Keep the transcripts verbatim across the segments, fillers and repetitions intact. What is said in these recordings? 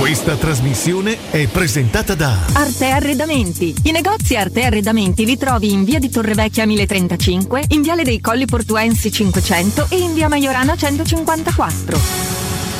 Questa trasmissione è presentata da Arte Arredamenti. I negozi Arte Arredamenti li trovi in via di Torrevecchia mille trentacinque, in viale dei Colli Portuensi cinquecento e in via Maiorana centocinquantaquattro.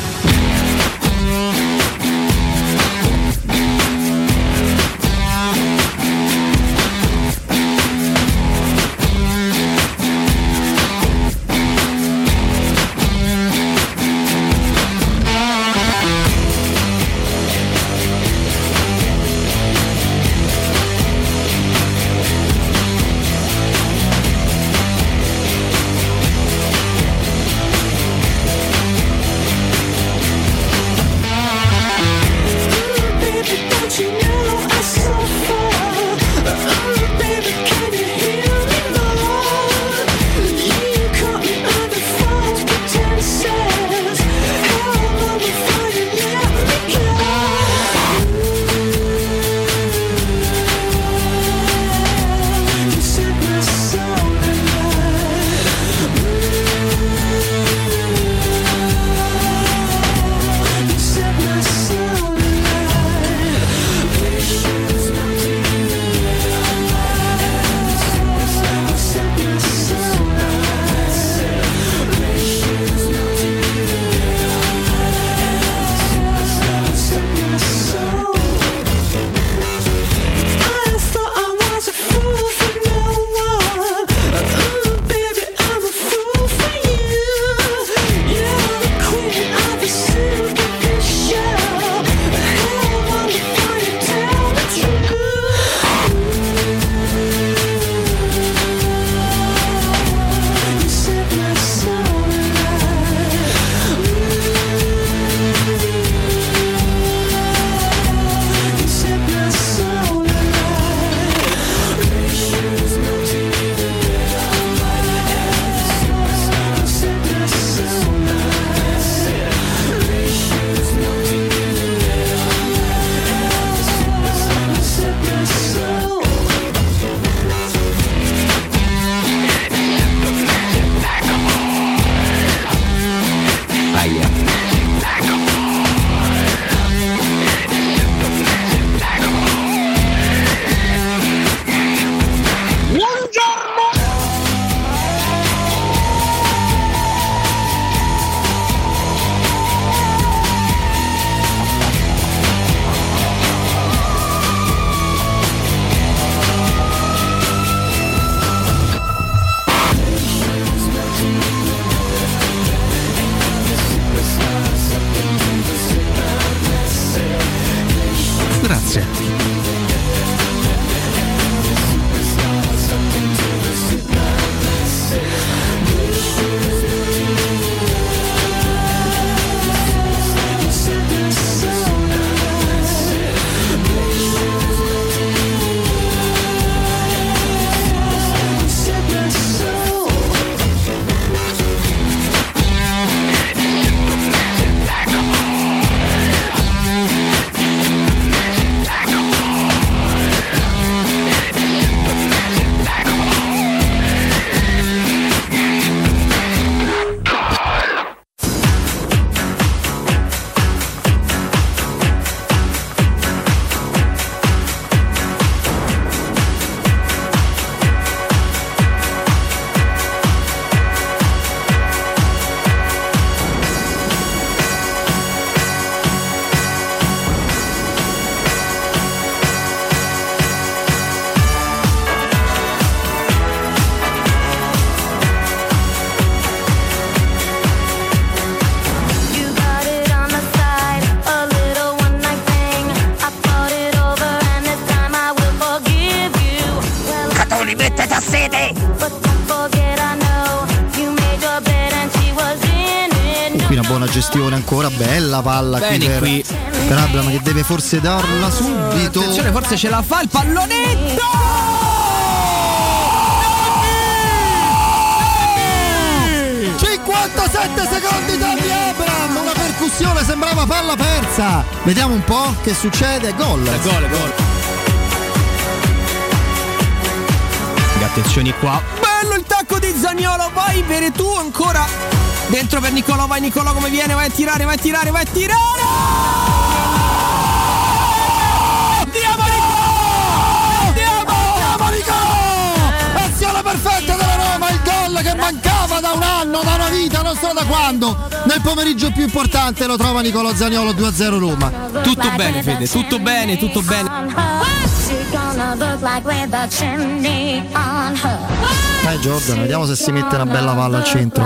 Gestione ancora bella palla. Bene, qui per, qui per Abraham che deve forse darla subito. Attenzione, forse ce la fa il pallonetto. cinquantasette secondi Tammy Abraham, una percussione, sembrava palla persa. Vediamo un po' che succede. Gol. Gol, gol. Attenzioni qua. Bello il tacco di Zaniolo. Vai Veretù ancora. Dentro per Nicolò, vai Nicolò come viene, vai a tirare, vai a tirare, vai a tirare! da un anno, da una vita, non so da quando. Nel pomeriggio più importante lo trova Nicolò Zaniolo. Due a zero Roma. Tutto bene, Fede, tutto bene, tutto bene. Dai Jordan, vediamo se si mette una bella palla al centro.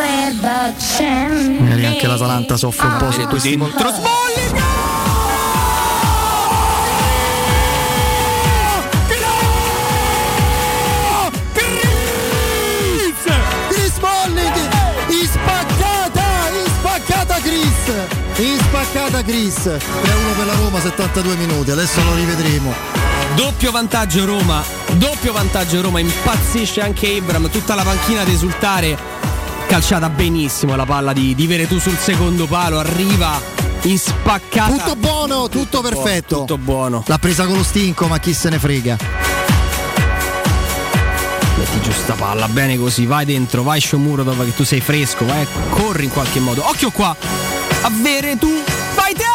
Magari anche l'Atalanta soffre un po' su questi Dentro Smalling! Chris Smalling, in spaccata, in spaccata Chris, in spaccata Chris. tre a uno per la Roma, settantadue minuti, adesso lo rivedremo. Doppio vantaggio Roma, doppio vantaggio Roma, impazzisce anche Ibram, tutta la panchina ad esultare. Calciata benissimo la palla di, di Veretù sul secondo palo, arriva in spaccata. Tutto buono, tutto perfetto. Tutto buono. L'ha presa con lo stinco, ma chi se ne frega. Metti giusta palla, bene così, vai dentro, vai Sciomuro dopo che tu sei fresco, vai, corri in qualche modo. Occhio qua, a Veretù, vai Temmi!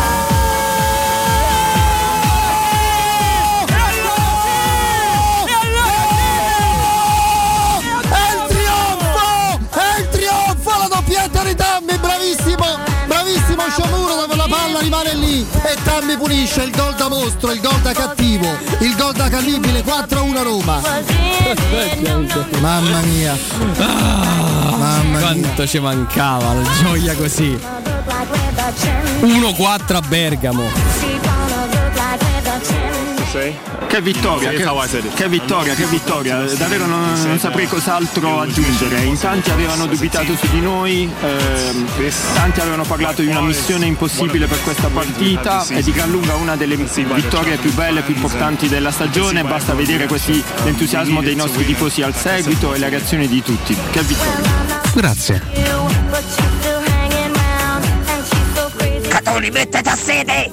Di Tammy, bravissimo, bravissimo Sciomuro, dove la palla rimane lì e Tammy punisce il gol da mostro, il gol da cattivo, il gol da cannibile. Quattro a uno Roma. Mamma mia, Ah, mamma quanto mia. ci mancava la gioia così. uno quattro a Bergamo. Che vittoria, che, che vittoria, che vittoria, davvero non, non saprei cos'altro aggiungere. In tanti avevano dubitato su di noi, ehm, tanti avevano parlato di una missione impossibile per questa partita, è di gran lunga una delle vittorie più belle, più importanti della stagione. Basta vedere questi, l'entusiasmo dei nostri tifosi al seguito e la reazione di tutti. Che vittoria. Grazie. Catoni, mettete a sede!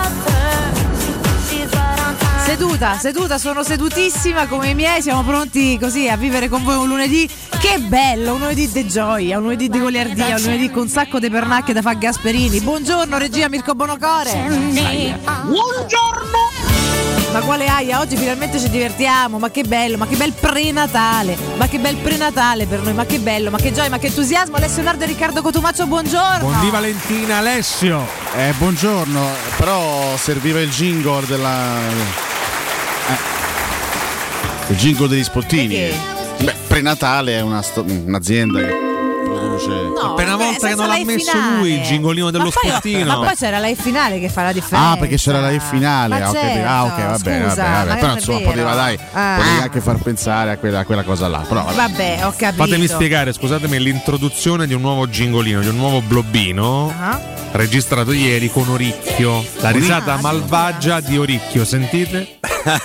Seduta, seduta, sono sedutissima come i miei, siamo pronti così a vivere con voi un lunedì. Che bello, un lunedì di gioia, un lunedì di goliardia, un lunedì con un sacco di pernacche da fare Gasperini. Buongiorno regia Mirko Bonocore. Buongiorno! Ma quale aia, oggi finalmente ci divertiamo, ma che bello, ma che bel prenatale, ma che bel prenatale per noi, ma che bello, ma che gioia, ma che entusiasmo. Alessio Nardo e Riccardo Cotumaccio, buongiorno. Buondì Valentina, Alessio. Eh, buongiorno, però serviva il jingle della... Eh. Il jingle degli spottini. Perché? Beh, Prenatale è una sto- un'azienda che produce. No, Appena vabbè, volta che non senza l'ha la messo finale. lui il gingolino dello ma poi, spottino. Ma poi c'era la finale che fa la differenza. Ah, perché c'era la E finale. Ma Ah, ok, certo, ah, ok, va bene, va scusa, bene, va ma bene. che Però non è insomma vero. poteva dai, Ah. potevi anche far pensare a quella, a quella cosa là. Però vabbè. Vabbè, ho capito. Fatemi spiegare, scusatemi, l'introduzione di un nuovo gingolino, di un nuovo blobbino Ah. registrato ieri con Oricchio. La risata malvagia di Oricchio, sentite?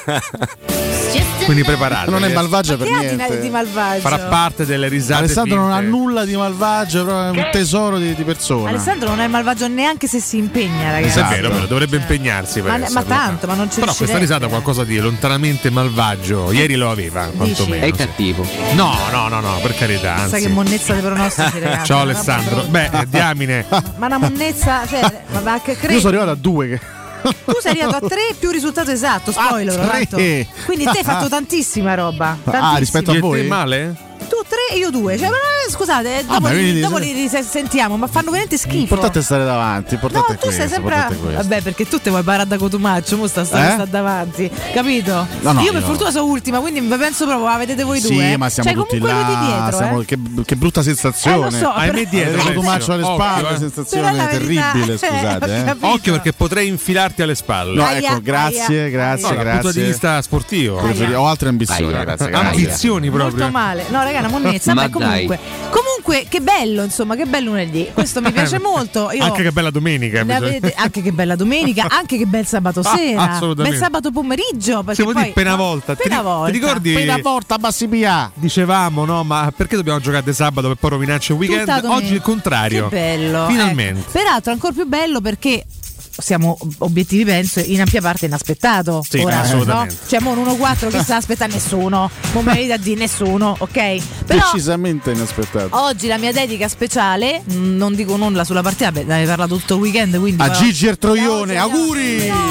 Quindi preparatevi. Non è malvagia per Che ha di, niente. di malvagio? Farà parte delle risate Alessandro non ha finte. nulla di malvagio, però è un tesoro di, di persona. Alessandro non è malvagio neanche se si impegna, ragazzi. Questo è vero, però dovrebbe impegnarsi per Ma, ma esserlo. tanto, ma non ci Però questa riuscirebbe. risata ha qualcosa di lontanamente malvagio. Ieri lo aveva, quantomeno. È cattivo. No, no, no, no, per carità. Sai Anzi. che monnezza dei pronostici, ragazzi. Ciao Una Alessandro. roba Beh, brutta. diamine. Ma una monnezza, cioè, ma va che credi? Io sono arrivato a due che... Tu sei arrivato a tre più risultato esatto, spoiler. Ah, tre. tanto. Quindi te hai fatto tantissima roba. Tantissima. Ah, rispetto a Io e voi? te male? Tu tre e io due. Cioè, ma eh, scusate, dopo, beh, li, quindi- dopo li risentiamo, ma fanno veramente schifo. L'importante è stare davanti, No, l'importante è tu sei questo, sempre. l'importante è questo. Vabbè, perché tu te vuoi parare da Cotumaccio, mo sta storia Eh? sta davanti, capito? No, no, io per io- fortuna sono ultima, quindi vi penso proprio, ah, vedete voi Sì, due. ma siamo cioè, tutti comunque là, lui di dietro, siamo- eh. che, che brutta sensazione. Eh, lo so, Ahimè però- dietro. Avere Cotumaccio alle Occhio, spalle, eh. sensazione Però la verità- terribile, eh, scusate. ho Eh. capito. Occhio perché potrei infilarti alle spalle. No, Aia, ecco, grazie, aia, grazie, No, dal grazie. punto di vista sportivo. Aia. Preferi- Ho altre ambizioni, Aia. grazie, grazie. Ambizioni proprio. Molto male. No, raga, una monnezza. Ma Ma comunque, comunque, che bello, insomma, che bello lunedì. Questo mi piace molto. Io Anche che bella domenica. ne bisogna- avete- anche che bella domenica, anche che bel sabato Ah, sera, assolutamente. bel sabato pomeriggio. Perché Siamo poi, di appena volta. Ti, Appena ri- volta. ti ricordi? Appena volta, bassi via. Dicevamo, no, ma perché dobbiamo giocare di sabato per poi rovinarci il weekend? Tutta domenica. Oggi il contrario. Che bello. Finalmente. Ecco. Peraltro, ancora più bello perché. Siamo obiettivi, penso, in ampia parte inaspettato. Sì, ora, assolutamente. no? Cioè, mo un uno quattro chi sta aspettando nessuno. Non mi venite a dire nessuno, ok? Però Decisamente inaspettato. oggi la mia dedica speciale, mh, non dico nulla sulla partita, beh, ne hai parlato tutto il weekend, quindi A però- Gigi Ertroione, auguri! No,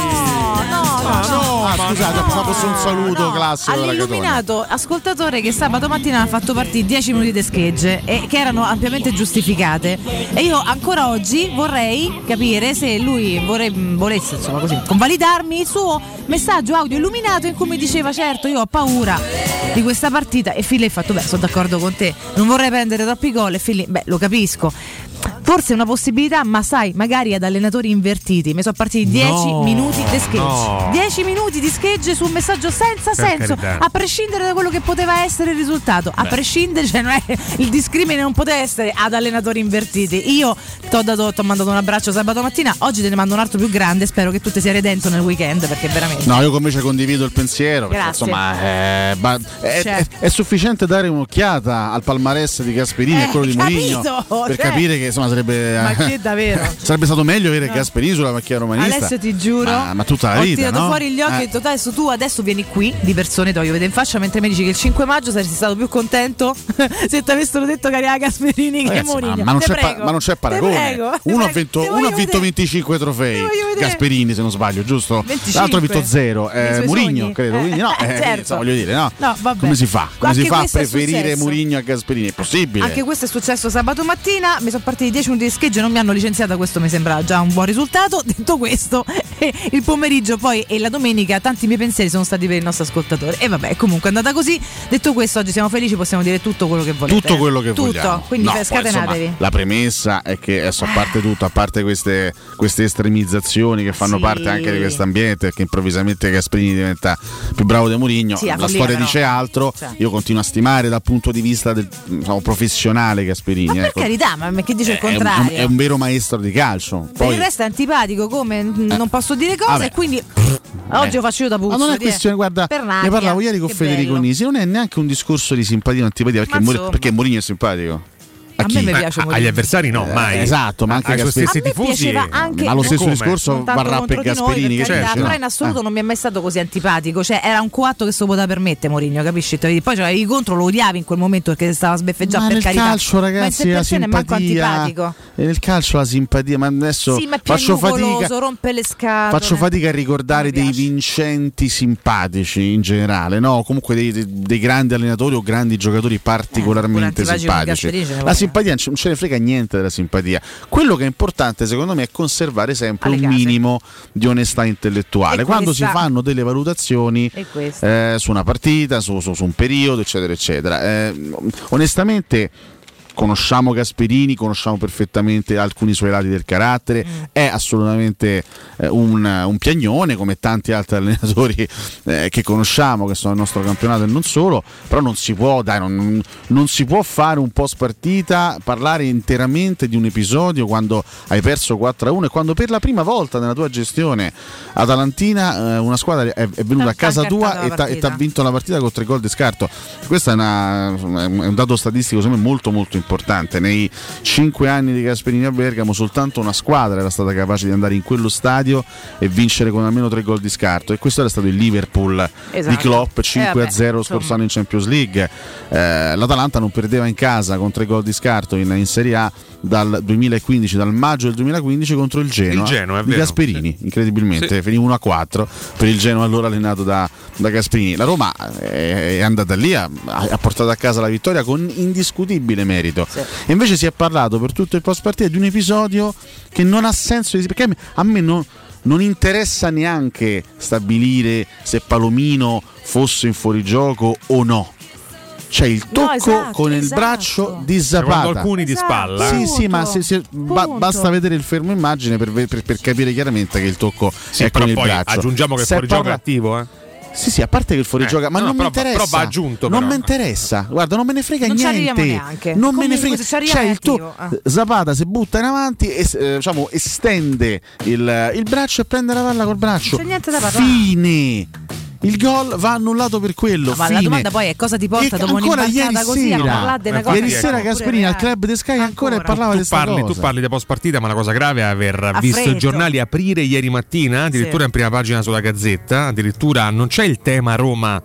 no, no, no. Ah, scusate, no, fosse un saluto no, classico all'illuminato ascoltatore che sabato mattina ha fatto partire dieci minuti di schegge e che erano ampiamente giustificate, e io ancora oggi vorrei capire se lui vorrei, volesse insomma così convalidarmi il suo messaggio audio illuminato in cui mi diceva certo io ho paura di questa partita, e Fili ha fatto beh sono d'accordo con te, non vorrei prendere troppi gol, e Fili beh lo capisco, forse è una possibilità, ma sai, magari ad allenatori invertiti mi sono partiti dieci no, minuti di schegge no. dieci minuti di schegge su un messaggio senza Per senso, carità. a prescindere da quello che poteva essere il risultato, a Beh. prescindere, cioè non è, il discrimine non poteva essere ad allenatori invertiti. Io ti ho dato, t'ho mandato un abbraccio sabato mattina, oggi te ne mando un altro più grande, spero che tu ti sia redento nel weekend, perché veramente No, io invece condivido il pensiero, perché Grazie. insomma è, ba- è, Cioè. è, è sufficiente dare un'occhiata al palmarès di Gasperini Eh, e quello di Mourinho capito, per cioè. capire che insomma sarebbe ma che davvero sarebbe stato meglio avere Gasperini sulla macchia romanista. Alessio ti giuro ma, ma tutta la ho vita, tirato no? fuori gli occhi Eh. in totale su tu adesso vieni qui di persone, ti voglio vedere in faccia mentre mi dici che il cinque maggio saresti stato più contento se ti avessero detto che arriva Gasperini che Ragazzi, Mourinho. ma, ma, non Te c'è pa- prego, ma non c'è te paragone. prego, te Uno ha prego, vinto, te uno voglio ha vinto vedere. venticinque trofei, Te voglio vedere. Gasperini se non sbaglio, giusto? venticinque. L'altro ha vinto zero, Nei eh, suoi Mourinho sogni. credo. Quindi no, Eh, eh, certo. insomma, voglio dire, no? No, vabbè. Come si fa? Come Anche si fa a questo è preferire successo. Mourinho a Gasperini? È possibile? Anche questo è successo sabato mattina, mi sono partiti dieci minuti di schegge, non mi hanno licenziata, questo mi sembra già un buon risultato. Detto questo, il pomeriggio poi e la domenica tanti miei pensieri sono stati per il nostro ascoltatore, e vabbè, comunque è andata così. Detto questo, oggi siamo felici, possiamo dire tutto quello che volete. Tutto quello che tutto. vogliamo. Quindi No, poi, scatenatevi. insomma, la premessa è che adesso, a parte tutto, a parte queste, queste estremizzazioni che fanno Sì. parte anche di questo ambiente, che improvvisamente Gasperini diventa più bravo di Mourinho, Sì, la la follia, storia però. dice altro. Cioè. Io continuo a stimare dal punto di vista del, diciamo, professionale Gasperini. Ma per ecco. carità, ma che dice il È un- contrario? È un vero maestro di calcio. Per Poi, il resto è antipatico, come mm, non posso dire cose, Vabbè. e quindi oggi lo faccio io da puzzo. ma non è di- questione, guarda, Pernacchia, ne parlavo ieri con che Federico bello. Nisi, non è neanche un discorso di simpatia o antipatia, perché, Ma Mourinho- insomma. perché Mourinho è simpatico. A A chi? me mi piace A- Mourinho. agli avversari no, Eh, mai. esatto, ma anche ai suoi Gasperini. stessi A me tifosi. piaceva anche- Ma lo stesso Come? discorso Non tanto varrà per contro di noi, Gasperini, per che carità, c'è, però no? in assoluto Ah. non mi è mai stato così antipatico, cioè era un coatto che se lo poteva permettere Mourinho, capisci? Poi c'avevi contro, lo odiavi in quel momento perché stava sbeffeggiando, Ma per nel carità. calcio, ma in ragazzi, sé la per sé non è manco simpatia. antipatico. E nel calcio la simpatia, ma adesso Sì, ma è più faccio nuvoloso, fatica. rompe le scatole. Faccio fatica a ricordare Non mi dei piace. vincenti simpatici in generale, no? Comunque dei, dei- dei grandi allenatori o grandi giocatori particolarmente Eh, pure antipatici come simpatici. Gasperini ce ne La vogliono. simpatia non ce ne frega niente della simpatia. Quello che è importante, secondo me, è conservare sempre Alle un case. minimo di onestà intellettuale. E Quando si questa- fanno delle valutazioni E questo. eh, su una partita, su, su- su un periodo, eccetera, eccetera. Eh, onestamente. Conosciamo Gasperini, conosciamo perfettamente alcuni suoi lati del carattere, Mm. è assolutamente eh, un, un piagnone come tanti altri allenatori eh, che conosciamo, che sono nel nostro campionato e non solo, però non si può, dai, non, non si può fare un post partita, parlare interamente di un episodio quando hai perso quattro a uno e quando per la prima volta nella tua gestione Atalantina eh, una squadra è, è venuta T'ha- a casa t'ha tua incartato e la t'ha- e ti ha partita. vinto la partita con tre gol di scarto. Questo è, una- è un dato statistico secondo me molto molto importante. Nei cinque anni di Gasperini a Bergamo soltanto una squadra era stata capace di andare in quello stadio e vincere con almeno tre gol di scarto, e questo era stato il Liverpool Esatto. di Klopp, cinque Eh, a zero lo vabbè, scorso insomma. anno in Champions League. Eh, L'Atalanta non perdeva in casa con tre gol di scarto in, in Serie A dal duemilaquindici, dal maggio del duemilaquindici contro il Genoa, Il Genoa, è di vero. Gasperini, incredibilmente Sì. finì uno a quattro per il Genoa allora allenato da, da Gasperini. La Roma è, è andata lì, ha, ha portato a casa la vittoria con indiscutibile merito. Sì. E invece si è parlato per tutto il post partita di un episodio che non ha senso, perché a me, a me non, non interessa neanche stabilire se Palomino fosse in fuorigioco o no. C'è il tocco esatto, con il esatto. braccio di Quando Zapata. alcuni di Esatto. spalla. Sì, sì, ma Punto. se- se- ba- Punto. basta vedere il fermo immagine per, ve- per- per capire chiaramente che il tocco Sì, è però con il poi braccio. aggiungiamo che il Se fuorigioco è parla- attivo, eh. Sì, sì, a parte che il fuorigioco, Eh, ma no, non però mi va- interessa. però va aggiunto, non però. mi interessa. Guarda, non me ne frega Non ci niente. arriviamo neanche. Non me ne Comunque, frega. se ci arriva Cioè, è il tuo attivo, eh. Zapata si butta in avanti e eh, diciamo estende il, il braccio e prende la palla col braccio. Non c'è niente da parlare. Fine. Il gol va annullato per quello. No, ma fine. la domanda poi è cosa ti porta E dopo ancora ieri un'imbarcata così a sera, parlare di una Eh, cosa ieri che sera pure Gasperini al reale. club di Sky ancora, Ancora. parlava di Tu sta parli, cosa. tu parli di post partita, ma la cosa grave è aver visto freddo. i giornali aprire ieri mattina, addirittura Sì. in prima pagina sulla Gazzetta, addirittura non c'è il tema Roma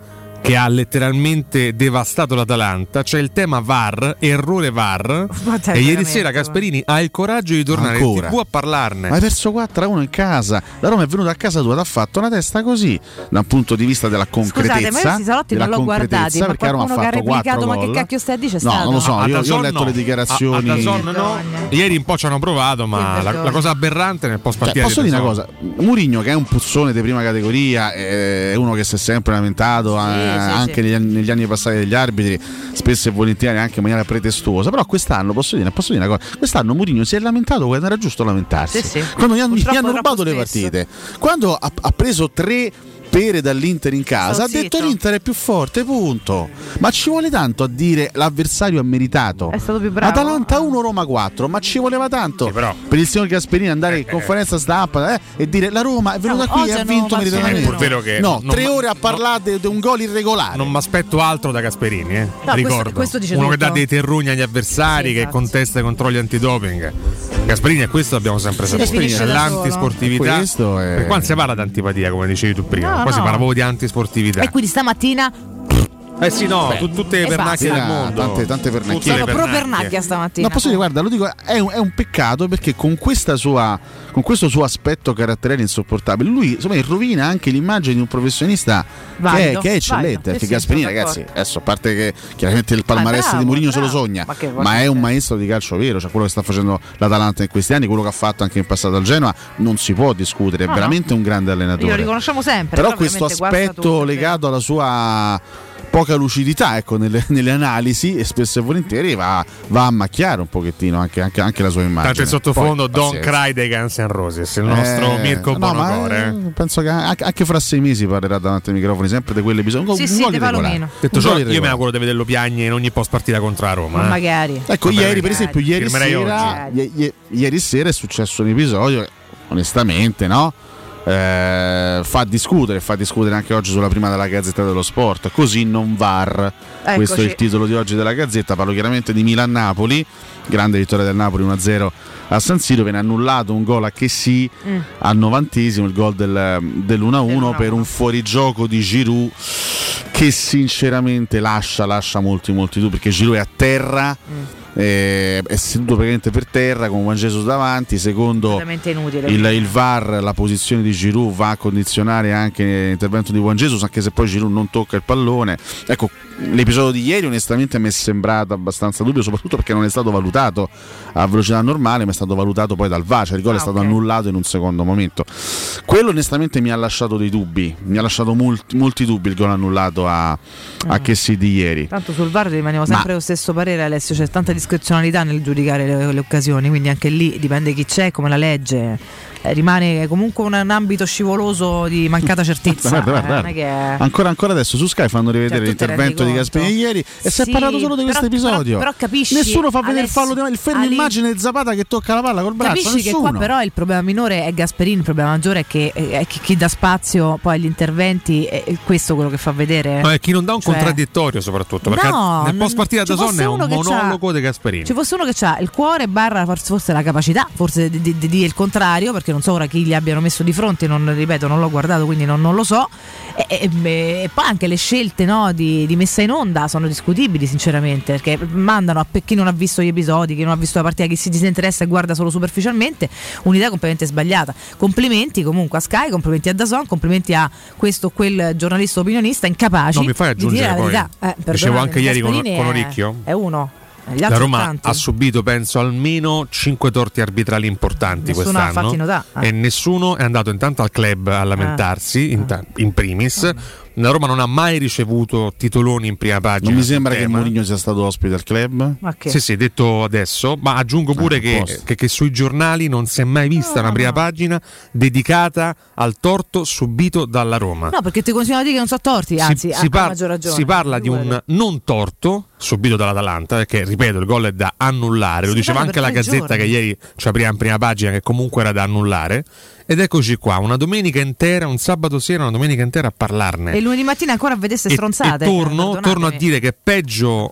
che ha letteralmente devastato l'Atalanta, c'è il tema V A R, errore V A R, e ieri sera Gasperini ha il coraggio di tornare Ancora. in tivù a parlarne. Ma hai perso quattro a uno in casa, la Roma è venuta a casa tua, ti ha fatto una testa così dal punto di vista della concretezza. Scusate, ma io questi salotti non l'ho guardati, ma perché Roma ha qualcuno che ha fatto quattro replicato, ma che gol. cacchio stai a dire c'è No, stato? non lo so, A io, io ho Dazon letto no. le dichiarazioni. A, a Dazon no. Ieri un po' ci hanno provato, ma la, la cosa aberrante nel post Cioè, partita posso dire una cosa, Mourinho, che è un puzzone di prima categoria, è uno che si è sempre lamentato Sì, eh, sì, anche sì. Negli, anni, negli anni passati degli arbitri, spesso e volentieri anche in maniera pretestuosa, però quest'anno posso dire, posso dire una cosa, quest'anno Mourinho si è lamentato quando era giusto lamentarsi, Sì, sì. quando gli hanno, gli Purtroppo hanno rubato troppo le spesso. partite, quando ha, ha preso tre pere dall'Inter in casa, Sto ha detto zitto. l'Inter è più forte, punto. Ma ci vuole tanto a dire l'avversario ha meritato. È stato più bravo. Atalanta uno, Roma quattro, ma ci voleva tanto Sì, però. per il signor Gasperini andare in conferenza stampa eh, e dire la Roma è venuta No, qui oggi e ha hanno vinto fatto meritatamente. È pur vero che no, non- tre ore a no- parlare di un gol irregolare. Non mi aspetto altro da Gasperini, eh. questo- ricordo. questo dice uno che tutto. dà dei terrugni agli avversari, Sì, che esatto. contesta i controlli antidoping. Gasperini è questo, l'abbiamo sempre saputo. definisce da L'antisportività. Questo è- Per quando si parla di antipatia, come dicevi tu prima, No, poi si no. parla proprio di antisportività. E quindi stamattina Eh sì, no, tu- tutte le e pernacchie basta. del mondo. Tante- tante pernacchie. Tutte le sono pro pernacchie. pernacchia stamattina. No, posso dire, guarda, lo dico, è un, è un peccato perché con questa sua con questo suo aspetto caratteriale insopportabile, lui insomma rovina anche l'immagine di un professionista Valido, che è, che è eccellente. valido. Perché Sì, Gasperini, sì, sono ragazzi, d'accordo. adesso a parte che chiaramente il palmarès bravo, di Mourinho se lo bravo. sogna, Ma che ma, vuoi è un dire? maestro di calcio vero, cioè quello che sta facendo l'Atalanta in questi anni, quello che ha fatto anche in passato al Genoa, non si può discutere, è No, veramente un grande allenatore. Lo riconosciamo sempre. Però però questo ovviamente guarda aspetto tutto, legato alla sua poca lucidità, ecco, nelle, nelle analisi, e spesso e volentieri va, va a macchiare un pochettino anche, anche, anche la sua immagine. Tanto il sottofondo Poi, Don't pazienza. Cry dei Guns N' Roses, il nostro Eh, Mirko no, ma, Bonocore. eh, penso che anche, anche fra sei mesi parlerà davanti ai microfoni sempre di quell'episodio. Un Sì, gol- sì, un gol De irregolare. Palomino. Detto Un ciò, gol io me irregolare. auguro di vederlo piagne in ogni post partita contro la Roma. Ma eh. magari. Ecco, Vabbè, ieri per esempio, ieri firmerei sera, oggi. i- i- ieri sera è successo un episodio che, onestamente, no? Eh, fa discutere, fa discutere anche oggi sulla prima della Gazzetta dello Sport. Così non V A R. Eccoci. Questo è il titolo di oggi della Gazzetta. Parlo chiaramente di Milan-Napoli. Grande vittoria del Napoli uno a zero a San Siro. Viene annullato un gol a Chessy Mm. al novantesimo, il gol del, dell'uno a uno dell'uno a per uno. un fuorigioco di Giroud che sinceramente lascia, lascia molti molti dubbi, perché Giroud è a terra. Mm. eh, è seduto praticamente per terra con Juan Jesus davanti. Secondo Completamente inutile. il, il V A R, la posizione di Giroud va a condizionare anche l'intervento di Juan Jesus, anche se poi Giroud non tocca il pallone. Ecco, l'episodio di ieri onestamente mi è sembrato abbastanza dubbio, soprattutto perché non è stato valutato a velocità normale, ma è stato valutato poi dal V A R, cioè il gol Ah, è stato ok. annullato in un secondo momento. Quello onestamente mi ha lasciato dei dubbi, mi ha lasciato molti, molti dubbi il gol annullato a, a Chessy di ieri. Tanto sul V A R rimaniamo sempre Ma- lo stesso parere, Alessio. C'è tanta discrezionalità nel giudicare le, le occasioni, quindi anche lì dipende chi c'è, come la legge. Eh, rimane comunque un, un ambito scivoloso di mancata certezza. Guarda, guarda, eh, non guarda. è che... Ancora, ancora adesso su Sky fanno rivedere Cioè, tu te l'intervento rendi di conto? Gasperini ieri e si è Sì, parlato solo di questo però- episodio. però- però capisci, Nessuno fa vedere il Alessio, fallo di il fermo all'in- immagine di Zapata che tocca la palla col braccio. Capisci che nessuno. qua però il problema minore è Gasperini, il problema maggiore è che, è che chi dà spazio poi agli interventi è è questo quello che fa vedere. Ma è chi non dà un Cioè- contraddittorio soprattutto, perché No, nel post partita ci da fosse Sonne è un uno che monologo c'ha- di Gasperini. Ci fosse uno che ha il cuore barra forse, forse la capacità, forse di, di, di dire il contrario, perché non so ora chi gli abbiano messo di fronte, non ripeto, non l'ho guardato, quindi non, non lo so. E, e- e poi anche le scelte, no, di, di messa in onda sono discutibili, sinceramente, perché mandano a pe- chi non ha visto gli episodi, chi non ha visto la partita, chi si disinteressa e guarda solo superficialmente, un'idea completamente sbagliata. Complimenti comunque a Sky, complimenti a DAZN, complimenti a questo o quel giornalista opinionista incapaci No, mi fai di dire aggiungere la poi, verità. Eh, dicevo perdonatemi, anche ieri con, Gasperini con è- Oricchio, È uno. Gli la altri Roma tanti. ha subito penso almeno cinque torti arbitrali importanti Nessuno ha quest'anno fatti notare. Ah. e nessuno è andato intanto al club a lamentarsi in, ta- in primis. La Roma non ha mai ricevuto titoloni in prima pagina. Non mi sul sembra che tema. Mourinho sia stato ospite al club. Ma che? Sì, sì, detto adesso, ma aggiungo pure Ah, a che, posto. che, che sui giornali non si è mai vista una prima pagina dedicata al torto subito dalla Roma. No, perché ti continuano a dire che non so torti, anzi, si, ha, si ha par- maggior ragione. si parla di un Figurati. non torto subito dall'Atalanta, perché ripeto il gol è da annullare, lo Si diceva parla anche la per tre Gazzetta giorni. che ieri ci apriva in prima pagina che comunque era da annullare, ed eccoci qua, una domenica intera, un sabato sera, una domenica intera a parlarne. E lunedì mattina ancora a vedesse E- stronzate. e torno, perdonatemi. torno a dire che peggio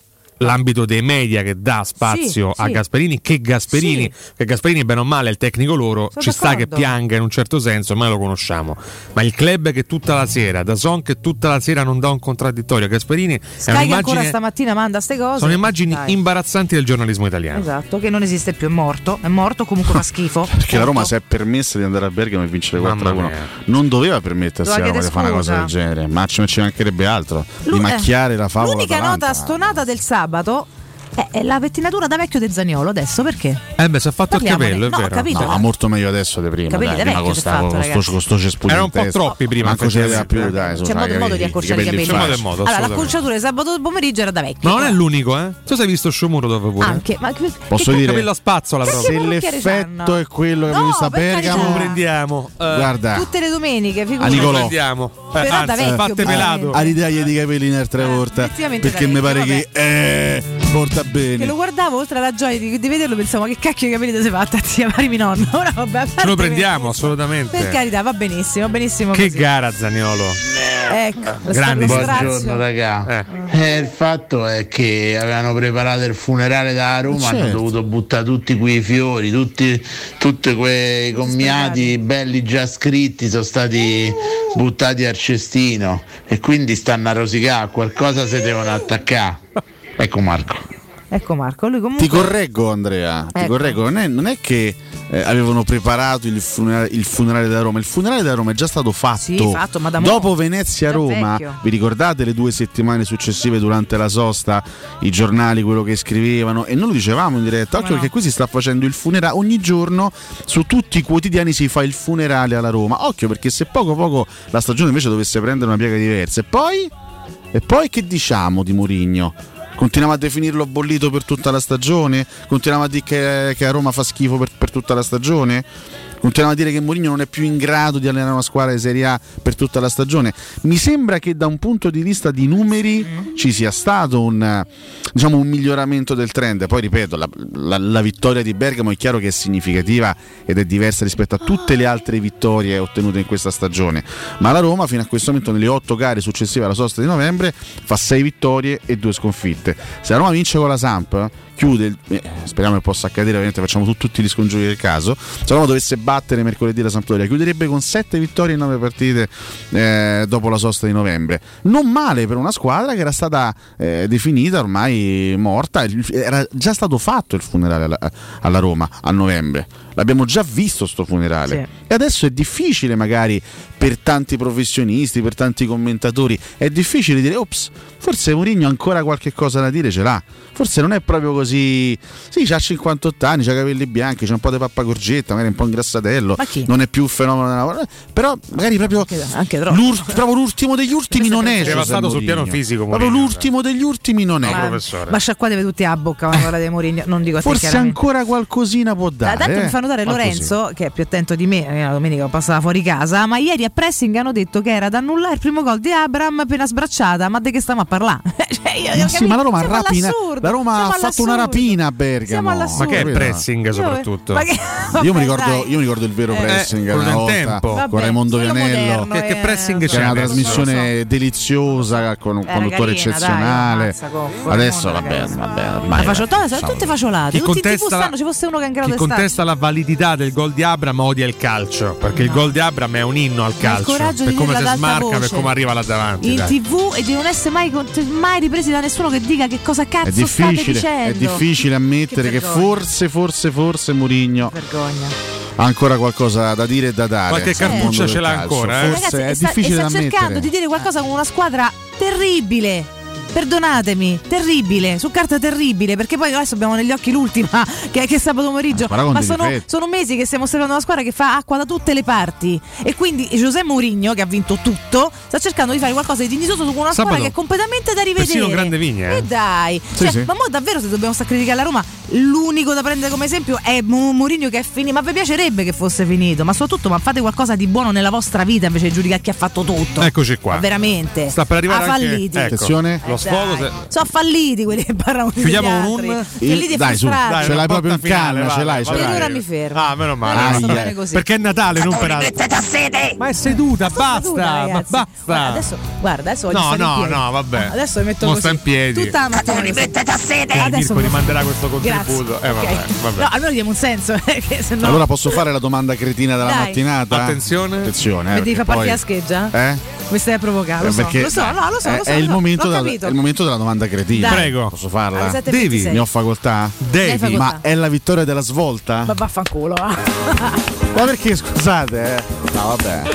l'ambito dei media che dà spazio sì, a sì. Gasperini, che Gasperini, Sì. che Gasperini bene o male è il tecnico loro, Sono ci sta che d'accordo. pianga in un certo senso, ormai lo conosciamo, ma il club che tutta la sera, da Son che tutta la sera non dà un contraddittorio a Gasperini, è Sky che ancora un'immagine, stamattina manda ste cose. sono immagini Dai. imbarazzanti del giornalismo italiano. Esatto, che non esiste più, è morto, è morto, comunque fa schifo. Perché la Roma Punto. si è permessa di andare a Bergamo e vincere Mamma quattro a uno. mia. Non doveva permettersi Doveva la Roma di fare una chiedere cosa del scusa. genere, ma ci ci mancherebbe altro. Lu- di macchiare eh, la favola. L'unica davanti. nota stonata del sabato è, è la pettinatura da vecchio De Zaniolo. Adesso perché? Eh beh, si è fatto il Parliamone. capello, è No, ho vero. capito. No, ma molto meglio adesso di prima. Capelli Dai, da prima vecchio costava si è fatto, con sto, ragazzi. con sto cespuglio Era in un po' testa. troppi prima, Manco ce l'aveva più, effettivamente. dai. su, C'è dai, modo, modo di capelli- accorciare i capelli. in C'è modo faccia. e modo, Allora, assolutamente. l'acconciatura di sabato pomeriggio era da vecchio. Ma non è l'unico, eh? Tu sei visto Sciomuro dopo pure? Anche, ma che- Posso che- dire, Capello a spazzola Perché proprio. se parrucchieri l'effetto c'hanno? è quello che No, abbiamo visto a per carità. Bergamo, Lo prendiamo. Eh, guarda, tutte le domeniche, A figurati. Nicolò. lo prendiamo. Eh, Però da anzi, vecchio, fatte ovviamente. pelato. a ridagli di capelli un'altra Eh, volta, effettivamente perché da mi vecchio, pare che eh, porta Che bene. lo guardavo oltre alla gioia di, di vederlo, pensavo che cacchio di capelli ti sei fatta, zia, pari mio nonno. Ora vabbè, a Ce parte lo per- prendiamo, assolutamente. Per carità, va benissimo, va benissimo. Che così. gara Zaniolo. Ecco, lo Grandi. sta- lo Buongiorno strazio. raga. Eh. Eh, il fatto è che avevano preparato il funerale da Roma, Certo. hanno dovuto buttare tutti quei fiori, tutti, tutti quei commiati belli già scritti sono stati buttati al cestino e quindi stanno a rosicare, qualcosa si devono attaccare. Ecco Marco. Ecco Marco, lui comunque Ti correggo Andrea, ti Ecco. correggo, non è, non è che eh, avevano preparato il funerale, il funerale da Roma, il funerale da Roma è già stato fatto, Sì, fatto, ma da mo- dopo Venezia-Roma, già vecchio. vi ricordate le due settimane successive durante la sosta, i giornali quello che scrivevano e noi lo dicevamo in diretta, occhio no? perché qui si sta facendo il funerale, ogni giorno su tutti i quotidiani si fa il funerale alla Roma, occhio perché se poco poco la stagione invece dovesse prendere una piega diversa e poi, e poi che diciamo di Mourinho? Continuiamo a definirlo bollito per tutta la stagione? Continuiamo a dire che, che a Roma fa schifo per, per tutta la stagione? Continuiamo a dire che Mourinho non è più in grado di allenare una squadra di Serie A per tutta la stagione? Mi sembra che da un punto di vista di numeri ci sia stato un, diciamo, un miglioramento del trend. Poi ripeto, la, la, la vittoria di Bergamo è chiaro che è significativa ed è diversa rispetto a tutte le altre vittorie ottenute in questa stagione. Ma la Roma fino a questo momento nelle otto gare successive alla sosta di novembre fa sei vittorie e due sconfitte. Se la Roma vince con la Samp, chiude il, eh, speriamo che possa accadere, ovviamente facciamo tu, tutti gli scongiuri del caso, se la Roma dovesse battere mercoledì la Sampdoria chiuderebbe con sette vittorie in nove partite eh, dopo la sosta di novembre, non male per una squadra che era stata eh, definita ormai morta, era già stato fatto il funerale alla, alla Roma a novembre, l'abbiamo già visto sto funerale, Sì. e adesso è difficile magari per tanti professionisti, per tanti commentatori, è difficile dire ops, forse Mourinho ancora qualche cosa da dire ce l'ha, forse non è proprio così, sì, c'ha cinquantotto anni, c'ha capelli bianchi, c'ha un po' di pappagorgetta, magari un po' ingrassatello, Ma chi? non è più un fenomeno della lavoro, però magari proprio Anche- anche troppo. l'ur- proprio l'ultimo degli ultimi non è Era José stato sul Mourinho. piano fisico, proprio Mourinho, l'ultimo degli ultimi non è, No, Ma- professore. Ma sciacquatevi tutti a bocca quando parlate di Mourinho, non dico a te forse chiaramente. ancora qualcosina può Da- dare, Tanto eh. mi fa notare Qualcosina. Lorenzo, che è più attento di me, eh, la domenica passava fuori casa, ma ieri a Pressing hanno detto che era da annullare il primo gol di Abraham appena sbracciata, ma di che stiamo a parlare? cioè, io, Ma io sì, capi- ma la Roma, siamo rapina, all'assurdo, la Roma siamo ha fatto una all'assurdo. rapina a Bergamo. Siamo all'assurdo. Ma che è Capito? pressing Io- soprattutto? ma che- Io vabbè, mi, ricordo, dai. io mi ricordo il vero Eh, pressing quello una del volta tempo. Vabbè, con Raimondo quello Vianello, moderno, Che- che eh, pressing che c'è era una adesso, trasmissione deliziosa con un Era conduttore carina, eccezionale. dai, ammazza, Coffo, Adesso Raimondo, vabbè, ragazzi. vabbè, ormai Ma faccio, vabbè, sono insomma. tutte faciolate. Chi Tutti in tivù contesta, stanno, ci fosse uno che è in grado chi di starci. contesta la validità del gol di Abraham odia il calcio, perché il gol di Abraham è un inno al Ma il calcio, coraggio per di come dirla si ad alta smarca, per voce come arriva là davanti. in dai. tivù e di non essere mai, con- mai ripresi da nessuno che dica che cosa cazzo È state difficile, dicendo. è difficile ammettere che, vergogna. forse, forse, forse Mourinho Vergogna. ha ancora qualcosa da dire e da dare. Qualche al mondo cartuccia del ce l'ha calcio. ancora, eh? Forse Ragazzi, è e sta, difficile e da sta cercando ammettere. di dire qualcosa con una squadra terribile. Perdonatemi, terribile, su carta terribile, perché poi adesso abbiamo negli occhi l'ultima che è, che è sabato pomeriggio, Ma con ma dei sono, difetti. sono mesi che stiamo osservando una squadra che fa acqua da tutte le parti e quindi José Mourinho, che ha vinto tutto, sta cercando di fare qualcosa di dignitoso su una squadra Sabato, che è completamente da rivedere. persino Grande Vigna, eh. E dai, Sì, cioè, sì. ma mo davvero se dobbiamo stare a criticare la Roma, l'unico da prendere come esempio è Mo- Mourinho che è finito, ma vi piacerebbe che fosse finito, ma soprattutto ma fate qualcosa di buono nella vostra vita invece di giudicare chi ha fatto tutto. Eccoci qua. Ma veramente. Sta per arrivare ha anche- falliti. ecco, Attenzione, lo sfogo. Se... Sono falliti quelli che parlano di Chiudiamo un falliti e dai, su, frustrati. ce l'hai proprio in canna, ce l'hai, ce l'hai. Ora mi fermo. Ah, meno male. Ah, no, bene così. Perché è Natale, non per altro. Ma è seduta, basta, seduta, ma basta. Guarda, adesso, guarda, adesso voglio No, stare in no, piedi. no, vabbè. Adesso mi metto Mo così. sta in piedi. Tutta la mattina. Rimettete a sede. Mirko rimanderà questo contributo. Grazie. Eh, vabbè, Okay. vabbè. No, almeno diamo un senso. Perché sennò... Allora posso fare la domanda cretina della Dai. mattinata? Attenzione. Attenzione. Eh, Mi devi far poi- partire a scheggia? Eh? Mi stai a provocare, lo so, Perché lo so, no, lo so, è, lo so. è il lo so, momento l'ho della, capito. è il momento della domanda cretina. Dai. Prego. Posso farla? Alle sette e ventisei. Devi. Ne ho facoltà? Devi. facoltà. Ma è la vittoria della svolta? Ma vaffanculo. va. Ma perché scusate? Eh? No, vabbè.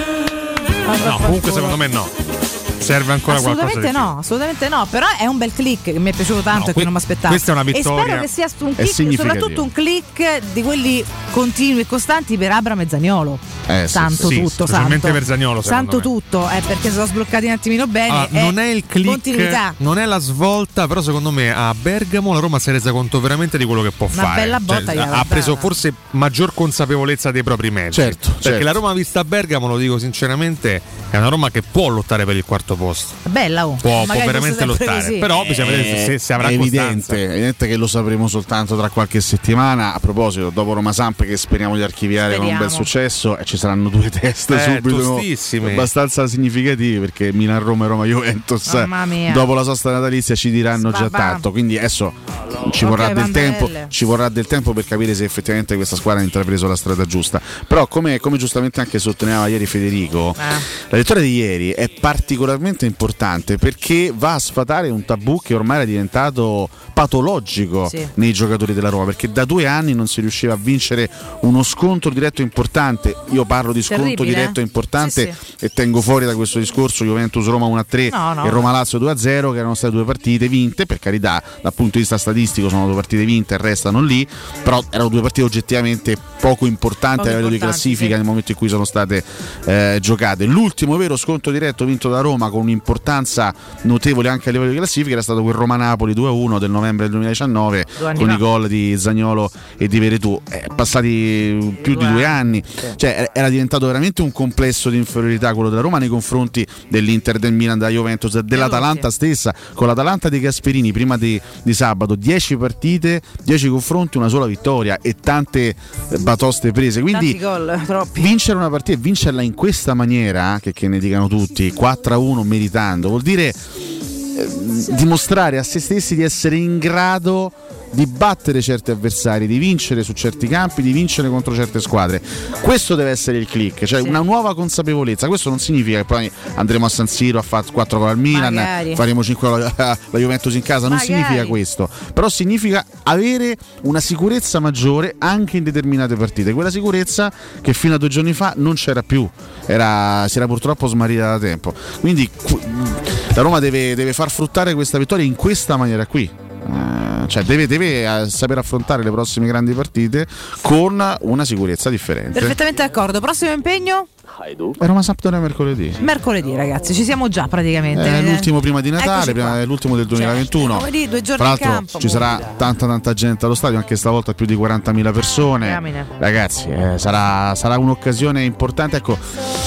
No, comunque secondo me no. Serve ancora qualcosa di Assolutamente più. no, assolutamente no. Però è un bel click che mi è piaciuto tanto No, e che que- non mi aspettavo. questa è una vittoria. E spero che sia un È click, significativo. soprattutto un click di quelli continui e costanti per Abram e Zaniolo. Eh, sì, Santo sì, tutto, specialmente santo. per Zaniolo, secondo Santo me. tutto, eh, perché si sono sbloccati un attimino bene. Ah, è non è il click, continuità. non è la svolta, però secondo me a Bergamo la Roma si è resa conto veramente di quello che può Una fare. bella botta gliel'ha ha data. preso forse maggior consapevolezza dei propri mezzi. Certo, perché certo. la Roma vista a Bergamo, lo dico sinceramente, è una Roma che può lottare per il quarto posto. Bella, oh. Può, può Magari veramente fosse sempre lottare. così. Però bisogna vedere se, se avrà è costanza. evidente, è evidente che lo sapremo soltanto tra qualche settimana. A proposito, dopo Roma Samp, che speriamo di archiviare con un bel Speriamo. successo, e ci saranno due teste Eh, subito tostissimi. abbastanza significativi, perché Milan-Roma e Roma-Juventus Mamma mia. dopo la sosta natalizia ci diranno già Babà. tanto. Quindi adesso ci Ok, vorrà del banderelle. tempo, ci vorrà del tempo per capire se effettivamente questa squadra ha intrapreso la strada giusta. Però come, come giustamente anche sottolineava ieri Federico, Ah. la vittoria di ieri è particolarmente importante perché va a sfatare un tabù che ormai era diventato patologico Sì. nei giocatori della Roma, perché da due anni non si riusciva a vincere uno scontro diretto importante. Io parlo di scontro Terribile, diretto eh? importante Sì, e tengo fuori da questo discorso Juventus-Roma uno a tre No, no. e Roma-Lazio due a zero, che erano state due partite vinte, per carità, dal punto di vista statistico sono due partite vinte e restano lì, però erano due partite oggettivamente poco importanti Poco a livello di importanti, classifica sì. nel momento in cui sono state eh, giocate. L'ultimo vero scontro diretto vinto da Roma con un'importanza notevole anche a livello di classifica era stato quel Roma-Napoli due a uno del novembre del duemiladiciannove Due anni con fa. i gol di Zaniolo e di Veretù. È passati più di due anni, cioè era diventato veramente un complesso di inferiorità quello della Roma nei confronti dell'Inter, del Milan, della Juventus, dell'Atalanta stessa. Con l'Atalanta di Gasperini prima di, di sabato dieci partite, dieci confronti, una sola vittoria e tante eh, batoste prese, quindi Tanti gol, troppi. vincere una partita e vincerla in questa maniera, che, che ne dicano tutti, quattro a uno meritando, vuol dire eh, dimostrare a se stessi di essere in grado di battere certi avversari, di vincere su certi campi, di vincere contro certe squadre. Questo deve essere il click, cioè Sì. una nuova consapevolezza. Questo non significa che poi andremo a San Siro a fare quattro gol al Milan, Magari. faremo cinque alla, la Juventus in casa, non Magari. significa questo, però significa avere una sicurezza maggiore anche in determinate partite, quella sicurezza che fino a due giorni fa non c'era più, era, si era purtroppo smarrita da tempo. Quindi qu- la Roma deve, deve far fruttare questa vittoria in questa maniera qui. Eh, cioè deve, deve eh, saper affrontare le prossime grandi partite con una sicurezza differente. Perfettamente d'accordo. Prossimo impegno? E Roma Sampdoria mercoledì. Mercoledì, ragazzi, ci siamo già praticamente. È l'ultimo prima di Natale, Eccoci prima, qua. è l'ultimo del duemilaventuno. Cioè, lunedì, due giorni Tra in l'altro campo, ci sarà tanta tanta gente allo stadio, anche stavolta più di quarantamila persone. Diamine. Ragazzi, eh, sarà, sarà un'occasione importante. Ecco,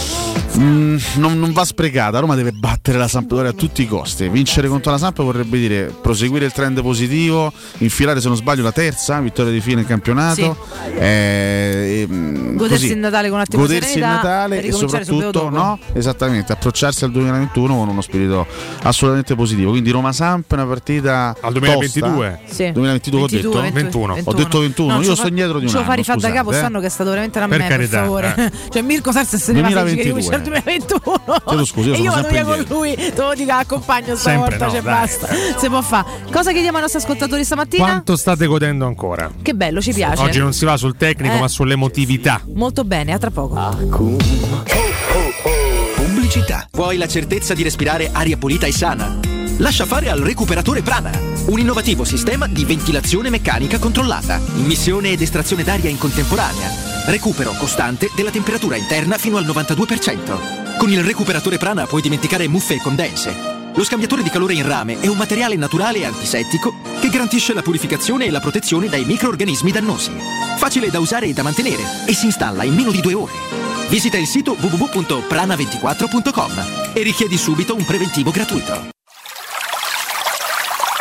mm, non, non va sprecata. Roma deve battere la Sampdoria a tutti i costi. Vincere contro la Samp vorrebbe dire proseguire il trend positivo, infilare, se non sbaglio, la terza vittoria di fine in campionato. Eh, e, mm, Godersi così, il Natale con un attimo di godersi il serenità Natale e e ricominciare subito soprattutto dopo. no, esattamente, approcciarsi al duemilaventuno con uno spirito assolutamente positivo. Quindi Roma Samp è una partita Al duemilaventidue? tosta. Sì. duemilaventidue ho detto? ventuno. Ho detto ventuno, No, io ce lo sto fa- indietro di un ce lo fa anno, rifare da scusate, capo eh. stanno che è stato veramente una Per merda, per carità, favore. eh. Cioè Mirko Sarsa se ne va se dice che duemilaventidue. comincia il duemilaventuno. Chiedo scusa, io e io sono vado sempre via con indietro. lui, te lo dico, accompagno Sempre stavolta, no, c'è dai. basta. Si può fare. Cosa chiediamo ai nostri ascoltatori stamattina? Quanto state godendo ancora? Che bello, ci piace. Oggi non si va sul tecnico, Eh. ma sull'emotività. Molto bene, a tra poco. Pubblicità. Vuoi la certezza di respirare aria pulita e sana? Lascia fare al Recuperatore Prana, un innovativo sistema di ventilazione meccanica controllata, immissione ed estrazione d'aria in contemporanea, recupero costante della temperatura interna fino al novantadue per cento. Con il Recuperatore Prana puoi dimenticare muffe e condense. Lo scambiatore di calore in rame è un materiale naturale e antisettico che garantisce la purificazione e la protezione dai microrganismi dannosi. Facile da usare e da mantenere e si installa in meno di due ore. Visita il sito w w w punto prana ventiquattro punto com e richiedi subito un preventivo gratuito.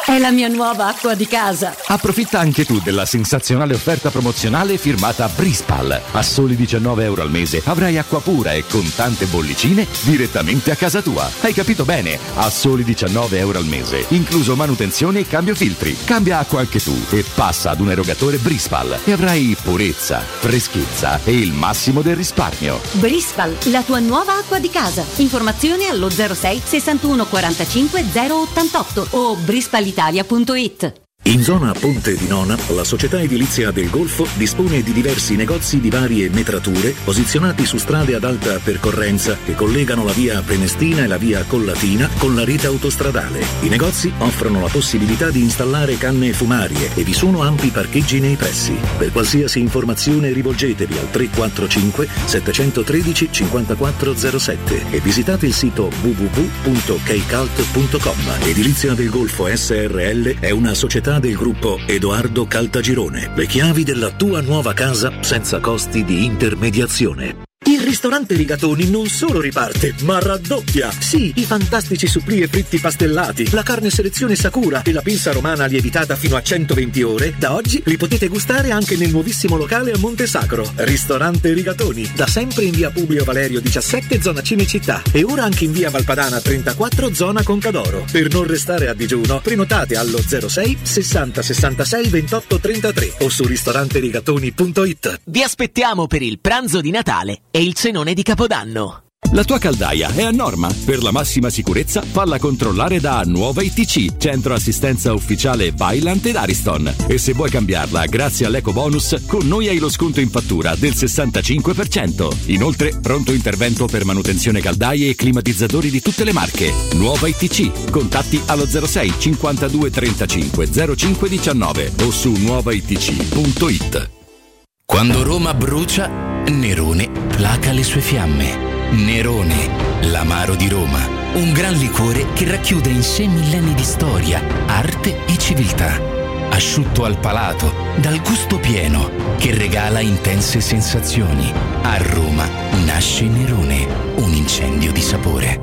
È la mia nuova acqua di casa. Approfitta anche tu della sensazionale offerta promozionale firmata Brispal. A soli diciannove euro al mese avrai acqua pura e con tante bollicine direttamente a casa tua. Hai capito bene? A soli diciannove euro al mese, incluso manutenzione e cambio filtri. Cambia acqua anche tu e passa ad un erogatore Brispal e avrai purezza, freschezza e il massimo del risparmio. Brispal, la tua nuova acqua di casa. Informazioni allo zero sei sessantuno quarantacinque zero ottantotto o brispalitalia punto it. In zona Ponte di Nona, la società edilizia del Golfo dispone di diversi negozi di varie metrature posizionati su strade ad alta percorrenza che collegano la via Prenestina e la via Collatina con la rete autostradale. I negozi offrono la possibilità di installare canne fumarie e vi sono ampi parcheggi nei pressi. Per qualsiasi informazione rivolgetevi al tre quattro cinque sette uno tre cinque zero sette e visitate il sito w w w punto keicalt punto com. Edilizia del Golfo S R L è una società del gruppo Edoardo Caltagirone. Le chiavi della tua nuova casa senza costi di intermediazione. Il ristorante Rigatoni non solo riparte, ma raddoppia! Sì, i fantastici supplì e fritti pastellati, la carne selezione Sakura e la pinza romana lievitata fino a centoventi ore, da oggi li potete gustare anche nel nuovissimo locale a Monte Sacro. Ristorante Rigatoni, da sempre in via Publio Valerio diciassette, zona Cinecittà, e ora anche in via Valpadana trentaquattro, zona Concadoro. Per non restare a digiuno, prenotate allo zero sei sessanta sessantasei ventotto trentatré o su ristoranterigatoni punto it. Vi aspettiamo per il pranzo di Natale e il cenone di Capodanno. La tua caldaia è a norma. Per la massima sicurezza falla controllare da Nuova I T C, centro assistenza ufficiale Vaillant ed Ariston. E se vuoi cambiarla grazie all'eco bonus, con noi hai lo sconto in fattura del sessantacinque per cento. Inoltre pronto intervento per manutenzione caldaie e climatizzatori di tutte le marche. Nuova I T C, contatti allo zero sei cinquantadue trentacinque zero cinque diciannove o su nuova i t c punto it. Quando Roma brucia, Nerone placa le sue fiamme. Nerone, l'amaro di Roma, un gran liquore che racchiude in sé millenni di storia, arte e civiltà. Asciutto al palato, dal gusto pieno, che regala intense sensazioni. A Roma nasce Nerone, un incendio di sapore.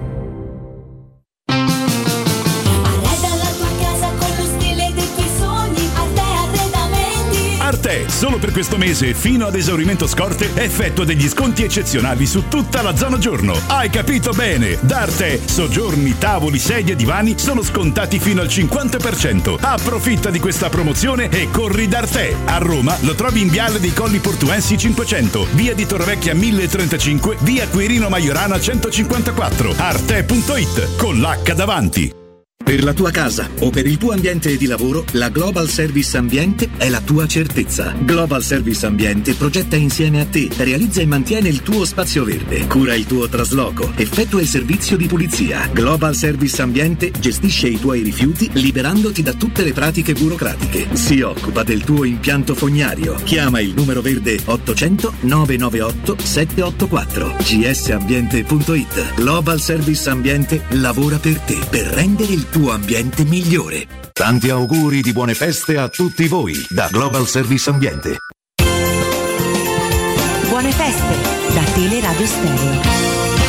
Arte, solo per questo mese fino ad esaurimento scorte effettua degli sconti eccezionali su tutta la zona giorno. Hai capito bene? Da Arte, soggiorni, tavoli, sedie e divani sono scontati fino al cinquanta per cento. Approfitta di questa promozione e corri da Arte. A Roma lo trovi in Viale dei Colli Portuensi cinquecento, via di Torrevecchia mille e trentacinque, via Quirino Maiorana centocinquantaquattro. arte punto it con l'H davanti. Per la tua casa o per il tuo ambiente di lavoro, la Global Service Ambiente è la tua certezza. Global Service Ambiente progetta insieme a te, realizza e mantiene il tuo spazio verde, cura il tuo trasloco, effettua il servizio di pulizia. Global Service Ambiente gestisce i tuoi rifiuti liberandoti da tutte le pratiche burocratiche. Si occupa del tuo impianto fognario. Chiama il numero verde ottocento nove nove otto sette otto quattro. g s ambiente punto it. Global Service Ambiente lavora per te, per rendere il tuo ambiente migliore. Tanti auguri di buone feste a tutti voi da Global Service Ambiente. Buone feste da Teleradio Stereo.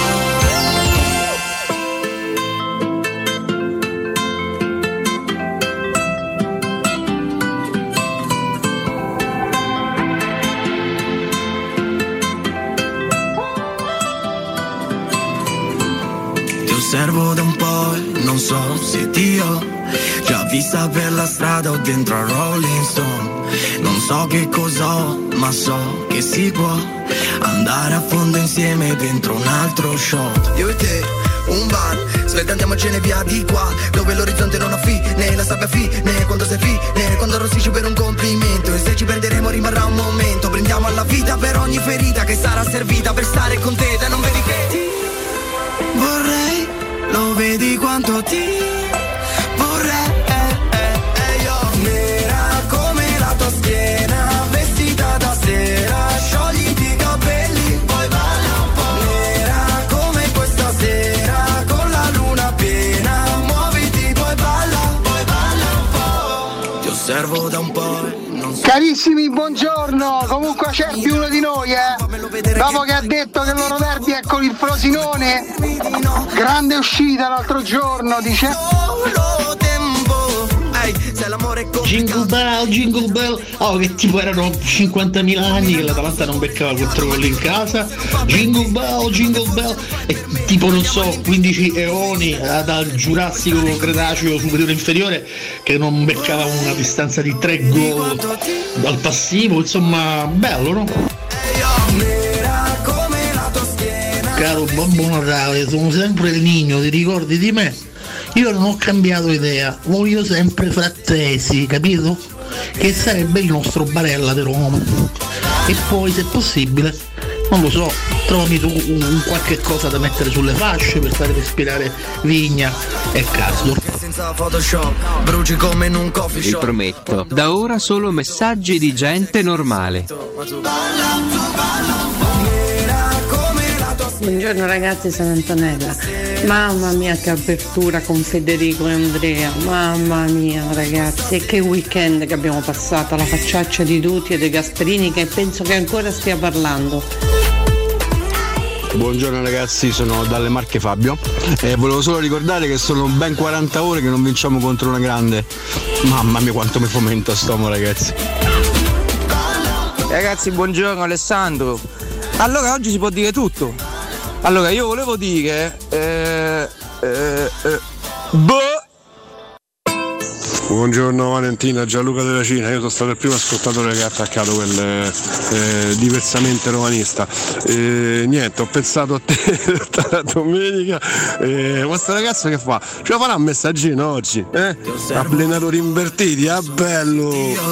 Osservo da un po' e non so se ti ho già vista per la strada o dentro a Rolling Stone. Non so che cos'ho, ma so che si può andare a fondo insieme dentro un altro shot. Io e te, un bar, svelta andiamocene via di qua, dove l'orizzonte non ha fine, la sabbia fine, quando sei fine, quando arrossisci per un complimento. E se ci perderemo rimarrà un momento, prendiamo alla vita per ogni ferita che sarà servita per stare con te, te non vedi che ti vorrei. Lo vedi quanto ti vorrei, eh, eh, io nera come la tua schiena, vestita da sera, sciogliti i capelli, poi balla un po'. Nera come questa sera, con la luna piena, muoviti, poi balla, poi balla un po'. Ti osservo da un po'. Carissimi, buongiorno. Comunque Acerbi uno di noi, eh. Dopo che ha detto che il loro derby è con il Frosinone, grande uscita l'altro giorno, dice Jingle bell, jingle bell. Oh, che tipo erano cinquantamila anni che l'Atalanta non beccava quattro gol in casa. Jingle bell, jingle bell. E tipo non so, quindici eoni dal Giurassico Cretaceo superiore inferiore che non beccava una distanza di tre gol dal passivo. Insomma, bello, no? Caro Babbo Natale, sono sempre il Nino, ti ricordi di me? Io non ho cambiato idea, voglio sempre Frattesi, capito? Che sarebbe il nostro Barella di Roma. E poi, se possibile, non lo so, trovami tu un, un qualche cosa da mettere sulle fasce per fare respirare Vigna e Casdor. Vi prometto, da ora solo messaggi di gente normale. Buongiorno ragazzi, sono Antonella. Mamma mia che apertura con Federico e Andrea. Mamma mia ragazzi, e che weekend che abbiamo passato, la facciaccia di Dutti e dei Gasperini che penso che ancora stia parlando. Buongiorno ragazzi, sono dalle Marche Fabio e volevo solo ricordare che sono ben quaranta ore che non vinciamo contro una grande. Mamma mia quanto mi fomenta stomo ragazzi. Ragazzi buongiorno Alessandro. Allora oggi si può dire tutto. Allora io volevo dire eh, eh, eh, boh. Buongiorno Valentina, Gianluca della Cina, io sono stato il primo ascoltatore che ha attaccato quel eh, diversamente romanista. Eh, niente, ho pensato a te tutta la domenica. Eh, questo ragazzo che fa? Ce la farà un messaggino oggi? Eh? Allenatori invertiti, ah bello!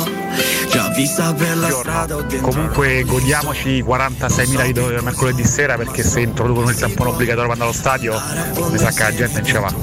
Comunque godiamoci quarantaseimila di mercoledì sera, perché se introducono il tampone obbligatorio quando allo stadio mi sa che la gente non ce la va.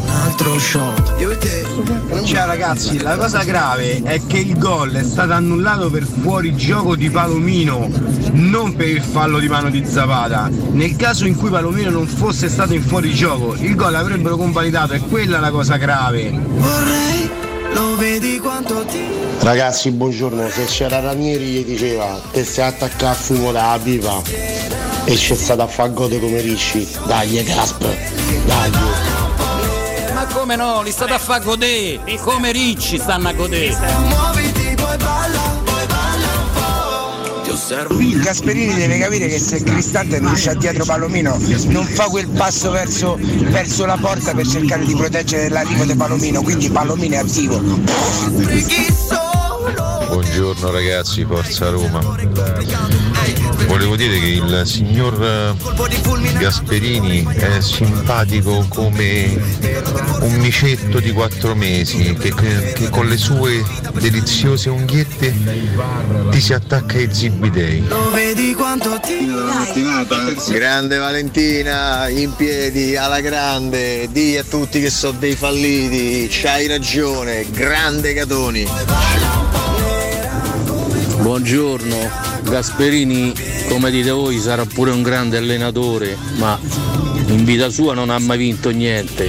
Ciao ragazzi, la cosa grave è che il gol è stato annullato per fuorigioco di Palomino, non per il fallo di mano di Zapata. Nel caso in cui Palomino non fosse stato in fuorigioco, il gol l'avrebbero convalidato, è quella la cosa grave. Vorrei, lo vedi quanto ti... Ragazzi buongiorno, se c'era Ranieri gli diceva te stai attaccare a fumo da pipa e c'è stato a far gode come Ricci, dai Gasp, dai. Ma come no, li state a far godere, come Ricci stanno a godere. Muoviti poi balla, poi balla un po'. Gasperini deve capire che se Cristante non c'ha dietro Palomino non fa quel passo verso, verso la porta per cercare di proteggere l'arrivo di Palomino, quindi Palomino è attivo. Buongiorno ragazzi, forza Roma. Volevo dire che il signor Gasperini è simpatico come un micetto di quattro mesi che, che, che con le sue deliziose unghiette ti si attacca ai zibidei. Grande Valentina, in piedi, alla grande, di a tutti che sono dei falliti, c'hai ragione, grande Catoni. Buongiorno, Gasperini, come dite voi, sarà pure un grande allenatore, ma in vita sua non ha mai vinto niente.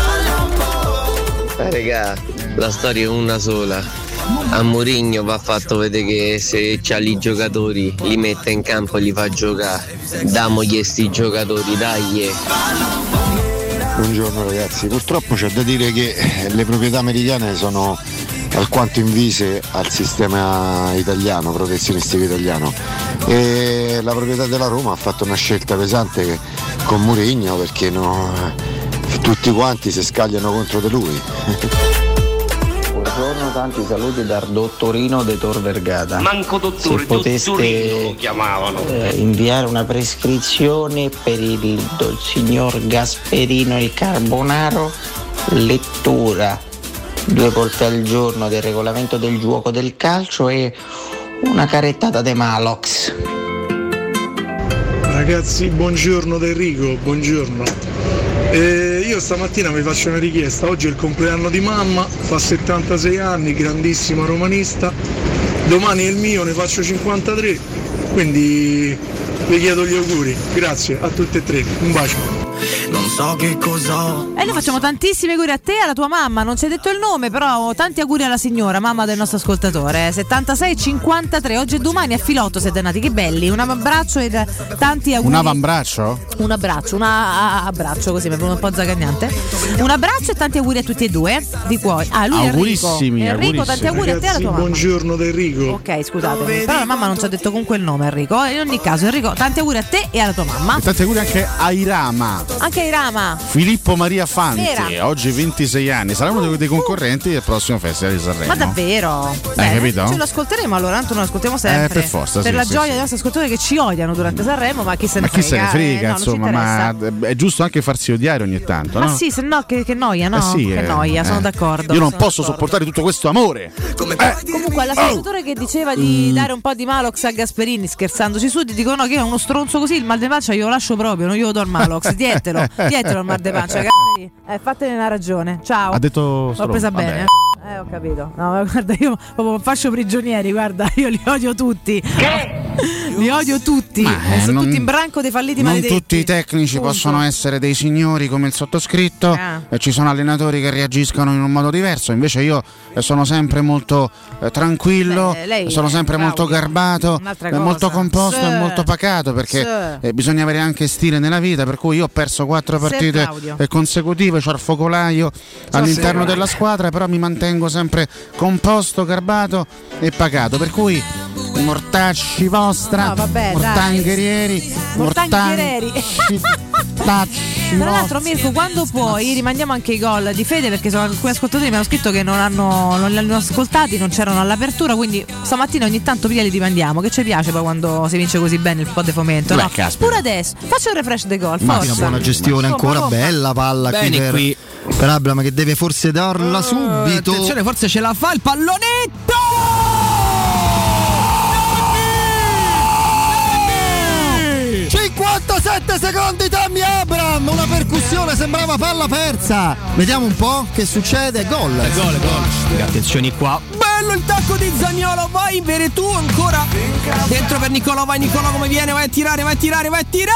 Eh, regà, la storia è una sola. A Mourinho va fatto vedere che se c'ha i giocatori li mette in campo e li fa giocare. Damogli sti giocatori, dai. Buongiorno ragazzi, purtroppo c'è da dire che le proprietà americane sono alquanto invise al sistema italiano, professionistico italiano, e la proprietà della Roma ha fatto una scelta pesante con Mourinho perché no, tutti quanti si scagliano contro di lui. Buongiorno, tanti saluti dal dottorino de Tor Vergata. Manco dottore, se poteste lo chiamavano. Eh, inviare una prescrizione per il, il signor Gasperino il Carbonaro, lettura due volte al giorno del regolamento del gioco del calcio e una carettata de Malox. Ragazzi, buongiorno da Enrico, buongiorno. Eh, io stamattina vi faccio una richiesta, oggi è il compleanno di mamma, fa settantasei anni, grandissima romanista, domani è il mio, ne faccio cinquantatré, quindi vi chiedo gli auguri, grazie a tutte e tre, un bacio. non so che cos'ho. E noi facciamo tantissimi auguri a te e alla tua mamma. Non ci hai detto il nome, però tanti auguri alla signora, mamma del nostro ascoltatore. settantasei cinquantatré, oggi e domani a Filotto siete nati, che belli. Un avambraccio e tanti auguri. Un avambraccio? Un abbraccio, un abbraccio, così mi è venuto un po' zagagnante. Un abbraccio e tanti auguri a tutti e due di cuore. Ah, lui è Enrico. Augurissimi, Enrico, tanti auguri Ragazzi, a te e alla tua mamma. Buongiorno da Enrico. Ok, scusatemi, però la mamma non ci ha detto comunque il nome, Enrico. In ogni caso, Enrico, tanti auguri a te e alla tua mamma. E tanti auguri anche a Irama. Anche a Irama. Filippo Maria Fanti, Vera. oggi ventisei anni, sarà uno dei concorrenti del prossimo Festival di Sanremo. Ma davvero? Hai Bene, capito? ce lo ascolteremo allora, tanto non lo ascoltiamo sempre. Eh, per forza, per sì, la sì, gioia sì. dei nostri ascoltatori che ci odiano durante Sanremo, ma chi se ne Ma chi frega? se ne frega, eh, no, insomma, ma è giusto anche farsi odiare ogni tanto, Ma no? sì, se no che, che noia, no? Eh sì, che eh, noia, sono eh. d'accordo. Io non sono posso d'accordo. sopportare tutto questo amore. Eh. Comunque all'ascoltatore che diceva di Mm. dare un po' di Malox a Gasperini scherzandoci su, ti dico no, che è uno stronzo così, il mal di pancia io lo lascio proprio, non io lo do il Malox, dietelo, dietelo il mal di pancia, Gasperini. Eh, fatene una ragione. Ciao. Ha detto L'ho stronzo, presa vabbè. bene. Eh, ho capito. No, ma guarda, io proprio faccio prigionieri, guarda, io li odio tutti. Li odio tutti. Ma, Eh, eh, sono non- tutti in branco dei falliti Non maledetti. tutti i tecnici Punto. possono essere dei signori come il sottoscritto, Ah. e ci sono allenatori che reagiscono in un modo diverso. Invece io eh, sono sempre molto eh, tranquillo, Beh, lei sono è sempre Claudio. molto garbato, Un'altra eh, cosa. molto composto Sì. e molto pacato, perché Sì. eh, bisogna avere anche stile nella vita. Per cui io ho perso quattro Sì, partite Claudio. eh, consecutive, c'ho il focolaio all'interno sì. della squadra, però mi mantengo sempre composto, garbato e pacato. Per cui mortacci vostra, No, vabbè, dai. mortangherieri, Mortangherieri. mortacci Tra l'altro Mirko, quando puoi rimandiamo anche i gol di Fede, perché sono alcuni ascoltatori mi hanno scritto che non, hanno, non li hanno ascoltati, non c'erano all'apertura, quindi stamattina ogni tanto li rimandiamo, che ci piace poi quando si vince così bene il po' di fomento. Beh, No? caspita. Pure adesso faccio il refresh dei gol, Ma forza. una buona gestione Insomma, ancora, pompa. bella palla qui Bene per, qui. per Abram che deve forse darla subito. Attenzione, forse ce la fa il pallonetto! cinquantasette secondi Tammy Abraham, una percussione, sembrava palla persa. Vediamo un po' che succede. Gol. Gol, gol. Attenzioni qua. Bello il tacco di Zaniolo, vai Veretù ancora. Dentro per Nicolò, vai Nicolò come viene, vai a tirare, vai a tirare, vai a tirare.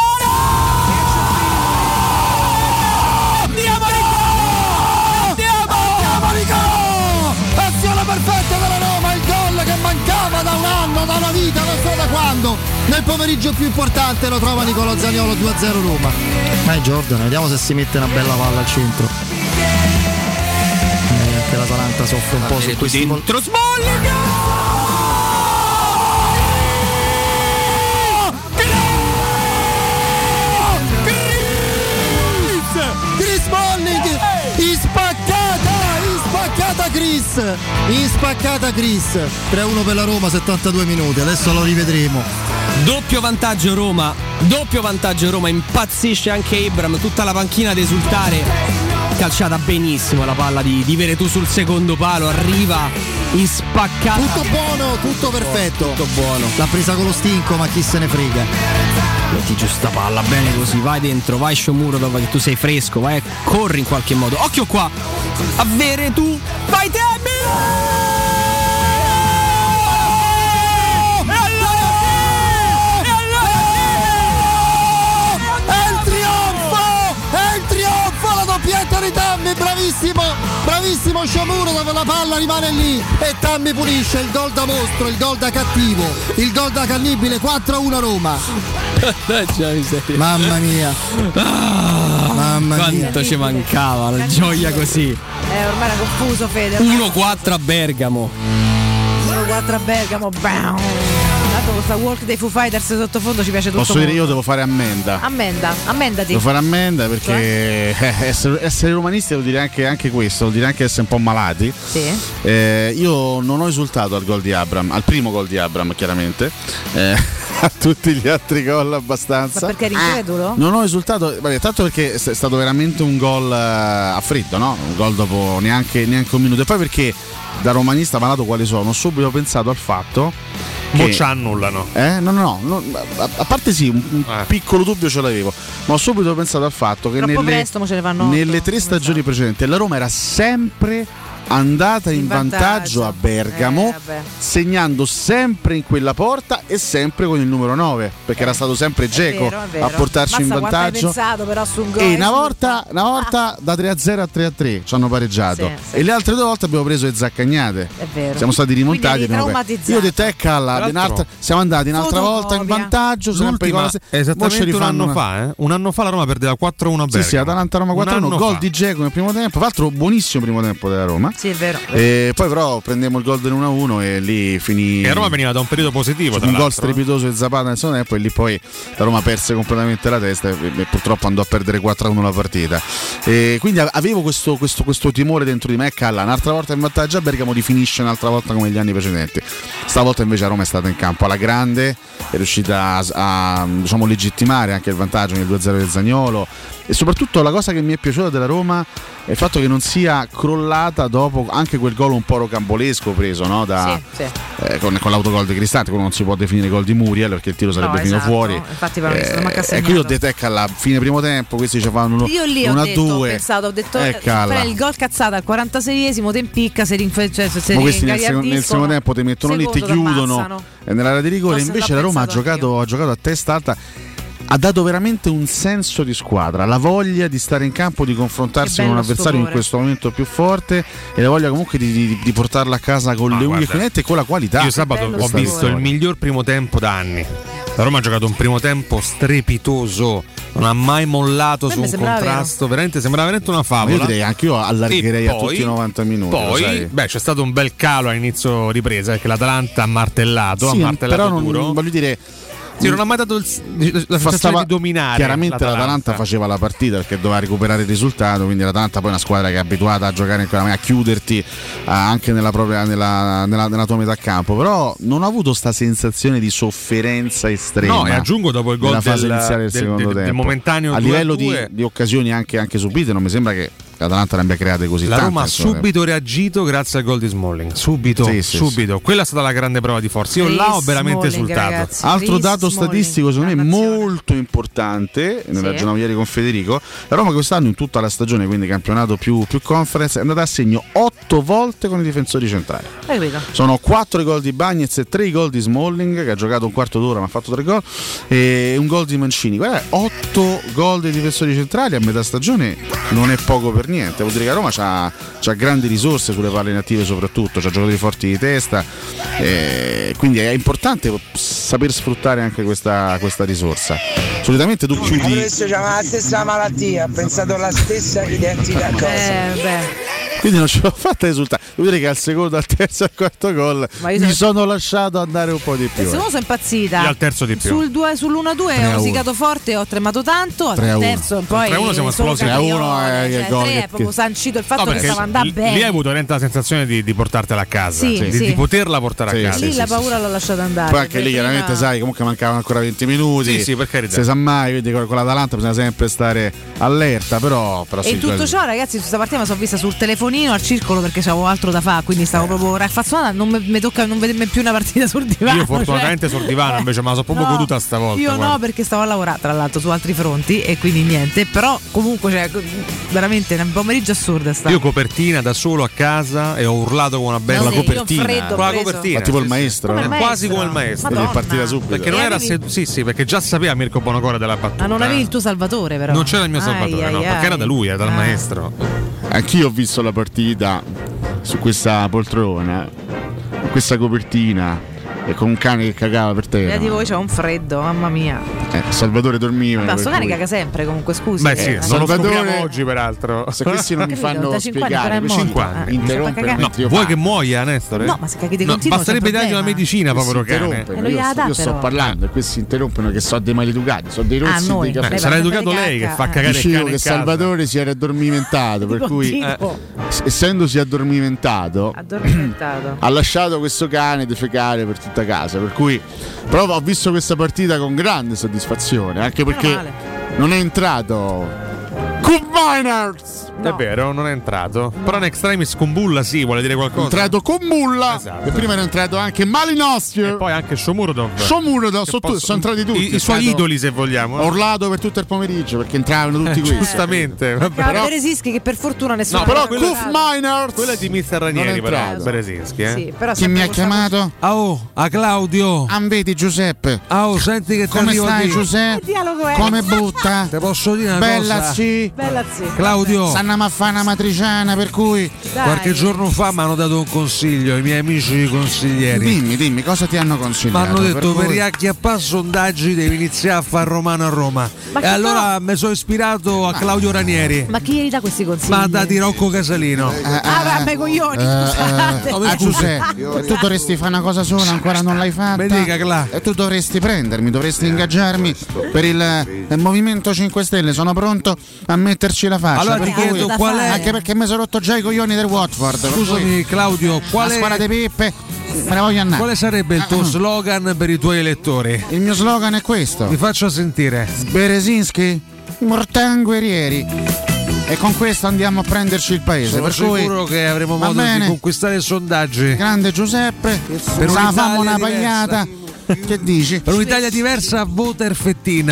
Andiamo Nicolò! Andiamo Nicolò! Azione perfetta della Roma, il gol che mancava da un anno, da una vita, non so da quando. Nel pomeriggio più importante lo trova Nicolò Zaniolo, due a zero Roma. Ma è Jordan, vediamo se si mette una bella palla al centro. E anche l'Atalanta soffre un po' su questi gol. Dentro Smalling! Chris Smalling in spaccata, in spaccata Chris, in spaccata Chris. tre a uno per la Roma, settantadue minuti, adesso lo rivedremo. Doppio vantaggio Roma, doppio vantaggio Roma, impazzisce anche Ibram, tutta la panchina ad esultare. Calciata benissimo la palla di, di Veretù sul secondo palo, arriva in spaccata. Tutto buono, tutto perfetto. Tutto buono. L'ha presa con lo stinco, ma chi se ne frega. Metti giusta palla, bene così, vai dentro, vai Sciomuro dopo che tu sei fresco, vai, corri in qualche modo. Occhio qua, a Veretù, vai Tammy! Doppietta di Tammy, bravissimo, bravissimo Sciomuro, dove la palla rimane lì e Tammy pulisce il gol da mostro, il gol da cattivo, il gol da cannibile. Quattro a uno Roma. Mamma mia, ah, mamma quanto mia, ci mancava la gioia così. Eh, ormai era confuso Fede. uno quattro a Bergamo. uno quattro a Bergamo, bam. Tanto questa walk dei Foo Fighters sottofondo ci piace tutto. Posso dire, molto. io devo fare ammenda. Ammenda, ammendati. Devo fare ammenda perché eh, essere, essere romanisti vuol dire anche, anche questo, vuol dire anche essere un po' malati. Sì. Eh, io non ho esultato al gol di Abram, al primo gol di Abram chiaramente, eh, a tutti gli altri gol abbastanza. Ma perché eri incredulo? Non ho esultato, vabbè, tanto perché è stato veramente un gol eh, a freddo, no? Un gol dopo neanche, neanche un minuto. E poi perché da romanista malato quali sono, ho subito pensato al fatto che mo ci annullano. Eh? No, no, no, no a, a parte sì, un, un eh. piccolo dubbio ce l'avevo, ma ho subito pensato al fatto che Troppo nelle, presto, mo ce ne fanno nelle otto, tre stagioni precedenti la Roma era sempre andata in, In vantaggio. vantaggio a Bergamo, Eh, vabbè. segnando sempre in quella porta e sempre con il numero nove, perché era stato sempre Dzeko È vero, è vero. a portarci in Mazza quanto hai vantaggio. pensato però su un gol. E una volta, una volta da tre a zero a tre a tre ci hanno pareggiato. Sì, sì. E le altre due volte abbiamo preso le zaccagnate. È vero. Siamo stati rimontati. Quindi eri abbiamo perso. traumatizzato. Io ho detto eh calla, Tra l'altro- un'altra- siamo andati un'altra volta in Fotocopia. vantaggio. sempre con L'ultima, la se- Mo ci esattamente un rifanno anno una- fa, eh? un anno fa la Roma perdeva quattro a uno a Bergamo. Sì, sì, Atalanta-Roma quattro a uno, Un anno gol fa. di Dzeko nel primo tempo. Tra l'altro buonissimo primo tempo della Roma. Sì, è vero. E poi però prendemmo il gol dell'uno a uno e lì finì. E Roma veniva da un periodo positivo, tra un gol l'altro. strepitoso di Zapata nel secondo tempo e lì poi la Roma perse completamente la testa e, e purtroppo andò a perdere quattro a uno la partita. E quindi avevo questo, questo, questo timore dentro di me, calla un'altra volta in vantaggio a Bergamo, di finisce un'altra volta come gli anni precedenti. Stavolta invece la Roma è stata in campo alla grande, è riuscita a, a diciamo, legittimare anche il vantaggio nel due a zero del Zaniolo, e soprattutto la cosa che mi è piaciuta della Roma è il fatto che non sia crollata dopo anche quel gol un po' rocambolesco preso, no? da, Sì, sì. eh, con, con l'autogol di Cristante. Quello non si può definire gol di Muriel perché il tiro sarebbe No, finito esatto. fuori. Infatti però mi sono manca e qui ho detto ecco alla fine primo tempo questi ci fanno uno, Io lì uno ho a detto, ho due. pensato, ho detto Ecco alla. il gol cazzata al quarantaseiesimo te impicca, se rinfe- cioè, se Ma questi nel, seco- nel ringariardiscono, secondo tempo ti mettono lì, ti secondo chiudono t'ammazzano. eh, nell'area di rigore. Forse Invece l'ho la Roma ha pensato giocato, ha giocato a testa alta, ha dato veramente un senso di squadra, la voglia di stare in campo, di confrontarsi Che con un bello avversario in stupore. questo momento più forte, e la voglia comunque di, di, di portarla a casa con Ah, le unghie guarda, finette e con la qualità. Io sabato bello ho stupore. visto il miglior primo tempo da anni. La Roma ha giocato un primo tempo strepitoso, non ha mai mollato A me su mi un sembrava contrasto, veramente sembrava veramente una Ma io favola. direi anche io allargherei E a poi- tutti i novanta minuti. lo Poi, sai. beh, c'è stato un bel calo all'inizio ripresa perché l'Atalanta ha martellato, Sì, ha martellato però non, duro. voglio dire, Sì, non ha mai dato il, la sensazione Stava- di dominare. Chiaramente l'Atalanta faceva la partita perché doveva recuperare il risultato, quindi l'Atalanta poi è una squadra che è abituata a giocare in quella maniera, a chiuderti eh, anche nella, propria, nella, nella, nella tua metà campo, però non ha avuto sta sensazione di sofferenza estrema. No, e aggiungo dopo il gol nella fase del- iniziale del, del- secondo del- del tempo. momentaneo a due a livello di, due. di occasioni anche, anche subite, non mi sembra che l'Atalanta ne abbia create così La tante. Roma ha insomma. subito reagito grazie al gol di Smalling. Subito, Sì, sì, subito. Quella è stata la grande prova di forza. Io là ho Chris veramente Smalling, esultato. ragazzi. Altro Chris dato Smalling, statistico secondo me dannazione. molto importante, ne Sì. ragionavo ieri con Federico, la Roma quest'anno in tutta la stagione, quindi campionato più, più conference, è andata a segno otto volte con i difensori centrali. Hai capito? Sono quattro i gol di Bagnez e tre i gol di Smalling, che ha giocato un quarto d'ora ma ha fatto tre gol, e un gol di Mancini. Guarda, otto gol dei difensori centrali a metà stagione non è poco per niente. Vuol dire che la Roma c'ha, c'ha grandi risorse sulle palle inattive, soprattutto c'ha giocatori forti di testa, e quindi è importante saper sfruttare anche questa, questa risorsa. Solitamente tu chiudi. Adesso c'ha la stessa malattia, ha pensato alla stessa identica cosa. Eh, beh. Quindi non ce l'ho fatta risultare. Devo dire che al secondo, al terzo e al quarto gol Ma io mi sono- sono lasciato andare un po' di più. Se eh. no sono impazzita. Io al terzo di più. Sul due, sull'uno a due tre a ho uno. rosicato forte, ho tremato tanto. tre a Al uno. terzo poi tre a uno siamo solo esplosi. tre a uno capriole, è cioè, il gol tre che- è proprio sancito il fatto No, che perché stava andando lì bene. hai avuto veramente la sensazione di, di portartela a casa, Sì, di, sì. di poterla portare Sì, a casa. Lì sì, la sì, paura l'ho lasciata andare. Poi anche perché lì chiaramente prima- sai comunque mancavano ancora venti minuti. Sì, sì, per carità. Se sa mai, vedi con con l'Atalanta bisogna sempre stare allerta, però, però E sì, in tutto quello- ciò, ragazzi, questa partita mi sono vista sul telefonino al circolo perché c'avevo altro da fare, quindi stavo proprio raffazzonata. Non mi mi tocca non vedermi più una partita sul divano. Io fortunatamente cioè. sul divano invece me la sono proprio No, goduta stavolta. Io guarda. no, perché stavo a lavorare tra l'altro su altri fronti e quindi niente. Però comunque, cioè, veramente un pomeriggio assurdo sta. Io copertina da solo a casa e ho urlato con una bella No, sì, io copertina. un freddo con la preso. copertina. Ma tipo sì, il sì. maestro, Come eh? il Quasi maestro. come il maestro. Devi Madonna. partire subito. Perché non E era avevi- se- sì, sì, perché già sapeva Mirko Bonocore della battuta. Ah, non avevi eh. il tuo salvatore, però. Non c'era il mio Ai, salvatore, ai, no, ai. perché era da lui, era dal Ah. maestro. Anch'io ho visto la partita su questa poltrona, con questa copertina e con un cane che cagava per terra. Vedi voi, c'è un freddo, mamma mia. Eh, Salvatore dormiva. Ma per sto cane cui- caga sempre, comunque, scusi. Beh sì, Eh, non lo Salvatore- scopriamo oggi peraltro. Se questi non mi Capito, fanno da cinque anni spiegare, ancora è questi morto. cinque anni. Eh, interrompono mi fa cagare. mentre io Vuoi parlo. che muoia, Nestore? No, ma se caghi di No, continuo basterebbe c'è un dargli una problema. medicina, Questi povero cane. interrompono, E lo io, gli ha sto, data, io sto però. parlando e questi interrompono che so dei maleducati, so dei Ah, rozzi noi. dei Lei caffè. Eh, sarà va a educato fare lei che cacca, fa eh. cagare il Dicevo cane che in casa. Salvatore si era addormentato, per Di cui continuo. s- essendosi addormentato Addormentato. ha lasciato questo cane defecare per tutta casa, per cui però ho visto questa partita con grande soddisfazione, anche perché male. non è entrato Miners. No. È vero, non è entrato. No. Però in extremis con Bulla sì, vuole dire qualcosa. È entrato con Bulla. Esatto. E prima era entrato anche Malinowski. E poi anche Shomurodov. Shomurodov, sono, tu, sono entrati tutti. I, i suoi idoli, se vogliamo. Orlato per tutto il pomeriggio, perché entravano tutti questi. Giustamente. Eh. Però Berezinski che per fortuna nessuno. No, però Kuf Miners. Quella è di mister Ranieri, però. Berezinski, eh. Sì, però chi mi ha chiamato? Ah, oh, a Claudio. Ah, vedi Giuseppe. Ah, oh, senti che come stai di... Giuseppe? Come butta? Te posso dire una Bella cosa? Sì. Bella sì. Claudio. Stanno a fare una matriciana, per cui Dai. Qualche giorno fa mi hanno dato un consiglio, i miei amici consiglieri. Dimmi, dimmi, cosa ti hanno consigliato? Mi hanno detto per, per riacchiappare sondaggi devi iniziare a fare Romano a Roma. Ma e allora no? mi sono ispirato a Claudio Ranieri. Ma chi gli dà questi consigli? Ma da di Rocco Casalino. Eh, eh, ah, vabbè, coglioni, scusate. Uh, uh, ah, Giuseppe, tu dovresti fare una cosa sola, ancora non l'hai fatta. Mi dica, Cla. E tu dovresti prendermi, dovresti ingaggiarmi per il, il Movimento cinque Stelle. Sono pronto a metterci la faccia. Allora ti chiedo qual è. Anche perché mi sono rotto già i coglioni del Watford. Scusami, Claudio, qual la è. squadra di Peppe. Me ne voglio andare. Quale sarebbe il tuo slogan per i tuoi elettori? Il mio slogan è questo. Ti faccio sentire. Berezinski, Mortan Guerrieri. E con questo andiamo a prenderci il paese. Sono per sicuro cui, che avremo modo bene. di conquistare i sondaggi. Grande Giuseppe, per la famo una diversa. pagliata. Che dici? Per un'Italia diversa, voter fettina.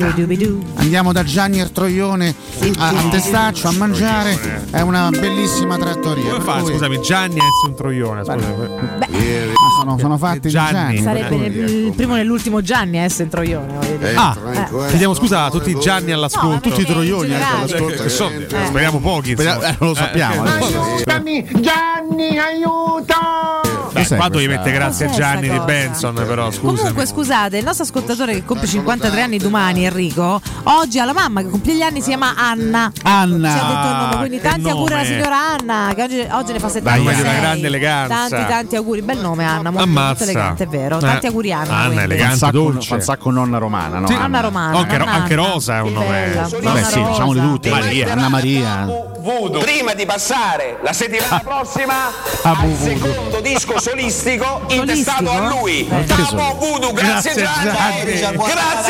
Andiamo da Gianni Ertroione a, a Testaccio a mangiare. È una bellissima trattoria. Come fa? Cui... Scusami, Gianni è un troione. Beh, sono, sono fatti Gianni. Gianni. Sarebbe il primo nell'ultimo Gianni a essere un troione. Eh, ah, eh. chiediamo scusa a tutti i Gianni all'ascolto. No, tutti i troioni anche all'ascolto. Eh, so, eh. Speriamo pochi. Speriamo, eh, non lo sappiamo. Eh. Aiutami, Gianni, aiuto! Beh, qua devi mettere grazie a Gianni di Benson, però. Scusami. Comunque scusate, il nostro ascoltatore che compie cinquantatré anni domani, Enrico, oggi ha la mamma che compie gli anni, si chiama Anna. Anna. Ci ha detto il nome, quindi tanti auguri alla signora Anna che oggi, oggi ne fa settantasei. Dai, una grande eleganza. Tanti tanti auguri, bel nome Anna, molto, molto elegante, è vero. Tanti eh. auguri Anna. Anna elegante, dolce. Fa un sacco nonna romana, no? Sì. Anna romana. Anche, Anna, anche Rosa è un nome. Vabbè sì, diciamole tutte. Maria. Anna Maria. Voodoo. Prima di passare la settimana prossima al secondo disco solistico intestato a lui. Tamo Voodoo, grazie, grazie Gianni. Gianni. Grazie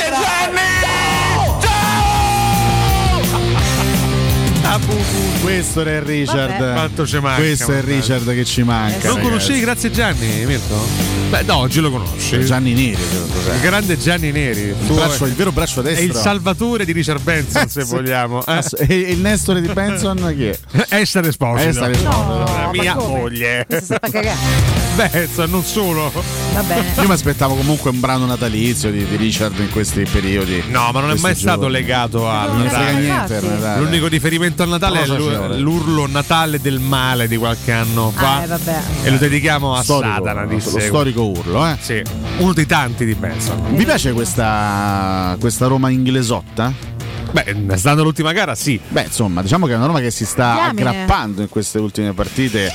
Gianni. Ciao. Questo era il Richard. Quanto ci manca. Questo è il Richard che ci manca. Non conoscevi Grazie Gianni, Mirko? Beh, no, oggi lo conosci. Gianni Neri. Il grande Gianni Neri. Il, braccio, il vero braccio destro. È il salvatore di Richard Benson, eh, se sì. vogliamo. Eh. E il Nestore di Benson chi è? Essere Esposito. Essere Esposito. No, mia moglie. Si sta a cagare. Benson, non solo. Va bene. Io mi aspettavo comunque un brano natalizio di, di Richard in questi periodi. No, ma non è mai giorni. stato legato a non Natale. Niente, Natale. L'unico riferimento al Natale è l'urlo Natale del male di qualche anno fa. Ah, eh, vabbè. E lo dedichiamo a storico, Satana. Lo storico urlo, eh? Sì. Uno dei tanti di Benson. Vi piace questa, questa Roma inglesotta? Beh, stando l'ultima gara, sì. Beh, insomma, diciamo che è una Roma che si sta Diamine. aggrappando in queste ultime partite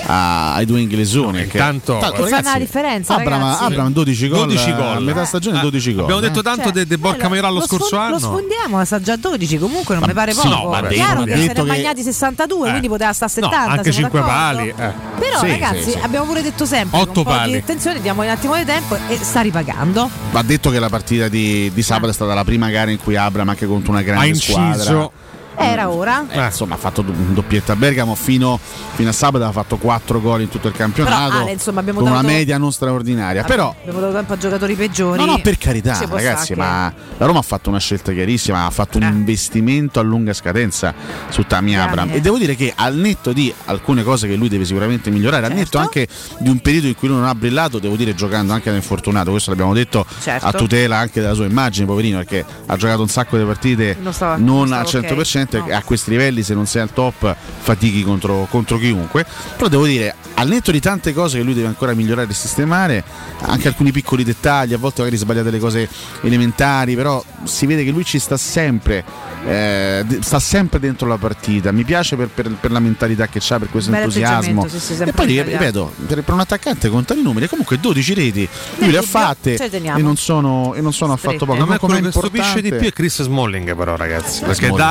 a, ai due inglesoni. No, intanto che fa una differenza. Abram, ragazzi. Abram dodici gol. dodici gol. A metà stagione, dodici gol. Abbiamo detto tanto cioè, di Borca Maioral lo, lo scorso sfond- anno. Lo sfondiamo, sa già dodici. Comunque non ma, mi pare sì, poco. No, ma chiaro che se ne ha che... magnati sessantadue, eh. quindi poteva stare a settanta. No, anche cinque pali. Eh. Però, sì, ragazzi, sì, sì. abbiamo pure detto sempre: otto un po' pali. di attenzione, diamo un attimo di tempo e sta ripagando. Va detto che la partita di, di sabato eh. è stata la prima gara in cui Abram, anche contro una grande ha inciso. squadra. Era ora. Eh, insomma, ha fatto un doppietta a Bergamo fino, fino a sabato, ha fatto quattro gol in tutto il campionato. Però, Ale, insomma, abbiamo con dato... una media non straordinaria. Vabbè, Però abbiamo dato tempo a giocatori peggiori. No, no, per carità, ragazzi, ma la Roma ha fatto una scelta chiarissima, ha fatto un eh. investimento a lunga scadenza su Tammy Abraham. E devo dire che al netto di alcune cose che lui deve sicuramente migliorare, certo. al netto anche di un periodo in cui lui non ha brillato, devo dire giocando anche da infortunato, questo l'abbiamo detto certo. a tutela anche della sua immagine, poverino, perché ha giocato un sacco di partite non, stava, non, non al cento per cento okay. no. a questi livelli. Se non sei al top fatichi contro, contro chiunque. Però devo dire, al netto di tante cose che lui deve ancora migliorare e sistemare, anche alcuni piccoli dettagli, a volte magari sbaglia delle cose elementari, però si vede che lui ci sta sempre eh, sta sempre dentro la partita. Mi piace per, per, per la mentalità che c'ha, per questo Bel entusiasmo sì, sì, e poi ripeto, per, per un attaccante contano i numeri, comunque dodici reti lui le ha fatte e non sono, e non sono affatto poco. A me quello che stupisce di più è Chris Smalling, però ragazzi, perché Smalling. da, da Ibra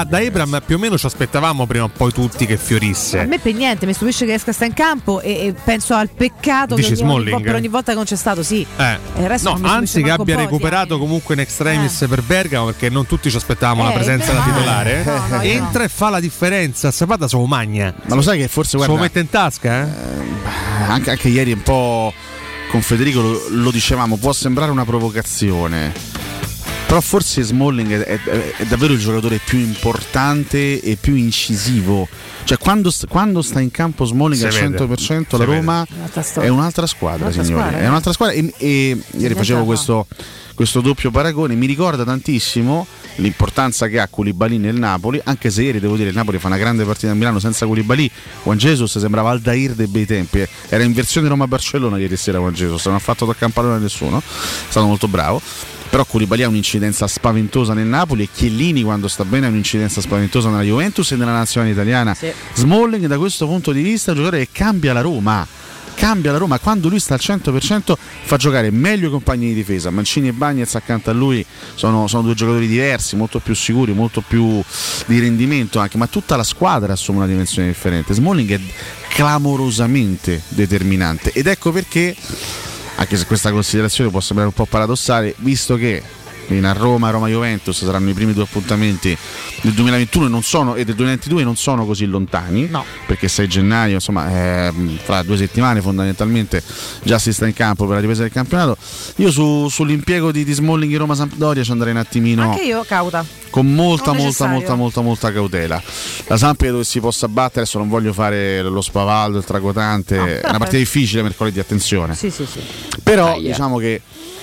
Abraham più o meno ci aspettavamo prima o poi tutti che fiorisse. A me per niente, mi stupisce che riesca a stare in campo e, e penso al peccato Dici che ogni, ogni, Smalling? per ogni volta che non c'è stato, sì. Eh. E il resto No, non mi anzi che stupisce abbia manco recuperato comunque in extremis Eh. per Bergamo, perché non tutti ci aspettavamo Eh, la presenza da no, titolare. no, no, Entra no. e fa la differenza. Zapata se lo magna. Ma lo sai che forse se guarda, lo mette in tasca? Eh? anche, anche ieri un po' con Federico lo, lo dicevamo, può sembrare una provocazione, però forse Smalling è, è, è davvero il giocatore più importante e più incisivo. Cioè quando, quando sta in campo Smalling Si al vede. cento per cento la Si Roma Un'altra è un'altra squadra, Un'altra signori. squadra, È un'altra squadra e, e ieri facevo questo, questo doppio paragone. Mi ricorda tantissimo l'importanza che ha Koulibaly nel Napoli, anche se ieri devo dire il Napoli fa una grande partita a Milano senza Koulibaly. Juan Jesus sembrava Aldair dei bei tempi, era in versione Roma-Barcellona ieri sera Juan Jesus, non ha fatto toccare un pallone a nessuno, è stato molto bravo. Però Koulibaly ha un'incidenza spaventosa nel Napoli e Chiellini quando sta bene ha un'incidenza spaventosa nella Juventus e nella nazionale italiana. Sì. Smalling da questo punto di vista è un giocatore che cambia la Roma. Cambia la Roma, quando lui sta al cento per cento fa giocare meglio i compagni di difesa. Mancini e Bagnez accanto a lui sono, sono due giocatori diversi, molto più sicuri, molto più di rendimento anche, ma tutta la squadra assume una dimensione differente. Smalling è clamorosamente determinante ed ecco perché, anche se questa considerazione può sembrare un po' paradossale, visto che a Roma, Roma-Juventus saranno i primi due appuntamenti del duemilaventuno e, non sono, e del duemilaventidue non sono così lontani, no. Perché sei gennaio, insomma, eh, fra due settimane fondamentalmente già si sta in campo per la ripresa del campionato. Io su, sull'impiego di, di Smalling in Roma-Sampdoria ci andrei un attimino Anche io cauta. con molta Non molta necessario. molta molta molta cautela. La Sampdoria dove si possa battere, adesso non voglio fare lo spavaldo, il tracotante, No, è però una partita per- difficile mercoledì, attenzione. Sì, sì, sì. Però Aia. diciamo che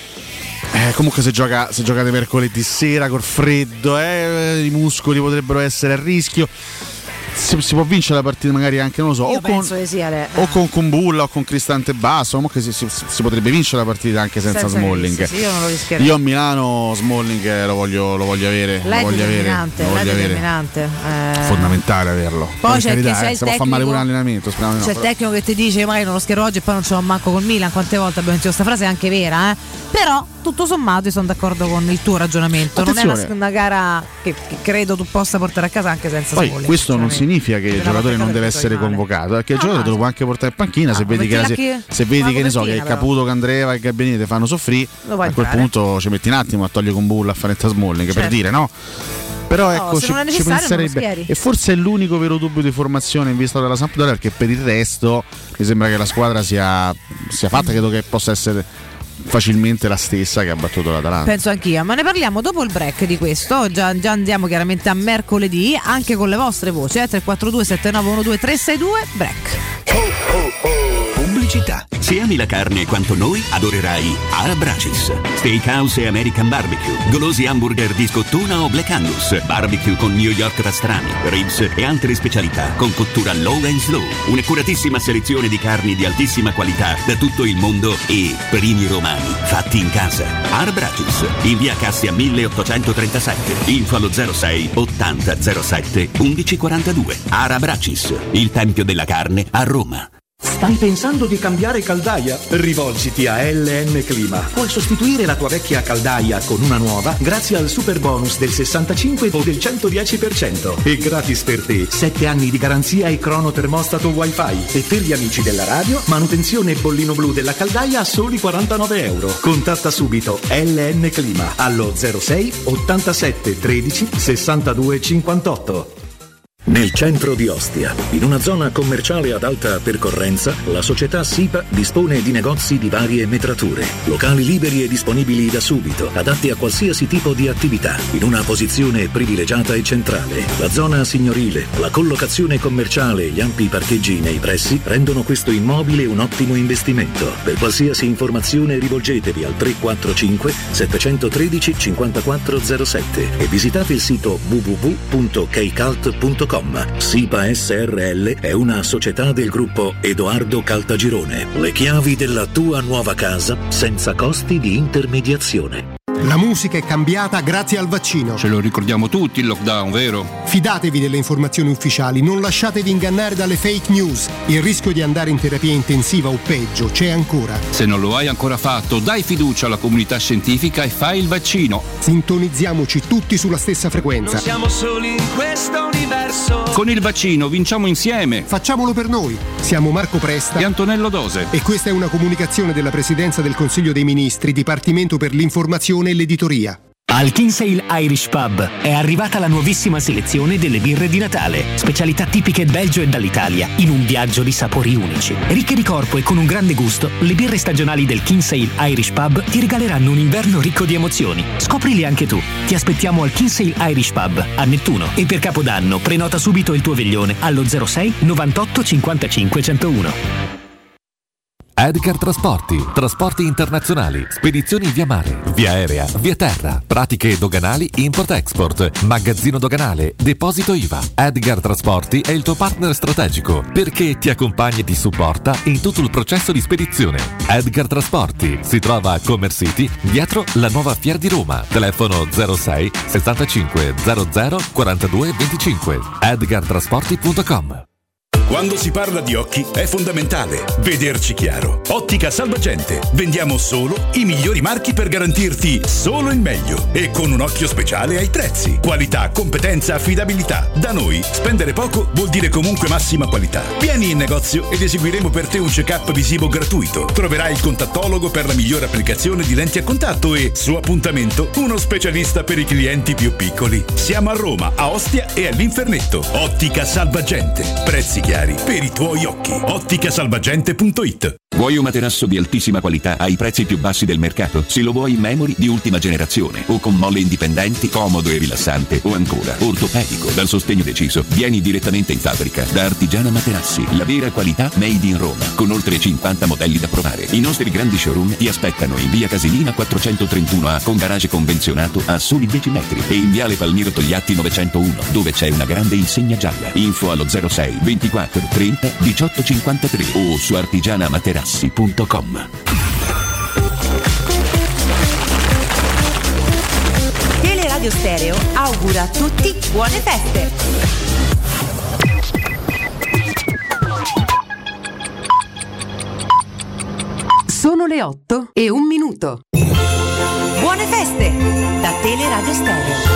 eh, comunque se, gioca, se giocate mercoledì sera col freddo, eh, i muscoli potrebbero essere a rischio. Si, si può vincere la partita magari anche, non lo so, Io o con, penso che sia le- o con Kumbulla o con Cristante Basso. Comunque si, si, si potrebbe vincere la partita anche senza, Senza Smalling. Chris, sì, io non lo rischierei. Io a Milano Smalling eh, lo voglio, lo voglio avere. Lei lo è voglio avere, determinante, lo lei è voglio avere. determinante. Eh, Fondamentale averlo. Poi Per c'è carità, che c'è eh, il se può fare male tecnico- pure un allenamento. speriamo di no, C'è il però. tecnico che ti dice magari non lo schiero oggi e poi non ce l'ho manco col Milan. Quante volte abbiamo sentito questa frase, è anche vera, eh? Però tutto sommato io sono d'accordo con il tuo ragionamento. Non è una, Attenzione. una gara che, che credo tu possa portare a casa anche senza Poi Smalling, questo non sinceramente. significa che il Della giocatore volta non che deve giochi essere male. convocato, perché il No, giocatore no, te lo può anche portare in panchina se vedi che, la- mettila chi- se vedi una che ne so che copertina, però. Caputo, Candreva e Gabbiani ti fanno soffrire, Lo puoi a quel entrare. punto ci metti un attimo a togliere con Bulla a fare Smalling, per Certo. dire, no? Però No, ecco, se ci, non è ci necessario, non lo penserebbe. schieri. E forse è l'unico vero dubbio di formazione in vista della Sampdoria, perché per il resto mi sembra che la squadra sia, sia fatta, credo che possa essere facilmente la stessa che ha battuto l'Atalanta. Penso anch'io, ma ne parliamo dopo il break di questo. Già, già andiamo chiaramente a mercoledì, anche con le vostre voci, eh? tre quattro due sette nove uno due tre sei due, break. Pubblicità. Se ami la carne quanto noi, adorerai Arabracis. Steakhouse e American Barbecue. Golosi hamburger di scottuna o Black Angus. Barbecue con New York pastrami, ribs e altre specialità con cottura low and slow. Un'accuratissima selezione di carni di altissima qualità da tutto il mondo e primi romani fatti in casa. Arabracis. In via Cassia milleottocentotrentasette. Info allo zero sei ottanta zero sette undici quarantadue. Arabracis. Il tempio della carne a Roma. Stai pensando di cambiare caldaia? Rivolgiti a L N Clima. Puoi sostituire la tua vecchia caldaia con una nuova grazie al super bonus del sessantacinque o del centodieci per cento. E gratis per te sette anni di garanzia e crono termostato wifi. E per gli amici della radio, manutenzione e bollino blu della caldaia a soli quarantanove euro. Contatta subito L N Clima allo zero sei ottantasette tredici sessantadue cinquantotto. Nel centro di Ostia, in una zona commerciale ad alta percorrenza, la società SIPA dispone di negozi di varie metrature, locali liberi e disponibili da subito, adatti a qualsiasi tipo di attività, in una posizione privilegiata e centrale. La zona signorile, la collocazione commerciale e gli ampi parcheggi nei pressi rendono questo immobile un ottimo investimento. Per qualsiasi informazione rivolgetevi al tre quattro cinque sette uno tre cinque zero sette e visitate il sito w w w punto keicalt punto com. SIPA S R L è una società del gruppo Edoardo Caltagirone. Le chiavi della tua nuova casa senza costi di intermediazione. La musica è cambiata grazie al vaccino. Ce lo ricordiamo tutti il lockdown, vero? Fidatevi delle informazioni ufficiali, non lasciatevi ingannare dalle fake news. Il rischio di andare in terapia intensiva o peggio c'è ancora. Se non lo hai ancora fatto, dai fiducia alla comunità scientifica e fai il vaccino. Sintonizziamoci tutti sulla stessa frequenza. Non siamo soli in questo universo. Con il vaccino vinciamo insieme. Facciamolo per noi. Siamo Marco Presta e Antonello Dose. E questa è una comunicazione della Presidenza del Consiglio dei Ministri, Dipartimento per l'informazione e l'editoria. Al Kinsale Irish Pub è arrivata la nuovissima selezione delle birre di Natale, specialità tipiche Belgio e dall'Italia, in un viaggio di sapori unici. Ricche di corpo e con un grande gusto, le birre stagionali del Kinsale Irish Pub ti regaleranno un inverno ricco di emozioni. Scoprili anche tu. Ti aspettiamo al Kinsale Irish Pub a Nettuno e per Capodanno prenota subito il tuo veglione allo zero sei novantotto cinquantacinque centouno. Edgar Trasporti, trasporti internazionali, spedizioni via mare, via aerea, via terra, pratiche doganali import-export, magazzino doganale, deposito I V A. Edgar Trasporti è il tuo partner strategico perché ti accompagna e ti supporta in tutto il processo di spedizione. Edgar Trasporti si trova a Commerce City, dietro la nuova Fiera di Roma. Telefono zero sei sessantacinque zero zero quarantadue venticinque. edgar trasporti punto com. Quando si parla di occhi è fondamentale vederci chiaro. Ottica Salvagente. Vendiamo solo i migliori marchi per garantirti solo il meglio e con un occhio speciale ai prezzi. Qualità, competenza, affidabilità. Da noi spendere poco vuol dire comunque massima qualità. Vieni in negozio ed eseguiremo per te un check-up visivo gratuito. Troverai il contattologo per la migliore applicazione di lenti a contatto e, su appuntamento, uno specialista per i clienti più piccoli. Siamo a Roma, a Ostia e all'Infernetto. Ottica Salvagente. Prezzi chiari per i tuoi occhi. ottica salvagente punto it. Vuoi un materasso di altissima qualità ai prezzi più bassi del mercato? Se lo vuoi in memory di ultima generazione o con molle indipendenti, comodo e rilassante o ancora ortopedico dal sostegno deciso, vieni direttamente in fabbrica da Artigiana Materassi, la vera qualità made in Roma, con oltre cinquanta modelli da provare. I nostri grandi showroom ti aspettano in via Casilina quattrocentotrentuno A con garage convenzionato a soli dieci metri e in viale Palmiro Togliatti novecentouno dove c'è una grande insegna gialla. Info allo zero sei ventiquattro trenta diciotto cinquantatré o su artigiana materassi punto com. Teleradio Stereo augura a tutti buone feste. Sono le otto e un minuto. Buone feste da Teleradio Stereo.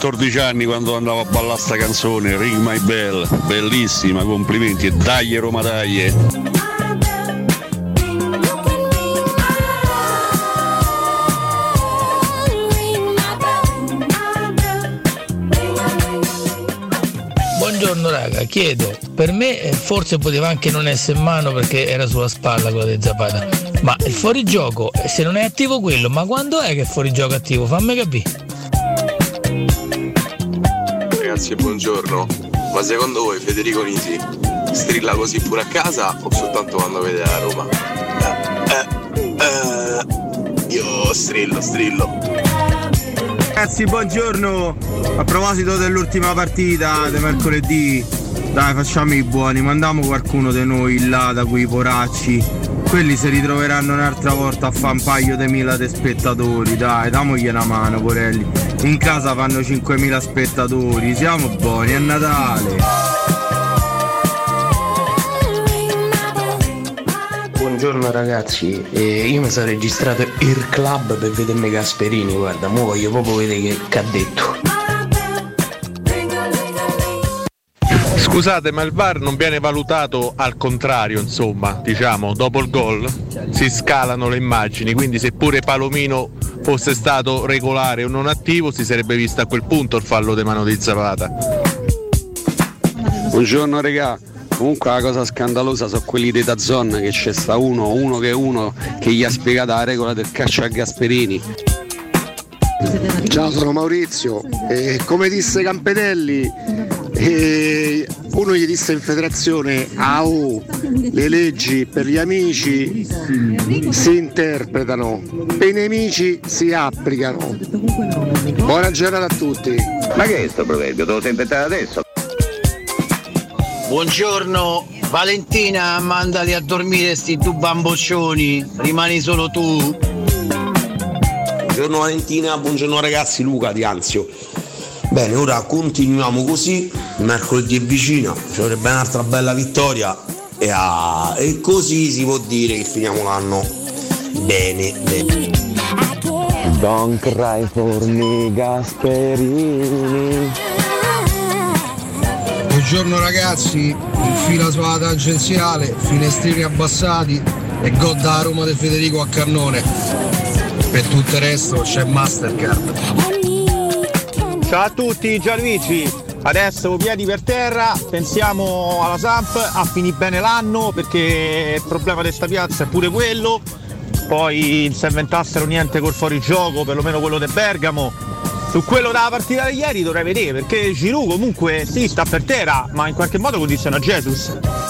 quattordici anni quando andavo a ballare sta canzone, Ring My Bell, bellissima, complimenti e dai Roma dai. Buongiorno raga, chiedo, per me forse poteva anche non essere in mano perché era sulla spalla quella di Zapata, ma il fuorigioco, se non è attivo quello, ma quando è che è fuorigioco attivo? Fammi capire. Ragazzi, buongiorno, ma secondo voi Federico Nisi strilla così pure a casa o soltanto quando vede la Roma? Eh, eh, eh, io strillo, strillo. Ragazzi, buongiorno. A proposito dell'ultima partita di mercoledì, dai, facciamo i buoni, mandiamo qualcuno di noi là da quei poracci. Quelli si ritroveranno un'altra volta a fare un paio di mila di spettatori, dai, damogli una mano, porelli. In casa fanno cinquemila spettatori, siamo buoni, è Natale. Buongiorno ragazzi, eh, io mi sono registrato il club per vedermi Gasperini, guarda, mo voglio proprio vedere che, che ha detto. Scusate, ma il V A R non viene valutato al contrario, insomma, diciamo, dopo il gol si scalano le immagini, quindi se pure Palomino fosse stato regolare o non attivo si sarebbe visto a quel punto il fallo di mano di Zapata. Buongiorno regà. Comunque la cosa scandalosa sono quelli dei Dazon, che c'è sta uno, uno che è uno che gli ha spiegato la regola del calcio a Gasperini. Ciao, sono Maurizio e come disse Campetelli, e uno gli disse in federazione: ah, oh, le leggi per gli amici si interpretano, per i nemici si applicano. Buona giornata a tutti. Ma che è sto proverbio? Te lo sei inventato adesso? Buongiorno Valentina, mandati a dormire sti due bamboccioni, rimani solo tu. Buongiorno Valentina, buongiorno ragazzi, Luca di Anzio. Bene, ora continuiamo così, mercoledì è vicino, ci vorrebbe un'altra bella vittoria e, ah, e così si può dire che finiamo l'anno bene, bene. Don't cry for me Gasperini. Buongiorno ragazzi, in fila sulla tangenziale, finestrini abbassati e gol da Roma di Federico a cannone. Per tutto il resto c'è Mastercard. Ciao a tutti, Gianluigi. Adesso piedi per terra, pensiamo alla Samp a finire bene l'anno perché il problema di sta piazza è pure quello. Poi se inventassero niente col fuorigioco, perlomeno quello di Bergamo. Su quello della partita di ieri dovrei vedere perché Giroud comunque sì sta per terra ma in qualche modo condiziona Jesus.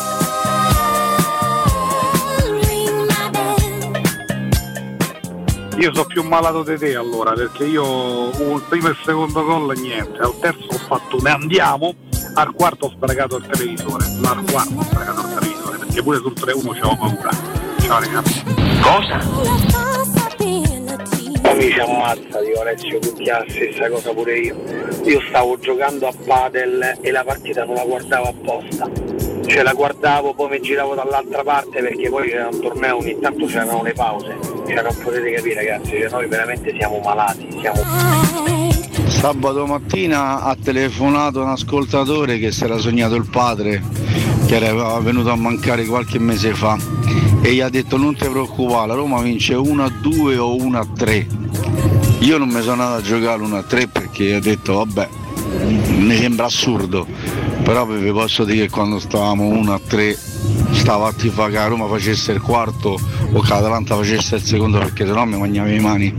Io sono più malato di te allora perché io il primo e il secondo gol niente, al terzo ho fatto ne andiamo, al quarto ho sprecato il televisore, ma al quarto ho sprecato il televisore perché pure sul tre uno c'avevo paura. Ciao ragazzi. Cosa? Mi si ammazza, dico Alessio, tutti la stessa cosa pure io. Io stavo giocando a padel e la partita non la guardavo apposta. Cioè la guardavo, poi mi giravo dall'altra parte perché poi c'era un torneo, ogni tanto c'erano le pause. Cioè non potete capire ragazzi, cioè noi veramente siamo malati, siamo... Sabato mattina ha telefonato un ascoltatore che si era sognato il padre che era venuto a mancare qualche mese fa e gli ha detto: non ti preoccupare, la Roma vince uno a due o uno a tre. Io non mi sono andato a giocare uno a tre perché ho detto vabbè, mi sembra assurdo, però vi posso dire che quando stavamo uno a tre stavo a tifare che la Roma facesse il quarto o che l'Atalanta facesse il secondo perché sennò mi mangiavo le mani.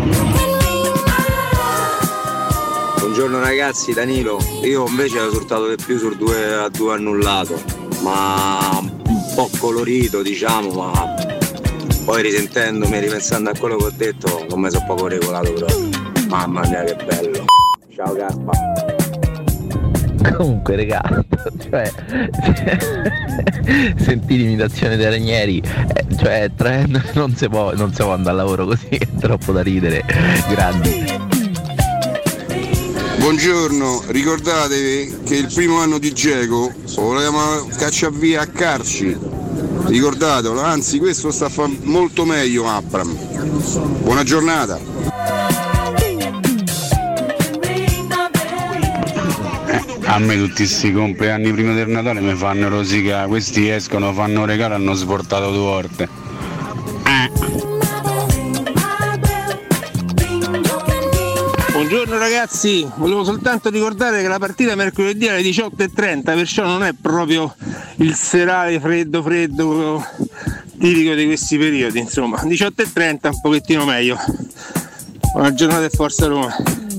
Buongiorno ragazzi, Danilo. Io invece ero risultato di più sul due a due annullato, ma un po' colorito diciamo, ma poi risentendomi, ripensando a quello che ho detto, non mi sono poco regolato proprio. Mamma mia che bello. Ciao Carpa. Comunque regà, cioè sentire l'imitazione dei Ranieri, eh, cioè tre, non si può non si può andare al lavoro così, è troppo da ridere. Grandi. Buongiorno, ricordatevi che il primo anno di Dzeko volevamo cacciare via a Carci, ricordatelo, anzi questo sta a fare molto meglio Abram. Buona giornata. A me tutti questi compleanni prima del Natale mi fanno rosicare, questi escono, fanno un regalo, hanno svoltato due volte. Buongiorno ragazzi, volevo soltanto ricordare che la partita è mercoledì alle diciotto e trenta, perciò non è proprio il serale freddo freddo tipico di questi periodi, insomma, diciotto e trenta un pochettino meglio. Buona giornata e forza Roma.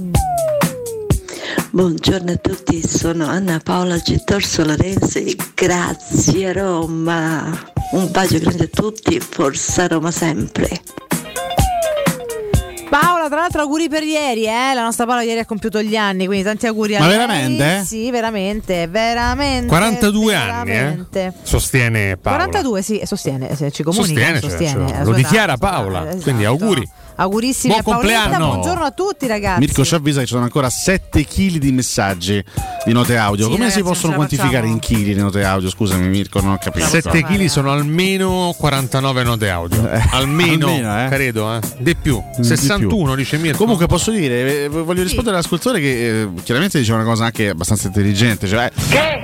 Buongiorno a tutti, sono Anna Paola Gettorso Lorenzi, grazie Roma, un bacio grande a tutti, forza Roma sempre. Paola, tra l'altro auguri per ieri, eh? La nostra Paola ieri ha compiuto gli anni, quindi tanti auguri a Ma lei. veramente? Sì, veramente, veramente. quarantadue veramente. anni, eh? Sostiene Paola. quarantadue, sì, sostiene, se ci comunica, Sostiene, sostiene, cioè, lo dichiara Paola, esatto. quindi auguri. Augurissimi Buon a Paoletta, compleanno. buongiorno a tutti ragazzi. Mirko ci avvisa che ci sono ancora sette chili di messaggi di note audio. Sì, Come ragazzi, si possono non ce la quantificare facciamo. in chili di note audio? Scusami Mirko, non ho capito. sette chili sono almeno quarantanove note audio. Eh, almeno, almeno, eh. credo, eh. Di più. sessantuno dice Mirko. Comunque posso dire, eh, voglio rispondere all'ascoltatore che eh, chiaramente diceva una cosa anche abbastanza intelligente. Cioè, Che?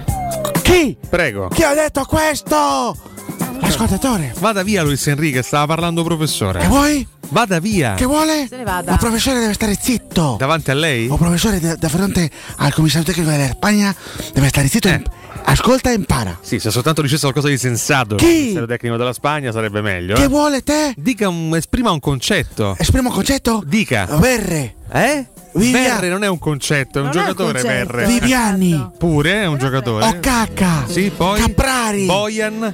Chi? Prego. Chi ha detto questo? L'ascoltatore. Vada via Luis Enrique, stava parlando professore. Che vuoi? Vada via. Che vuole? Se ne vada. Il professore deve stare zitto. Davanti a lei? O professore da, da fronte al commissario tecnico della Spagna deve stare zitto. Eh. E ascolta e impara. Sì, se soltanto dicesse qualcosa di sensato Chi? il ministero tecnico della Spagna sarebbe meglio. Che eh. vuole te? Dica un, esprima un concetto. Esprima un concetto? Dica. Verre. Eh? Vivia. Verre non è un concetto, è un Non è un giocatore concetto. Verre. Viviani. Pure è un giocatore. O Cacca. Sì, poi Caprari. Bojan,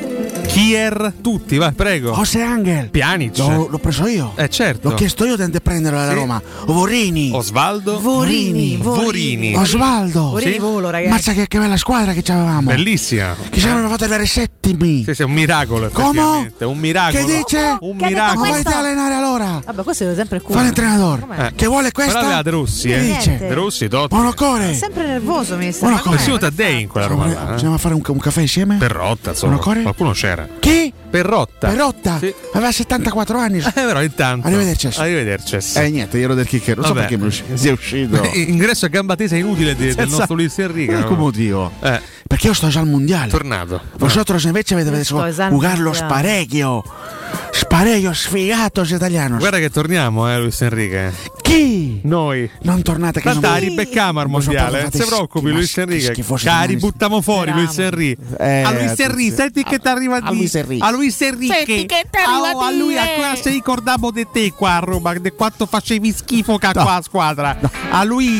Kier, tutti, vai, prego. José Angel. Pjanic. L'ho, l'ho preso io. Eh certo. L'ho chiesto io di prenderlo alla Sì. Roma. Vorini. Osvaldo Vorini, Vorini. Osvaldo. Vorini Sì. volo ragazzi. Mazza che, che bella squadra che avevamo. Bellissima. Che ci avevano fatto arrivare settimi. Sì, sì, è un miracolo. Come? effettivamente, Un miracolo. Che dice? Un Che ha detto Ma miracolo. vai questo? te a allenare allora. Vabbè, questo è sempre il culo. Fa l'allenatore. Com'è? Che vuole questa? Però aveva De Rossi, eh. Che dice? Niente. De Rossi, Totti. Monocore. È sempre nervoso mi sta. Buona cosa. Persino Taddei in quella Roma là, eh. Andiamo a fare un, un caffè insieme? Perrotta, insomma. Monocore? Qualcuno c'era. Chi? Perrotta. Perotta. Sì. Aveva settantaquattro anni. Eh, però intanto. Arrivederci. Arrivederci. Eh niente, io ero del kicker. Non so Vabbè. perché mi usci- sia uscito. Ingresso a gamba tesa inutile de- del Senza- nostro Luis Enrique. Per no? quale motivo? Eh, Perché io sto già al mondiale. tornato. Vosotros invece avete Io sto detto già al jugar lo mondiale. spareggio. Spareggio sfigatos italianos. Guarda che torniamo, eh, Luis Enrique. Chi? Noi. Non tornate che Tanto non... ribecchiamo al mondiale. Non si preoccupi, Luis Enrique. Cari, buttiamo fuori Speriamo. Luis Enrique. Eh, a Luis Enrique, senti che ti arriva a di. Luis Enrique. A Luis Enrique. Senti che t'arriva a, a di, lui a eh. qua se ricordavo di te qua a Roma, di quanto facevi schifo ca qua a squadra. A lui.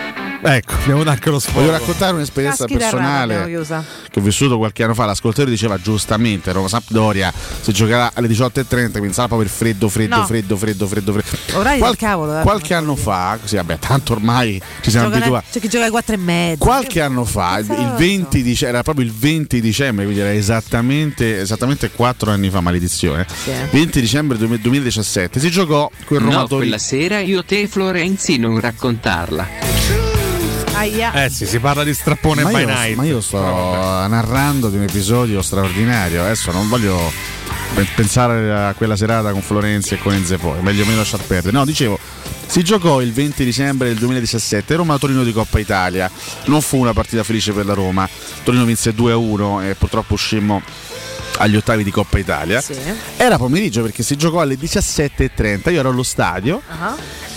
Ecco, abbiamo anche lo sfogo. Voglio raccontare un'esperienza Caschi da rana abbiamo personale chiusa. che ho vissuto qualche anno fa. L'ascoltatore diceva giustamente Roma Sampdoria si giocherà alle diciotto e trenta, quindi sarà proprio il freddo, freddo, No. freddo, freddo, freddo, freddo. Orari Qual- del cavolo, dai. qualche anno fa, così vabbè, tanto ormai ci siamo Giocano- abituati. C'è chi gioca alle quattro e mezza. Qualche anno fa, il, il venti dicembre, era proprio il venti dicembre, quindi era esattamente, esattamente quattro anni fa, maledizione. Sì. venti dicembre duemiladiciassette si giocò quel Roma No, Torino. quella sera io te Florenzi non raccontarla. Aia. Eh sì, si parla di strappone ma by io, night. ma io sto narrando di un episodio straordinario. Adesso non voglio pe- pensare a quella serata con Florenzi e con Enze poi, meglio meno lasciar perdere. No, dicevo, si giocò il venti dicembre del duemiladiciassette, Roma-Torino di Coppa Italia. Non fu una partita felice per la Roma. Torino vinse due a uno e purtroppo uscimmo agli ottavi di Coppa Italia. Sì. Era pomeriggio perché si giocò alle diciassette e trenta. Io ero allo stadio. Ah.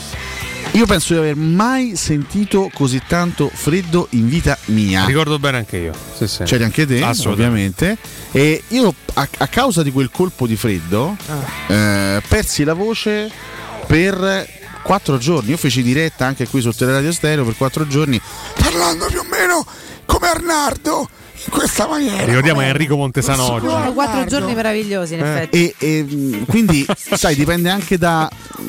Io penso di aver mai sentito così tanto freddo in vita mia. Ricordo bene anche io. Sì, sì. C'eri anche te, Assolutamente. ovviamente. E io a, a causa di quel colpo di freddo eh, persi la voce per quattro giorni. Io feci diretta anche qui su Teleradio Stereo per quattro giorni, parlando più o meno come Arnardo, in questa maniera. Ricordiamo Enrico Montesano oggi. Sono quattro giorni meravigliosi in effetti. E, e mh, quindi sai, dipende anche da,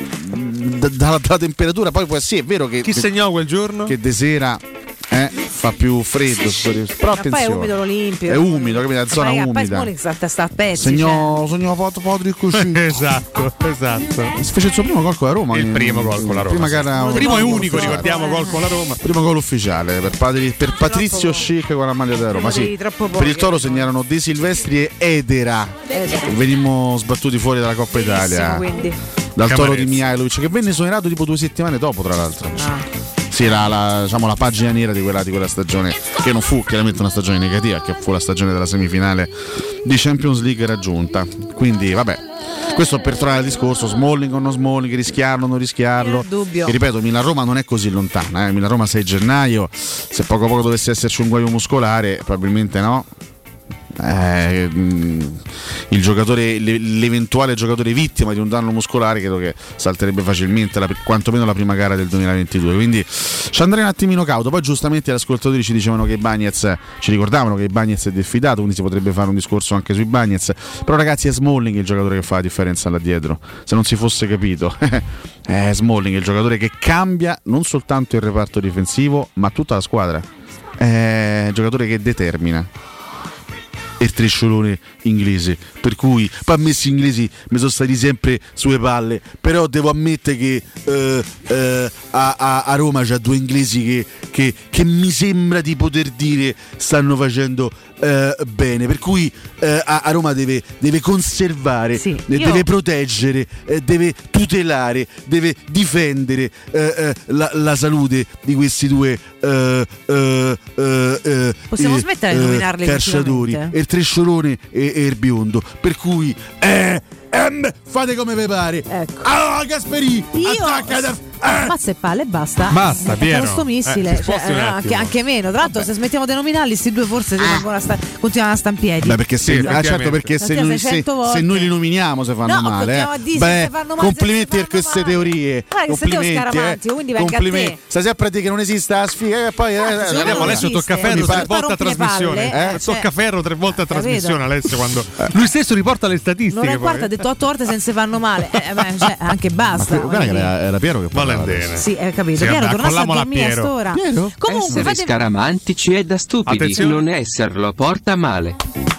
da- dalla, dalla temperatura. Poi poi sì, è vero che Chi segnò quel giorno? che de sera eh, fa più freddo, però Ma poi è attenzione, umido l'Olimpio. è umido, capito? La zona Ma raga, poi umida. Smalling sta, sta a pezzi. Segnò, segnò Pot- Podrick così. Esatto, esatto. Si fece il suo primo gol con la Roma. Il primo gol con la Roma. Prima sì. gara- Primo e gol unico, ufficiale. ricordiamo, gol con la Roma. Primo gol ufficiale per, Patri- per Patrizio Schick con la maglia della Roma. Troppo Sì. troppo pochi. Per il Toro segnarono De Silvestri e Edera. Venimmo sbattuti fuori dalla Coppa Italia Quindi. dal Toro di Camarezza. Mihailovic, che venne esonerato tipo due settimane dopo, tra l'altro. Ah. sì, la, la, diciamo, la pagina nera di quella, di quella stagione, che non fu chiaramente una stagione negativa, che fu la stagione della semifinale di Champions League raggiunta. Quindi vabbè, questo per tornare al discorso Smalling o non Smalling, rischiarlo o non rischiarlo, e ripeto, Milan-Roma non è così lontana, eh? Milan-Roma sei gennaio, se poco a poco dovesse esserci un guaio muscolare probabilmente no. Eh, il giocatore, l'eventuale giocatore vittima di un danno muscolare credo che salterebbe facilmente la, quantomeno la prima gara del duemilaventidue, quindi ci andrei un attimino cauto. Poi giustamente gli ascoltatori ci dicevano che Bagnez, ci ricordavano che Bagnez è diffidato, quindi si potrebbe fare un discorso anche sui Bagnez, però ragazzi è Smalling il giocatore che fa la differenza là dietro, se non si fosse capito. È Smalling il giocatore che cambia non soltanto il reparto difensivo ma tutta la squadra, è il giocatore che determina il tresciolone inglese, per cui poi a me questi inglesi mi sono stati sempre sulle palle, però devo ammettere che eh, eh, a, a, a Roma c'ha due inglesi che, che, che mi sembra di poter dire stanno facendo eh, bene, per cui eh, a, a Roma deve, deve conservare, sì, io... deve proteggere, eh, deve tutelare, deve difendere eh, eh, la, la salute di questi due eh, eh, eh, possiamo eh, smettere di nominarli calciatori, il tresciolone e, e il biondo, per cui eh, ehm, fate come vi pare. Ecco. Allora Gasperini attacca da... eh. Mazza e palle, basta. Basta, Piero. Sto missile, eh, cioè, eh, anche, anche meno. Tra l'altro, se smettiamo di nominarli, questi due forse ah. sta, continuano a sta in piedi. Beh, perché se, sì, ah, certo, perché se noi, se, se noi li nominiamo se fanno no, male. Eh. Beh, se fanno male, complimenti per queste male. teorie. Guarda, complimenti, eh. quindi venga complimenti. a te. Stai sempre a dire che non esiste la sfiga. E poi ah, eh, andiamo adesso tocca ferro tre volte a trasmissione. Tocca ferro tre volte a trasmissione, Alessio, quando lui stesso riporta le statistiche. Non è quarta, ha detto otto volte se non si fanno male. Eh, beh, cioè, anche basta. Guarda che era, era Piero che parlava. Sì, hai capito. Sì, Piero, tornasse a dormire a st'ora. Comunque, essere fate... scaramantici è da stupidi. Attenzione. Non esserlo porta male.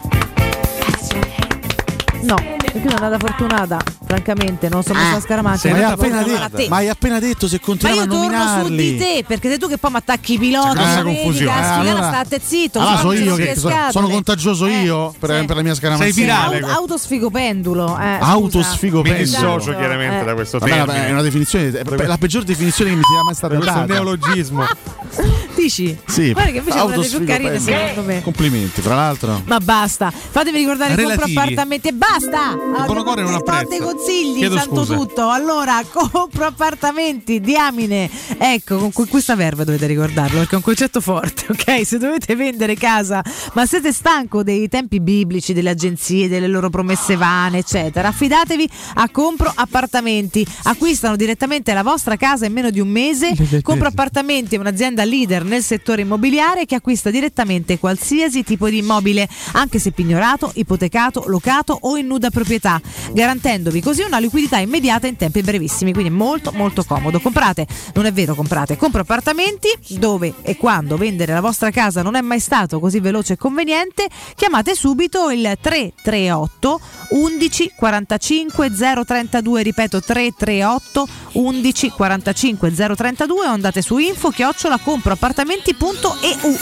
No, perché non è andata fortunata, francamente, non sono messa a scaramanti. Ma hai appena, de- ma hai appena detto se continuiamo a nominarli. Ma io torno su di te, perché sei tu che poi mi attacchi i piloti. C'è confusione. Eh, allora, state zitto. Allora sono io che sono, sono contagioso io eh, per, sì. per la mia scaramanzia. Sei virale. Aut- autosfigo pendulo. Eh, autosfigo pendulo. Mi pendulo. dissocio chiaramente eh. da questo Vabbè, termine. È una definizione, è la peggior definizione che mi sia mai stata data. Questo neologismo. Dici? Sì. Guarda che invece è una delle più carine secondo me. Complimenti, fra l'altro. Ma basta. Fatemi ricordare compro appartamenti e basta. Buonocore non apprezza. Dei consigli, Chiedo santo scusa. tutto. Allora, compro appartamenti, diamine. Ecco, con questa verba dovete ricordarlo, perché è un concetto forte, ok? Se dovete vendere casa, ma siete stanco dei tempi biblici, delle agenzie, delle loro promesse vane, eccetera, affidatevi a Compro Appartamenti. Acquistano direttamente la vostra casa in meno di un mese. Compro Appartamenti è un'azienda leader nel settore immobiliare che acquista direttamente qualsiasi tipo di immobile, anche se pignorato, ipotecato, locato o in nuda proprietà, garantendovi così una liquidità immediata in tempi brevissimi, quindi molto molto comodo. Comprate, non è vero, comprate Compro Appartamenti, dove e quando vendere la vostra casa non è mai stato così veloce e conveniente. Chiamate subito il tre tre otto undici quarantacinque zero trentadue, ripeto tre tre otto undici quarantacinque zero trentadue, o andate su info chiocciola comproappartamenti punto e u.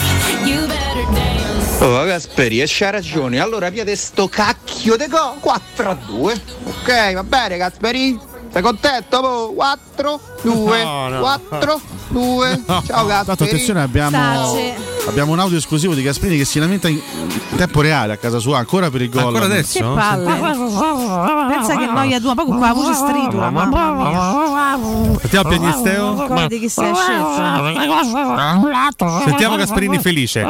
Oh Gasperi, e c'ha ragione, allora piate sto cacchio de go quattro a due. Ok, va bene Gasperi? Sei contento? Po? quattro due no, no. quattro due. No. Ciao Gasperi. Tanto attenzione, abbiamo, abbiamo un audio esclusivo di Gasperini che si lamenta in tempo reale a casa sua ancora per il gol. Ancora adesso? Che palle. Pensa che noia tua, poi con quella voce stridula, mamma mia. Sentiamo Piagnisteo. Ancora di chi sei scelto. Sentiamo Gasperini felice.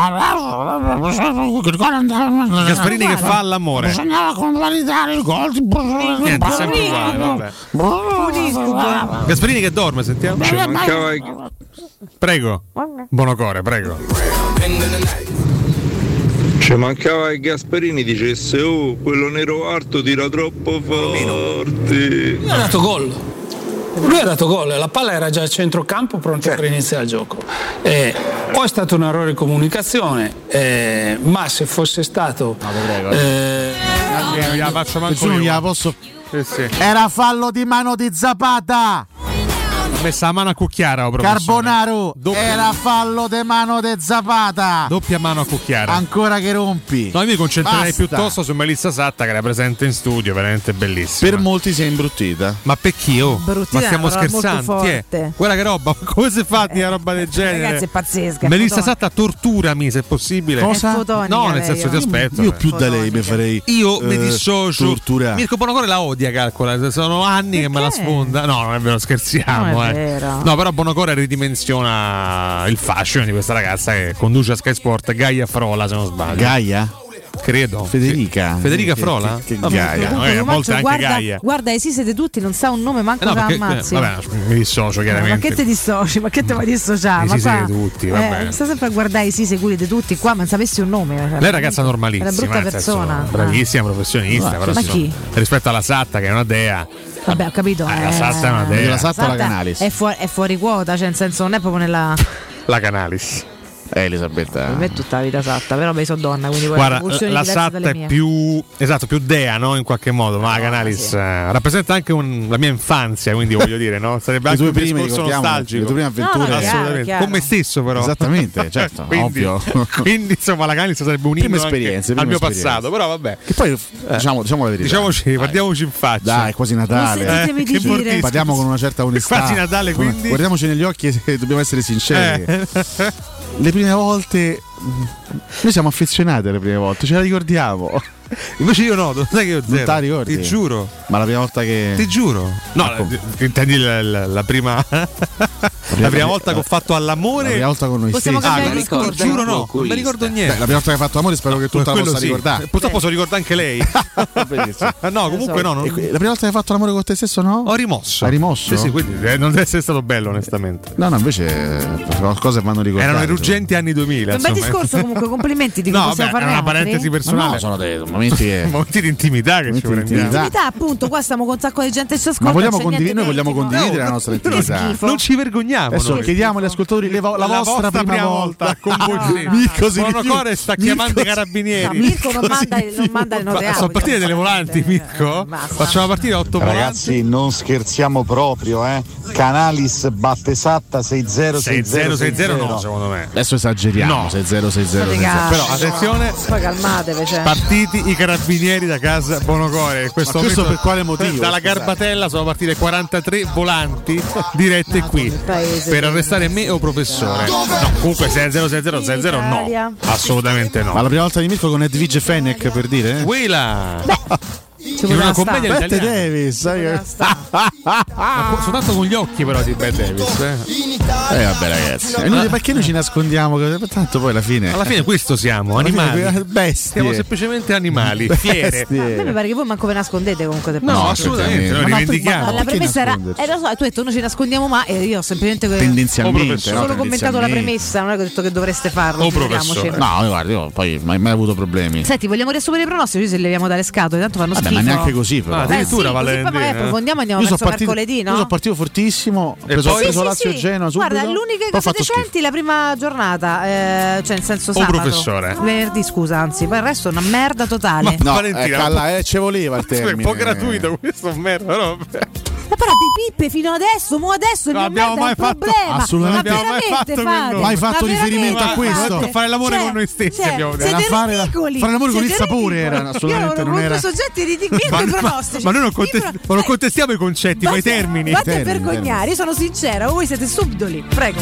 Gasperini che fa all'amore. Bisognava convalidare il gol. Niente, sempre uguale, vabbè. Gasperini che dorme, sentiamo. Prego. Buonocore, prego. Ci mancava che Gasperini dicesse: oh, quello nero alto tira troppo forte. Lui ha dato gol. Lui ha dato gol, la palla era già a centrocampo pronta certo. per iniziare il gioco. Eh, o è stato un errore di comunicazione, eh, ma se fosse stato. No, prego. Eh, eh, la faccio manco io. La posso... Sì, sì. Era fallo di mano di Zapata. messa la mano a cucchiara. Carbonaro Doppia. era fallo de mano de Zapata. Doppia mano a cucchiara. Ancora che rompi. No, io mi concentrerei Basta. piuttosto su Melissa Satta, che era presente in studio, veramente bellissima. Per molti si è imbruttita. Ma perché io? Bruttina, Ma stiamo una parola scherzando? molto Ti è? forte. Guarda che roba, come si fa di una roba del genere? Ragazzi, è pazzesca. Melissa Fotone. Satta, torturami se è possibile. Cosa? È fotonica No, nel lei, senso ti io. aspetto. Io beh. più da lei mi farei. Io eh, mi dissocio. Tortura. Mirko Bonocore la odia, calcola. Sono anni che me la sfonda. No, non è vero, scherziamo. Non è eh. vero. No, però Bonocore ridimensiona il fashion di questa ragazza che conduce a Sky Sport, Gaia Frola, se non sbaglio. Gaia? Credo. Federica. Federica Che- Frola? Che, che Vabbè, Gaia. no, eh, a volte anche guarda, Gaia. guarda, esiste tutti, non sa un nome, manco Eh no, se perché, ammazzi. eh, vabbè, mi dissocio Ma chiaramente. che te dissoci? Ma che te vuoi dissociare? Ma Esiste qua, di tutti, vabbè. eh, sta sempre a guardare i sì sicuri di tutti qua, ma non sapessi un nome. Cioè, Lei è ragazza normalissima, È una brutta nel senso, persona. bravissima, professionista. Ma però ma sì, chi? rispetto alla Satta, che è una dea. Vabbè, ho capito. Eh, la eh, Satta è una dea. La Satta o la Satta Canalis? È, fuori, è fuori quota, cioè nel senso non è proprio nella. La Canalis. Eh, Elisabetta. Per me è tutta la vita Satta, però beh, sono donna, quindi poi Guarda, pulsioni la diverse Satta dalle è mie. più esatto, più dea, no? In qualche modo, ma la Canalis sì. eh, rappresenta anche un- la mia infanzia, quindi voglio dire, no? Sarebbe Le anche tue un prime, discorso ricordiamo, nostalgico. le tue prime avventure. No, no, chiaro, Assolutamente, chiaro. con me stesso però. Esattamente, certo, quindi, ovvio. quindi insomma la Canalis sarebbe un Prime inno anche esperienze, al prime mio esperienze. passato, però vabbè. Che poi diciamo, diciamo la verità. Diciamoci, guardiamoci in faccia. Dai, è quasi Natale. Non sentitevi Eh, che dire. fortissimo. Parliamo con una certa onestà. Quasi Natale, quindi. Guardiamoci negli occhi e dobbiamo essere sinceri. Eh. Le prime volte noi siamo affezionati alle prime volte, ce la ricordiamo. Invece io no, lo sai che io Non zero. te la ricordi? Ti giuro. Ma la prima volta che Ti giuro. No, Ecco. la- intendi la, la- la prima la prima volta che ho fatto all'amore. La prima volta con noi Possiamo stessi. Ah, cambiare non discorso? ricordo, giuro no, non mi ricordo Beh, niente. la prima volta che hai fatto amore spero che tu te la Quello possa sì. ricordare. Purtroppo se lo ricorda anche lei. Benissimo. No, comunque no, non- E que- la prima volta che hai fatto l'amore con te stesso no? ho rimosso. Hai rimosso? Sì, sì, quindi eh, non deve essere stato bello onestamente. No, no, invece eh, sono cose che vanno ricordate. Erano i ruggenti anni duemila. Un bel insomma. discorso comunque, complimenti di cui No, possiamo vabbè, fare è una altri. parentesi Ma personale. no, sono dei momenti che Momenti di intimità che Momenti ci di prendiamo. intimità. Intimità, appunto, qua stiamo con un sacco di gente che ci ascolta. Ma vogliamo c'è condividere, niente noi vogliamo d'intimo. condividere la nostra Che intimità. schifo. Non ci vergogniamo. Adesso noi. chiediamo agli ascoltatori le vo- la, La vostra, vostra prima volta con voi. No, no, Mirko si Bonocore rifiuta. sta chiamando i Mirko- carabinieri. No, Mirko non manda, non manda le note Ma sono audio. partite delle volanti, Mirko? Eh, basta. Facciamo partire otto volanti. Ragazzi, non scherziamo proprio, eh. Canalis batte Satta sei zero sei zero sei zero no, secondo me. Adesso esageriamo, No. sei zero sei zero. State cazzo. Però attenzione, Poi calmatevi, cioè. partiti i carabinieri da casa Bonocore. In questo Ma questo momento, per quale motivo? Dalla Scusate. Garbatella sono partite quarantatré volanti dirette qui paese. per arrestare me o professore. No, comunque sei zero sei zero sei zero no. Italia. Assolutamente Ma no. la prima volta di Mirko con Edvige Fennec per dire? eh? Quella. Ci In poteva una stare. commedia Bette italiana. Davis, sai che... Poteva stare. Ma co- soltanto con gli occhi però di Bette Davis. Eh. Eh vabbè ragazzi, e noi perché noi ci nascondiamo? Tanto poi alla fine... Alla fine questo siamo, Alla fine, animali. que- bestie. Siamo semplicemente animali, fiere. Bestie. A me mi pare che voi manco ve nascondete comunque. se No, posso. assolutamente, Ma lo no, rivendichiamo. La perché premessa era, nasconderci? eh, lo so, tu hai detto noi ci nascondiamo mai e io ho semplicemente O Tendenzialmente, professore. no? solo commentato la Tendenzialmente. premessa, non è che ho detto che dovreste farlo. O figuriamoci. professore. No, guarda, io poi mai, mai avuto problemi. Senti, vogliamo riassumere i pronostici, così se leviamo dalle scatole, tanto fanno Vabbè, schifo. ma neanche così però. Ah, Eh sì, addirittura così poi magari Valentina. approfondiamo e andiamo Io sono verso partito, mercoledì, io no? sono partito fortissimo, ho preso, ho poi? preso Sì, Lazio sì, sì. Genoa subito. Guarda, l'unica poi ho cosa fatto schifo. decenti la prima giornata, eh, cioè nel senso O sabato. professore. Venerdì, scusa, anzi, poi il resto è una merda totale. No, Valentina, ecco, là, eh, ci voleva il È termine. un po' gratuito questo, merda, però. Ma però di pippe fino adesso, mo adesso il Non mio abbiamo merda è un mai fatto- problema. assolutamente. Ma Non abbiamo mai veramente fatto fate? quello. Mai fatto Ma riferimento veramente a questo? fate? Ho detto fare l'amore con noi stessi, cioè, abbiamo detto. siete Era fare la- ridicoli. fare l'amore con Siete il sapore ridicoli. era, assolutamente Io non era. soggetti di Mirko i pronostici. Ma noi non, I contest- pro- ma non contestiamo i concetti, ma i Vate- termini. Vate a termini, vergognare, io sono sincera, voi siete subdoli. Prego.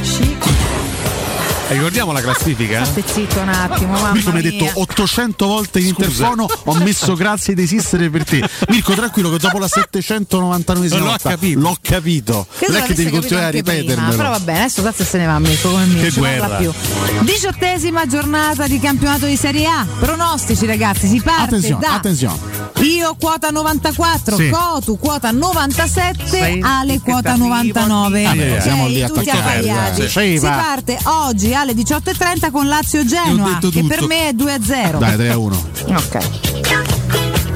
Ricordiamo la classifica? State zitto un attimo, mamma Mirko mi ha mia. detto ottocento volte in interfono ho messo grazie di esistere per te. Mirko tranquillo che dopo la settecentonovantanovesima L'ho volta capito. l'ho capito. Credo Non è che devi l'avesse continuare a capito anche prima, ripetermelo. però va bene, adesso cazzo se ne va Mirko come mio, Che ci parla guerra. più. Diciottesima giornata di campionato di Serie A. Pronostici ragazzi, si parte Attenzione, da attenzione. Io quota novantaquattro, Sì. Cotu quota novantasette, Sei Ale quota novantanove. Ah, beh, Ok, siamo lì tutti attaccati. appaiati. Sì, Si va. parte oggi alle diciotto e trenta con Lazio Genoa, detto che tutto. per me è due a zero. Dai, tre a uno. Ok.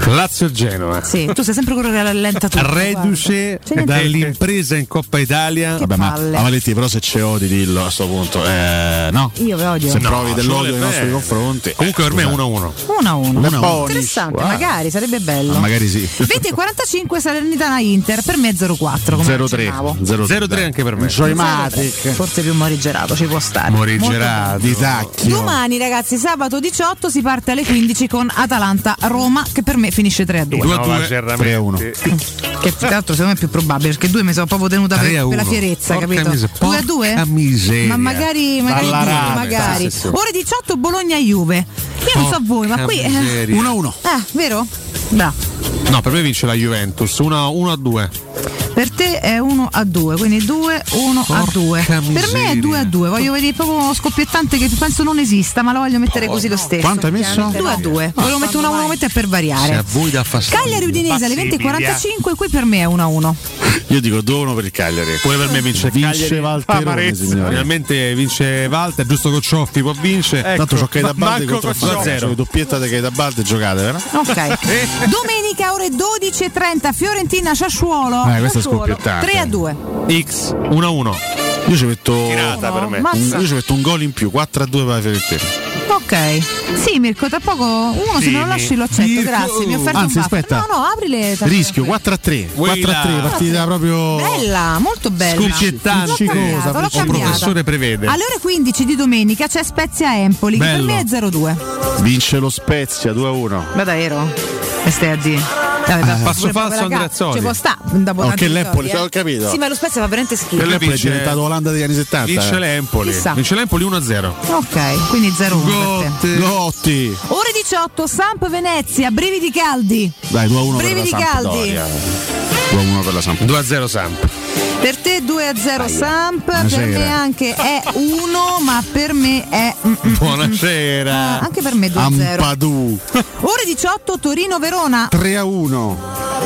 Lazio-Genoa. Sì, tu sei sempre quello che rallenta tutto. Reduce dall'impresa in Coppa Italia. Vabbè, ma, ma Valetti, però se c'è odi dillo a questo punto. Eh, no. Io vi odio. Se No, provi dell'odio nei bene. nostri confronti. Comunque per me è uno a uno. uno a uno. uno a uno. Interessante, Wow. magari sarebbe bello. Ah, magari sì. venti e quarantacinque Salernitana Inter, per me è zero quattro. zero tre zero tre anche per me. Joymatic. Forse più morigerato, ci può stare. Morigerato. Di tacchio. Domani, ragazzi, sabato diciotto si parte alle quindici con Atalanta-Roma, che per me finisce tre a due. due a due. tre a uno. Che tra l'altro secondo me è più probabile, perché due mi sono proprio tenuta per, per la fierezza, Porca capito? miseria. due a due? Porca miseria. Ma magari, magari, Dalla due, rame. magari. Sì, sì. Ore diciotto Bologna-Juve. Io non so voi, ma qui eh, uno a uno. eh, vero? Bravo. No, per me vince la Juventus uno a due. Per te è uno a due, quindi due uno a due. Per me è due a due, voglio vedere proprio scoppiettante che penso non esista, ma lo voglio mettere così lo stesso. Quanto hai messo? due a due. Volevo mettere uno a uno per Se variare. a voi dà fastidio. Cagliari Udinese alle venti e quarantacinque, qui per me è uno a uno. Io dico due a uno per il Cagliari. Pure per me vince Vince Cagliari. Valterone, Amarezza. signori. Finalmente vince Walter, giusto con Cioffi può vincere. Tanto c'ho Keita Balde Manco contro con Fazio. zero. Doppietta di Keita Balde giocate, vero? Ok. Domenica ore dodici e trenta Fiorentina Sassuolo. Eh, questa è Sassuolo, scoppiettante. tre a due. X uno a uno. Io ci metto Tirata per me. un, io ci metto un gol in più, quattro a due per la Fiorentina. Ok. Sì, Mirko, tra poco uno se me lo lasci lo accetto, Mirko. grazie. Mi ha offerto Anzi, un buff. aspetta. No, no, apri le Rischio quattro a tre. quattro a tre, partita proprio Bella, molto bella. Scoppiettante. L'ho cambiata, l'ho Un cambiata. professore prevede. Alle ore quindici di domenica c'è Spezia Empoli, che per Bello. me è zero a due. vince lo Spezia due a uno. Ma davvero? E stai a dire? Vabbè, Eh, passo pure falso per la Andreazzoli. ca- Ci può sta dopo Oh, tante che l'Empoli, vittorie, ho capito. Sì, ma lo Spezia fa veramente schifo. Per L'Empoli è vince- diventato Olanda degli anni settanta. Vince eh. l'Empoli. Chissà. Vince l'Empoli uno a zero. Ok, quindi zero a uno per te. Gotti. Ore diciotto, Samp Venezia, brividi caldi. Dai, due a uno per la Brividi Sampdoria. due a uno per la Sampdoria. due a zero Samp. Per te due a zero Samp, per Buonasera. me anche è uno, ma per me è mm, mm, Buonasera. ah, anche per me due a zero. Ampadù. Ore diciotto, Torino Verona. tre a uno.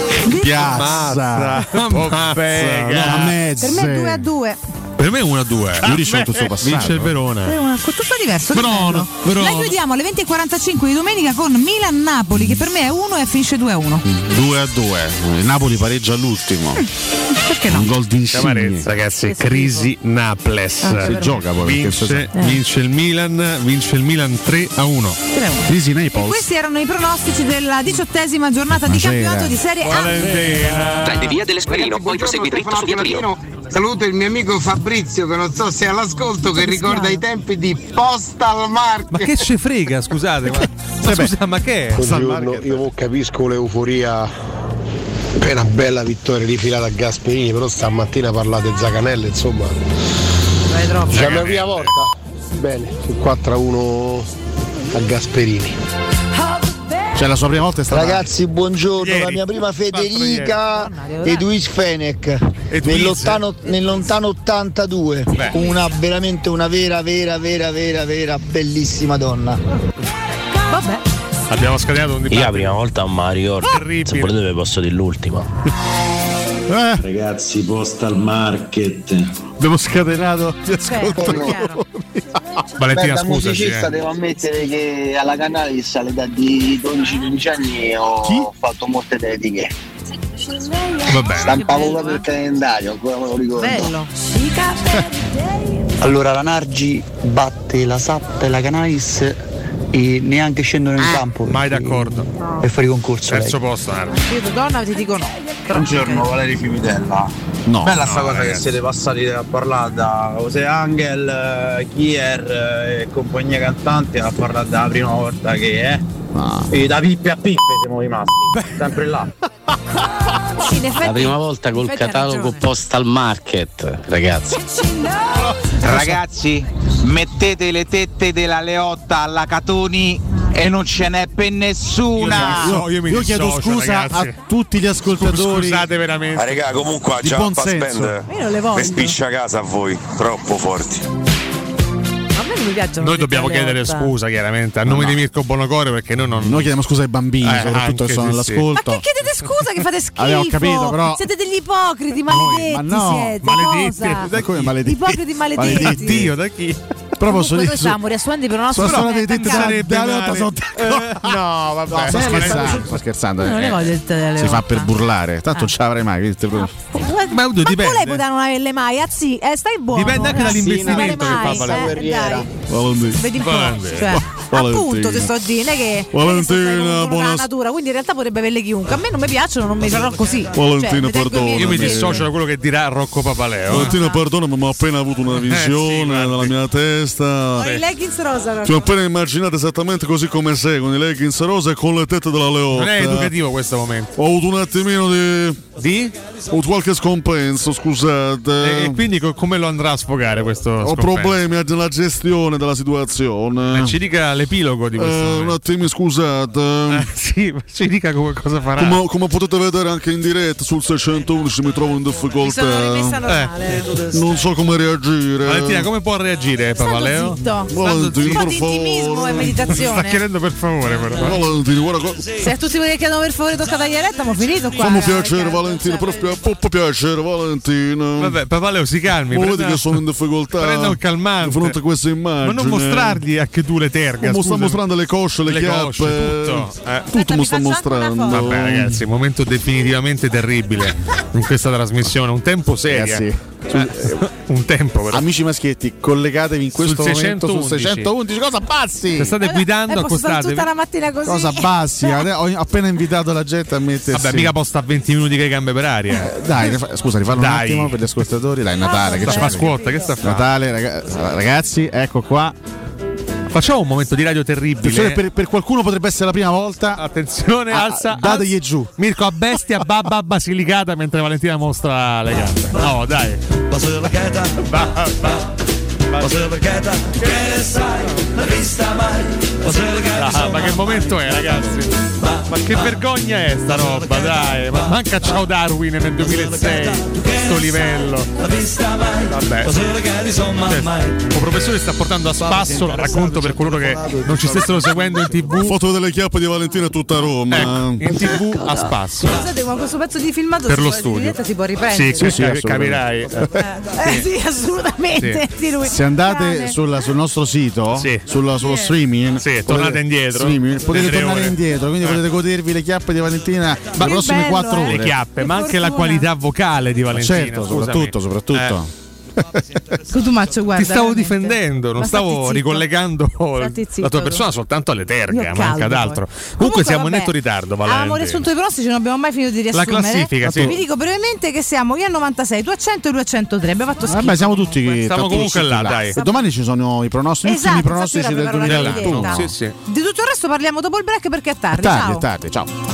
Piazza. Ammazza. No, a mezzo. Per me due a due. Per me uno a due. Io ricevo il suo passato. Vince il Verona. È una- tutto diverso. che Verona, bello. Verona. La chiudiamo alle venti e quarantacinque di domenica con Milan-Napoli, che per me è uno e finisce due a uno. due a due. Il Napoli pareggia all'ultimo. Perché no? Un gol di Insigne. Amarezza, ragazzi. Crisi Naples. Anche Si per gioca poi. perché Vince, se- Eh. vince il Milan, vince il Milan tre a uno. tre a uno. Crisi Naples. Questi erano i pronostici della diciottesima giornata di Buonasera. campionato di Serie A. Prendi via dell'Esperino, poi prosegui dritto su via Torino. Saluto il mio amico Fabrizio che non so se è all'ascolto, che ricorda i tempi di Postal Market. Ma che ce frega, scusate. Ma, ma scusa, ma che è? Buongiorno, io non capisco l'euforia per una bella vittoria rifilata a Gasperini, però stamattina parlate Zaganelle, insomma. Vai troppo. È la prima volta. Bene, quattro a uno a Gasperini. Cioè la sua prima volta è stata. Ragazzi, buongiorno, Ieri. la mia prima Federica ieri. Edwige Fenech Edwige. nel lontano, nel lontano ottantadue, Beh. una veramente una vera, vera, vera, vera, vera bellissima donna. Vabbè. Abbiamo scatenato un Io la dibattito. prima volta non me la ricordo. Terribile. Se volete vi posso dire l'ultima. Eh, Ragazzi, Postal Market. abbiamo scatenato gli Certo, ascoltatori. chiaro. Valentina, Beh, da scusaci. musicista Eh. devo ammettere che alla Canalis all'età di dodici dodici anni ho Chi? fatto molte dediche. Va bene. Stampavo proprio il calendario, ancora me lo ricordo. Bello. Allora la Nargi batte la Satta e la Canalis e neanche scendono in campo. Mai perché d'accordo. È fuori concorso. Terzo lei. posto, Nardi. Io da donna ti dico no. Però- Buongiorno Valerio Fimitella. No. Bella sta no, cosa ragazzi. che siete passati a parlare da José Angel, eh, Kier eh, e compagnia cantanti a parlare della prima volta che è. No. E da Pippi a Pippi siamo rimasti. Sempre là. Sì, in effetti- La prima volta in col effetti ha catalogo ragione. Postal Market, ragazzi. Ragazzi, mettete le tette della Leotta alla Catoni e non ce n'è per nessuna. Io, io mi Io chiedo dissocio, scusa ragazzi. a tutti gli ascoltatori. Scusate veramente. Ma regà, comunque Di già buon fa senso. spend Io non le voglio. e spiccia casa a voi, troppo forti. A me non mi piacciono. Noi queste dobbiamo chiedere Leotta. scusa chiaramente a nome no. di Mirko Bonocore, perché noi non. Noi chiediamo scusa ai bambini, Eh, soprattutto che anche, sono sì, sì. all'ascolto. Ma che chiedete scusa che fate schifo? Avevo capito, però- Siete degli ipocriti, maledetti ma no, siete. maledetti. Cosa? Da come maledetti? Ipocriti maledetti. Maledetti. Dio, da chi? Però posso Noi dire stavamo riassumendo per una sono nostra state dette sarebbe allora sono no, vabbè. No, sto scherzando, sto scherzando. Non le eh. voglio dette Si fa per burlare, tanto Ah. non ce l'avrai mai. Che te pro- Ma Ma tu lei poteva non averle mai, azzi, eh, stai buono. Dipende anche eh. dall'investimento Sì, che fa mai, Valerio. eh, dai. Valentina. Vedi un po', Valentina. cioè, Valentina. appunto ti sto a dire non è che Valentina, buona la natura, quindi in realtà potrebbe averle chiunque. A me non mi piacciono, non mi sarò così. Valentina, Cioè, mi tengo perdono. dietro Io mi quello. dissocio da quello che dirà Rocco Papaleo. Valentina, perdonami, ma ho appena avuto una visione nella mia testa. Ho i leggings rosa. Ti ho appena immaginato esattamente così come sei, con i leggings rosa e con le tette della leotta. Non è educativo questo momento. Ho avuto un attimino di. Di? Ho avuto qualche scompenso, scusate. E, e quindi co- come lo andrà a sfogare questo Ho scompenso? problemi nella gestione della situazione. Eh, ci dica l'epilogo di questo Eh, un momento. attimo, scusate. Eh, sì, ci dica come, cosa farà. Come, come potete vedere anche in diretta sul seicentoundici mi trovo in Mi sono difficoltà. rimessa normale. Non so come reagire. Valentina, come può reagire Papaleo? Zitto. Valentina, Un po' per di intimismo favore. e meditazione. Sta chiedendo per favore, però. Valentina, guarda co- Se a tutti quelli che chiedono per favore toccata gli eretta, ma finito qua. fammi eh, piacere cazzo, Valentina, cioè, per può può piacere Valentina. Vabbè, Papaleo si calmi. Ma vedi prenda- che sono in difficoltà. Prenda un calmante. Di fronte a queste immagini. Ma non mostrargli anche tu le terga. Mi sta scusa. mostrando le cosce, le, Le chiappe. cosce, tutto. Eh. Tutto mi sta vi faccio anche una mostrando. foto. Vabbè, ragazzi, un momento definitivamente terribile in questa trasmissione. Un tempo seria. Ragazzi, Eh, un tempo, però. Amici maschietti, collegatevi in questo Sul momento sul seicentoundici. seicentoundici. Cosa bassi? Se state guidando, eh, posso stare accostatevi. tutta la mattina così. Cosa bassi? Ho appena invitato la gente a mettersi. Vabbè, mica posta a venti minuti che gambe per aria. Eh, Dai, rifa- scusa, rifallo un Dai. attimo per gli ascoltatori. Dai, Natale. Che Sta c'è? fa scuotta, che sta a fare? Natale, raga- ragazzi, ecco qua. Facciamo un momento di radio Attenzione, terribile. per, per qualcuno potrebbe essere la prima volta. Attenzione, Ah, alza. dategli alza. giù. Mirko a bestia, babba basilicata mentre Valentina mostra le gambe. No, dai. Basilicata, Va, va. Basilicata, che ne sai, l'hai vista mai? Basilicata, Ah, ma che momento è, ragazzi? Ma, ma che vergogna è sta roba, dai. Ma manca Ciao Darwin nel duemilasei. Sto livello. Vabbè. Un professore sta portando a spasso, lo racconto per coloro che non ci stessero seguendo in tv. Foto delle chiappe di Valentina a tutta Roma. Ecco, in tv a spasso. Scusate, ma questo pezzo di filmato Per si lo può- studio. in diretta si può riprendere. Sì, sì, sì, capi- capirai. Eh, sì, assolutamente. Sì. Di lui. Se andate Cane. sul, sul nostro sito, Sì. sul- sullo Sì. streaming, Sì, potete- tornate indietro. streaming, Le potete tre tornare ore. indietro, quindi Eh. potete godervi le chiappe di Valentina le prossime bello, quattro eh. ore. Le chiappe, ma Che anche la fortuna. qualità vocale di Valentina. Certo, scusami. soprattutto, soprattutto. Cotumaccio, guarda. Ti stavo veramente. difendendo, non Ma stavo stati zitto. ricollegando Stati zitto la tua tu. persona soltanto alle Io terga, ho manca caldo, d'altro. poi. Comunque siamo in vabbè, netto ritardo, Avevamo Valente. riassunto i pronostici, non abbiamo mai finito di riassumere. classifica, sì. Vi dico brevemente che siamo io a novantasei, tu a cento e lui a centotré. Abbiamo fatto schifo. Vabbè, siamo tutti Stiamo tanto comunque tutti là, dai. E domani ci sono i pronostici, Esatto, ultimi pronostici infatti del ora preparo la duemilaventuno. cartelletta. Sì, sì. Di tutto il resto parliamo dopo il break perché è tardi. Tardi, Ciao. tardi, ciao.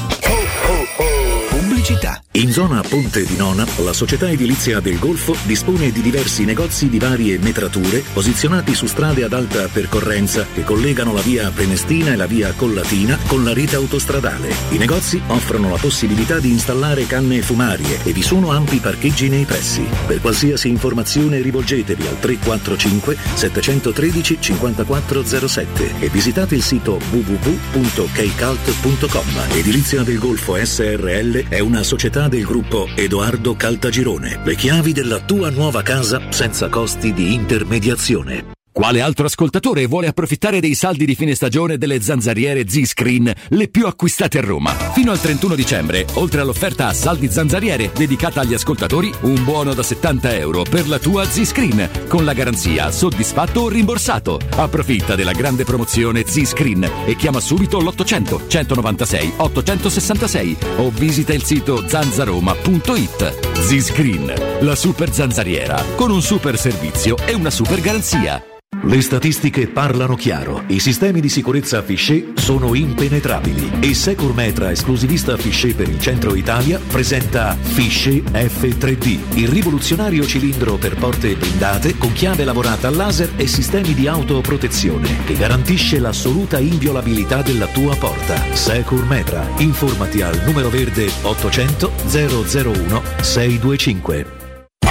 Pubblicità. In zona Ponte di Nona, la società edilizia del Golfo dispone di diversi negozi di varie metrature posizionati su strade ad alta percorrenza che collegano la via Prenestina e la via Collatina con la rete autostradale. I negozi offrono la possibilità di installare canne fumarie e vi sono ampi parcheggi nei pressi. Per qualsiasi informazione rivolgetevi al tre quattro cinque sette uno tre cinque zero sette e visitate il sito w w w punto keicalt punto com. Edilizia del Golfo S R L è una società del gruppo Edoardo Caltagirone. Le chiavi della tua nuova casa senza costi di intermediazione. Quale altro ascoltatore vuole approfittare dei saldi di fine stagione delle zanzariere Z-Screen, le più acquistate a Roma? Fino al trentuno dicembre, oltre all'offerta a saldi zanzariere dedicata agli ascoltatori, un buono da settanta euro per la tua Z-Screen, con la garanzia soddisfatto o rimborsato. Approfitta della grande promozione Z-Screen e chiama subito l'ottocento centonovantasei ottocentosessantasei o visita il sito zanzaroma punto it. Z-Screen, la super zanzariera, con un super servizio e una super garanzia. Le statistiche parlano chiaro. I sistemi di sicurezza Fichet sono impenetrabili e Securmetra, esclusivista Fichet per il centro Italia, presenta Fichet F tre D, il rivoluzionario cilindro per porte blindate con chiave lavorata a laser e sistemi di autoprotezione che garantisce l'assoluta inviolabilità della tua porta. Securmetra. Informati al numero verde ottocento zero zero uno sei due cinque. A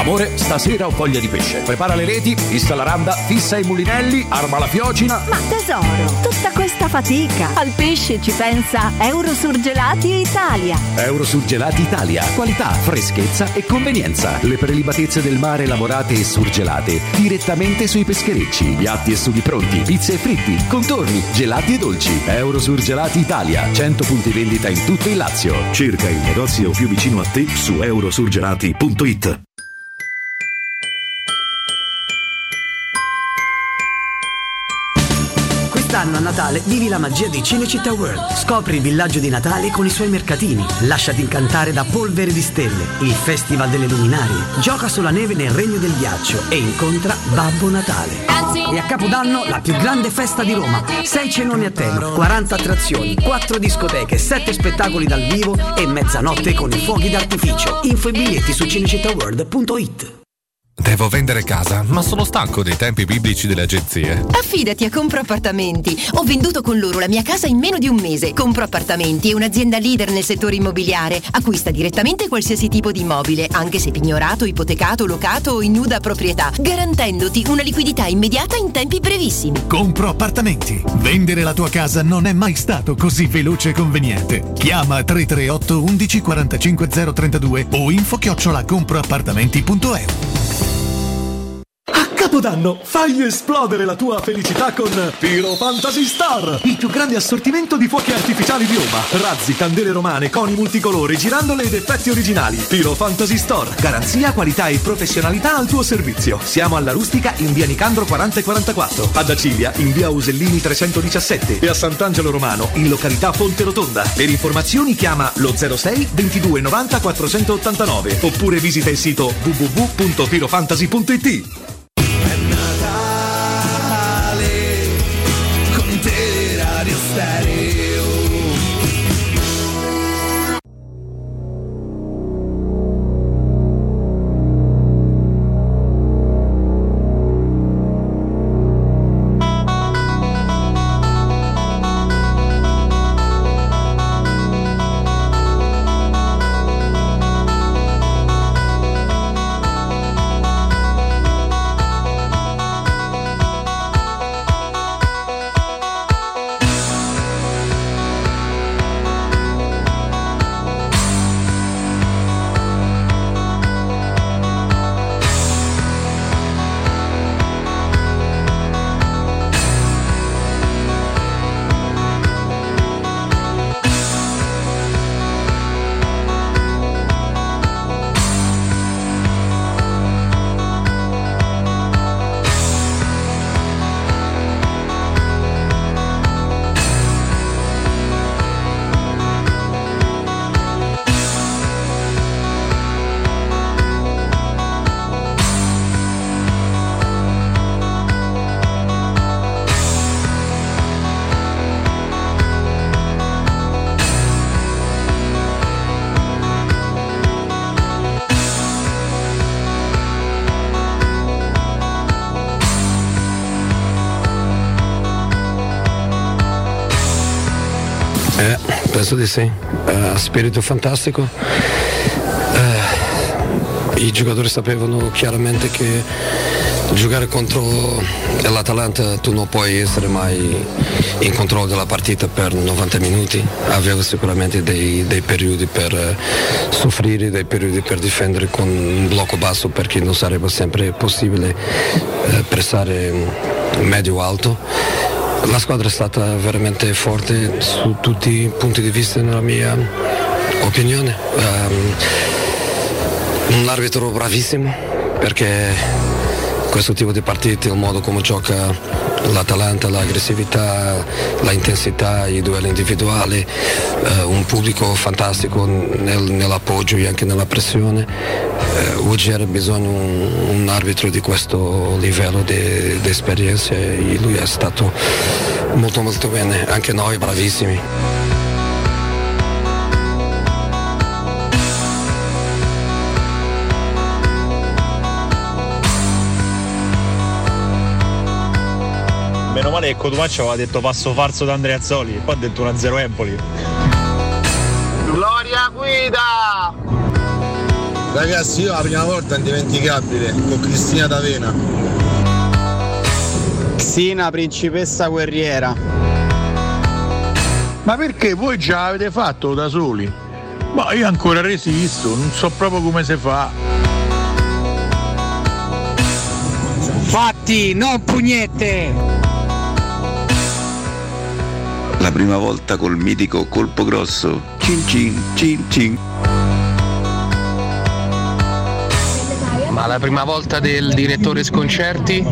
Amore, stasera ho voglia di pesce. Prepara le reti, fissa la randa, fissa i mulinelli, arma la fiocina. Ma tesoro, tutta questa fatica. Al pesce ci pensa Eurosurgelati Italia. Eurosurgelati Italia. Qualità, freschezza e convenienza. Le prelibatezze del mare lavorate e surgelate direttamente sui pescherecci. Piatti e sughi pronti, pizze e fritti, contorni, gelati e dolci. Eurosurgelati Italia. cento punti vendita in tutto il Lazio. Cerca il negozio più vicino a te su eurosurgelati punto it. Quest'anno a Natale vivi la magia di Cinecittà World. Scopri il villaggio di Natale con i suoi mercatini. Lasciati incantare da Polvere di Stelle, il festival delle luminarie. Gioca sulla neve nel regno del ghiaccio e incontra Babbo Natale. E a Capodanno la più grande festa di Roma. sei cenoni a tema, quaranta attrazioni, quattro discoteche, sette spettacoli dal vivo e mezzanotte con i fuochi d'artificio. Info e biglietti su cinecittàworld punto it. Devo vendere casa, ma sono stanco dei tempi biblici delle agenzie. Affidati a Compro Appartamenti. Ho venduto con loro la mia casa in meno di un mese. Compro Appartamenti è un'azienda leader nel settore immobiliare. Acquista direttamente qualsiasi tipo di immobile, anche se pignorato, ipotecato, locato o in nuda proprietà, garantendoti una liquidità immediata in tempi brevissimi. Compro Appartamenti. Vendere la tua casa non è mai stato così veloce e conveniente. Chiama tre tre otto undici quarantacinque zero trentadue o info chiocciola comproappartamenti punto e u. Capodanno, fai esplodere la tua felicità con Piro Fantasy Star, il più grande assortimento di fuochi artificiali di Roma. Razzi, candele romane, coni multicolori, girandole ed effetti originali. Piro Fantasy Store, garanzia, qualità e professionalità al tuo servizio. Siamo alla Rustica in via Nicandro quaranta e quarantaquattro, ad Acilia in via Usellini trecentodiciassette e a Sant'Angelo Romano in località Fonte Rotonda. Per informazioni chiama lo zero sei ventidue novanta quattrocentottantanove oppure visita il sito w w w punto pirofantasy punto it. Con te Radio Stereo. Eh, penso di sì. Uh, spirito fantastico. Uh, I giocatori sapevano chiaramente che giocare contro l'Atalanta tu non puoi essere mai in controllo della partita per novanta minuti. Aveva sicuramente dei, dei periodi per soffrire, dei periodi per difendere con un blocco basso, perché non sarebbe sempre possibile eh, pressare medio-alto. La squadra è stata veramente forte su tutti i punti di vista, nella mia opinione. Um, un arbitro bravissimo, perché questo tipo di partite, il modo come gioca l'Atalanta, l'aggressività, la intensità, i duelli individuali, uh, un pubblico fantastico nel, nell'appoggio e anche nella pressione. Uh, oggi era bisogno un, un arbitro di questo livello di, di esperienza, e lui è stato molto molto bene, anche noi bravissimi. Meno male che Cotumaccio aveva detto passo falso da Andrea Azzoli, poi ha detto uno a zero Empoli. Gloria guida! Ragazzi, io la prima volta indimenticabile con Cristina D'Avena. Xina, principessa guerriera. Ma perché voi già l'avete fatto da soli? Ma io ancora resisto, non so proprio come si fa. Fatti, non pugnette! La prima volta col mitico colpo grosso. Cin cin cin cin. Ma la prima volta del direttore sconcerti?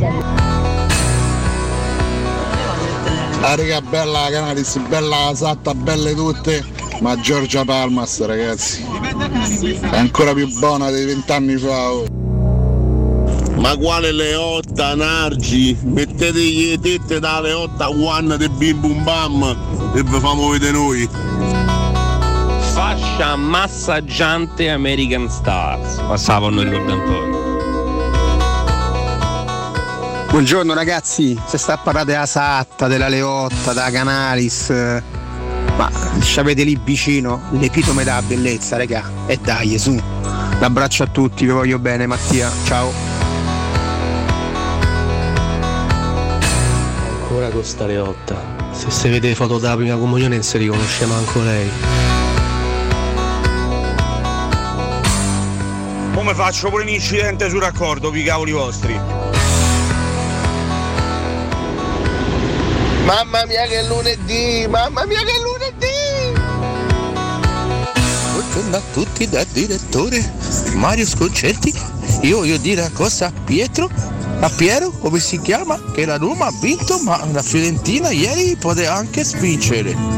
Ah raga, bella la Canalis, bella la Satta, belle tutte, ma Giorgia Palmas ragazzi, è ancora più buona dei vent'anni fa. Oh. Ma quale Leotta, Nargi? Mettetegli le tette da Leotta One del Bim Bum Bam e vi famo vedere noi. Fascia massaggiante American Stars. Passavano il Lord Antonio. Buongiorno ragazzi, se sta a parlare della Satta, della Leotta, della Canalis, ma ci avete lì vicino l'epitome della bellezza, raga. E dai, su. Un abbraccio a tutti, vi voglio bene, Mattia, ciao. Ancora con sta Leotta. Se si vede le foto della prima comunione non si riconosce manco lei. Come faccio pure un incidente sul raccordo, vi cavoli vostri? Mamma mia che lunedì, mamma mia che lunedì! Buongiorno a tutti dal direttore Mario Sconcerti. Io voglio dire una cosa a Pietro, a Piero, come si chiama, che la Roma ha vinto, ma la Fiorentina ieri poteva anche vincere.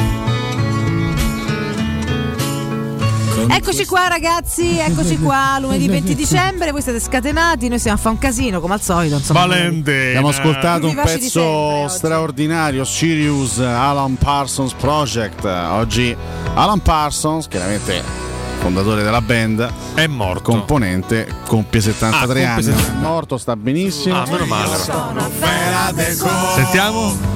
Eccoci qua ragazzi, eccoci qua, lunedì venti dicembre, voi siete scatenati, noi stiamo a fare un casino come al solito, insomma. Valente. Abbiamo ascoltato un pezzo straordinario, Sirius Alan Parsons Project. Oggi Alan Parsons, chiaramente fondatore della band, è morto. Componente, compie settantatré ah, anni. Compie È morto, sta benissimo. Ah, meno male. Sono Sentiamo.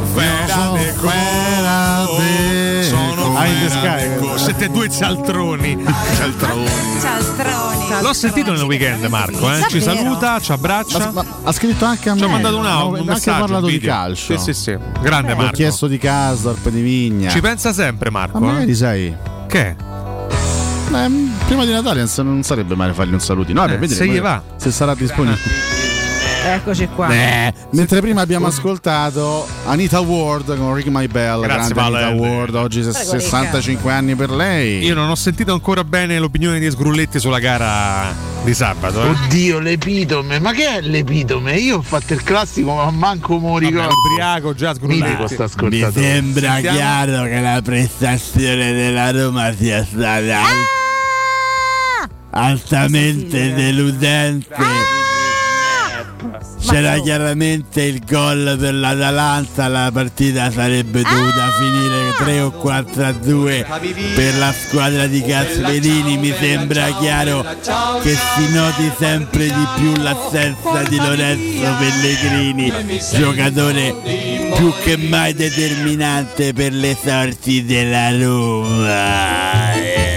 Hai in Sky. Siete due cialtroni. Cialtroni. Cialtroni. L'ho sentito nel weekend, Marco. Eh? Ci saluta, ci abbraccia. Ma, ma ha scritto anche a me. Ci ha mandato un, un, un messaggio. Ha parlato un di calcio. Sì, sì, sì. Grande eh, Marco. Ho chiesto di Kasdorp, di Vigna. Ci pensa sempre, Marco. Ma magari eh? sai. Che? Beh, prima di Natale non sarebbe male fargli un salutino. No, eh, vedere, se gli va. Se sarà disponibile. Eccoci qua. Eh, mentre prima abbiamo ascoltato Anita Ward con Ring My Bell. Grazie, grande Anita Ward, oggi Prego, sessantacinque anni per lei. Io non ho sentito ancora bene l'opinione di Sgrulletti sulla gara di sabato. Eh. Oddio, l'epitome, ma che è l'epitome? Io ho fatto il classico, ma manco mo ricordo. Ubriaco già Sgrulletti. Mi sembra Sentiamo. chiaro che la prestazione della Roma sia stata ah! altamente deludente. Ah! C'era Ma chiaramente il gol per l'Atalanta, la partita sarebbe dovuta ah! finire tre o quattro a due per la squadra di Gasperini. Mi sembra chiaro che si noti sempre di più l'assenza di Lorenzo Pellegrini, giocatore più che mai determinante per le sorti della Roma.